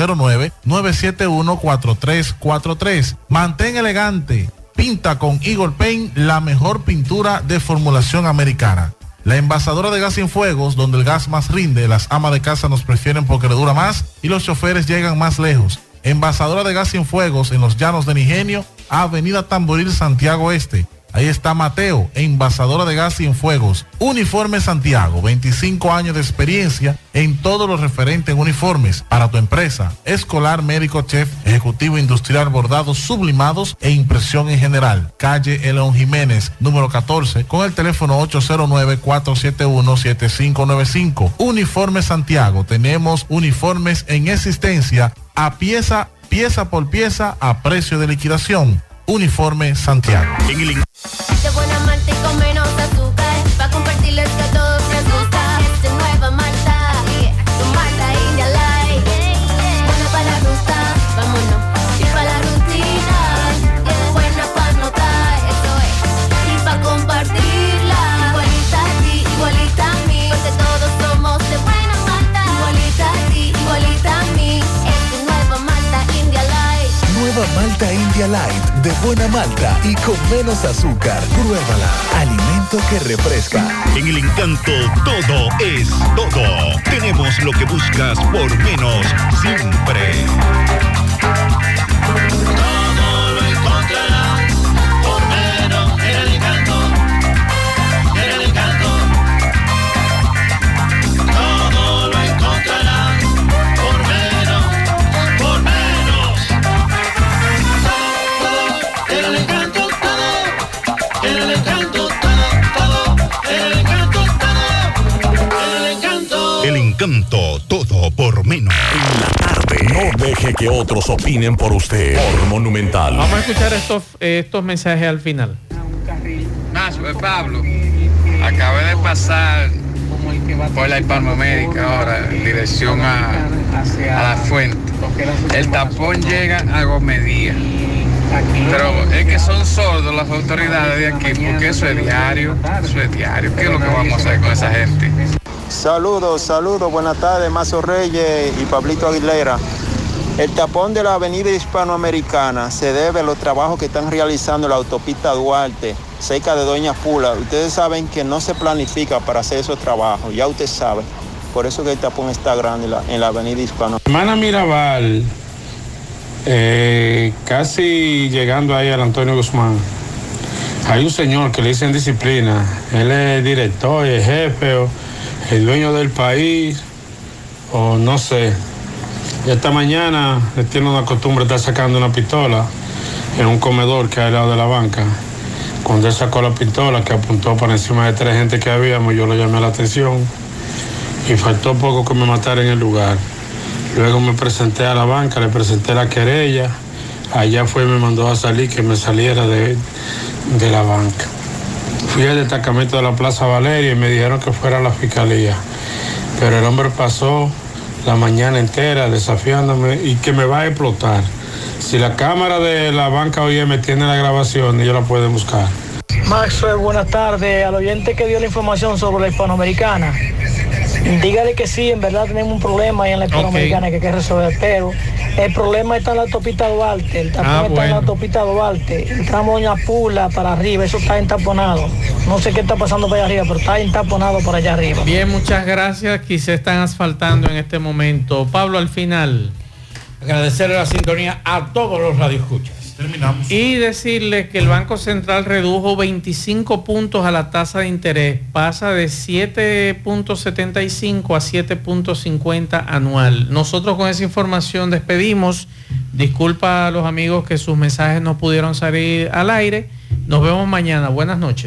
809-971-4343. Mantén elegante. Pinta con Eagle Paint, la mejor pintura de formulación americana. La envasadora de gas sin fuegos, donde el gas más rinde, las amas de casa nos prefieren porque le dura más y los choferes llegan más lejos. Envasadora de gas sin fuegos en los Llanos de Nigenio, Avenida Tamboril, Santiago Este. Ahí está Mateo, envasadora de gas sin fuegos. Uniforme Santiago, 25 años de experiencia en todo lo referente en uniformes para tu empresa, escolar, médico, chef, ejecutivo, industrial, bordados, sublimados e impresión en general. Calle Elon Jiménez, número 14, con el teléfono 809-471-7595. Uniforme Santiago, tenemos uniformes en existencia a pieza por pieza a precio de liquidación. Uniforme Santiago. De buena malta y con menos azúcar, pa' compartirles que a todos les gusta. Es de nueva malta, tu malta India Light. Buena para la ruta, vámonos, y para la rutina. Buena para notar, eso es, y pa' compartirla. Igualita a ti, igualita a mí, porque todos somos de buena malta. Igualita a ti, igualita a mí, es de nueva malta India Light. Nueva malta India Light, de buena malta y con menos azúcar. Pruébala. Alimento que refresca. En El Encanto todo es todo. Tenemos lo que buscas por menos siempre. Todo lo encontrarás por menos en El Encanto. En El Encanto. Todo lo encontrarás por menos, por menos. Todo en El Encanto, todo en El Encanto, todo en El Encanto, todo en El Encanto. El Encanto, todo por menos. En la tarde. No deje que otros opinen por usted. Por Monumental. Vamos a escuchar estos mensajes al final. Soy Pablo. Acabé de pasar por la Hispanoamérica ahora, en dirección a La Fuente. El tapón llega a Gomedía. Pero es que son sordos las autoridades de aquí, porque eso es diario. Eso es diario. ¿Qué es lo que vamos a hacer con esa gente? Saludos, buenas tardes, Mazo Reyes y Pablito Aguilera. El tapón de la avenida Hispanoamericana se debe a los trabajos que están realizando la autopista Duarte, cerca de Doña Pula. Ustedes saben que no se planifica para hacer esos trabajos, ya usted sabe. Por eso que el tapón está grande en la avenida Hispanoamericana. Hermana Mirabal, casi llegando ahí al Antonio Guzmán, hay un señor que le dicen disciplina. Él es director, es jefe, o el dueño del país, o no sé. Y esta mañana él tiene una costumbre de estar sacando una pistola en un comedor que hay al lado de la banca. Cuando él sacó la pistola, que apuntó por encima de 3 gente que habíamos, yo le llamé la atención y faltó poco que me matara en el lugar. Luego me presenté a la banca, le presenté la querella. Allá fue y me mandó a salir, que me saliera de la banca. Fui al destacamento de la Plaza Valeria y me dijeron que fuera a la fiscalía. Pero el hombre pasó la mañana entera desafiándome y que me va a explotar. Si la cámara de la banca OIM tiene la grabación, ellos la pueden buscar. Maxwell, buenas tardes. Al oyente que dio la información sobre la Hispanoamericana, dígale que sí, en verdad tenemos un problema ahí en la Hispanoamericana que hay que resolver, pero el problema está en la autopista Duarte, el tapón está en la autopista Duarte, el tramo Doña Pula para arriba, eso está entaponado. No sé qué está pasando para allá arriba, pero está entaponado para allá arriba. Bien, muchas gracias. Quizá están asfaltando en este momento. Pablo, al final. Agradecerle la sintonía a todos los radioescuchas. Terminamos. Y decirles que el Banco Central redujo 25 puntos a la tasa de interés. Pasa de 7.75 a 7.50 anual. Nosotros con esa información despedimos. Disculpa a los amigos que sus mensajes no pudieron salir al aire. Nos vemos mañana. Buenas noches.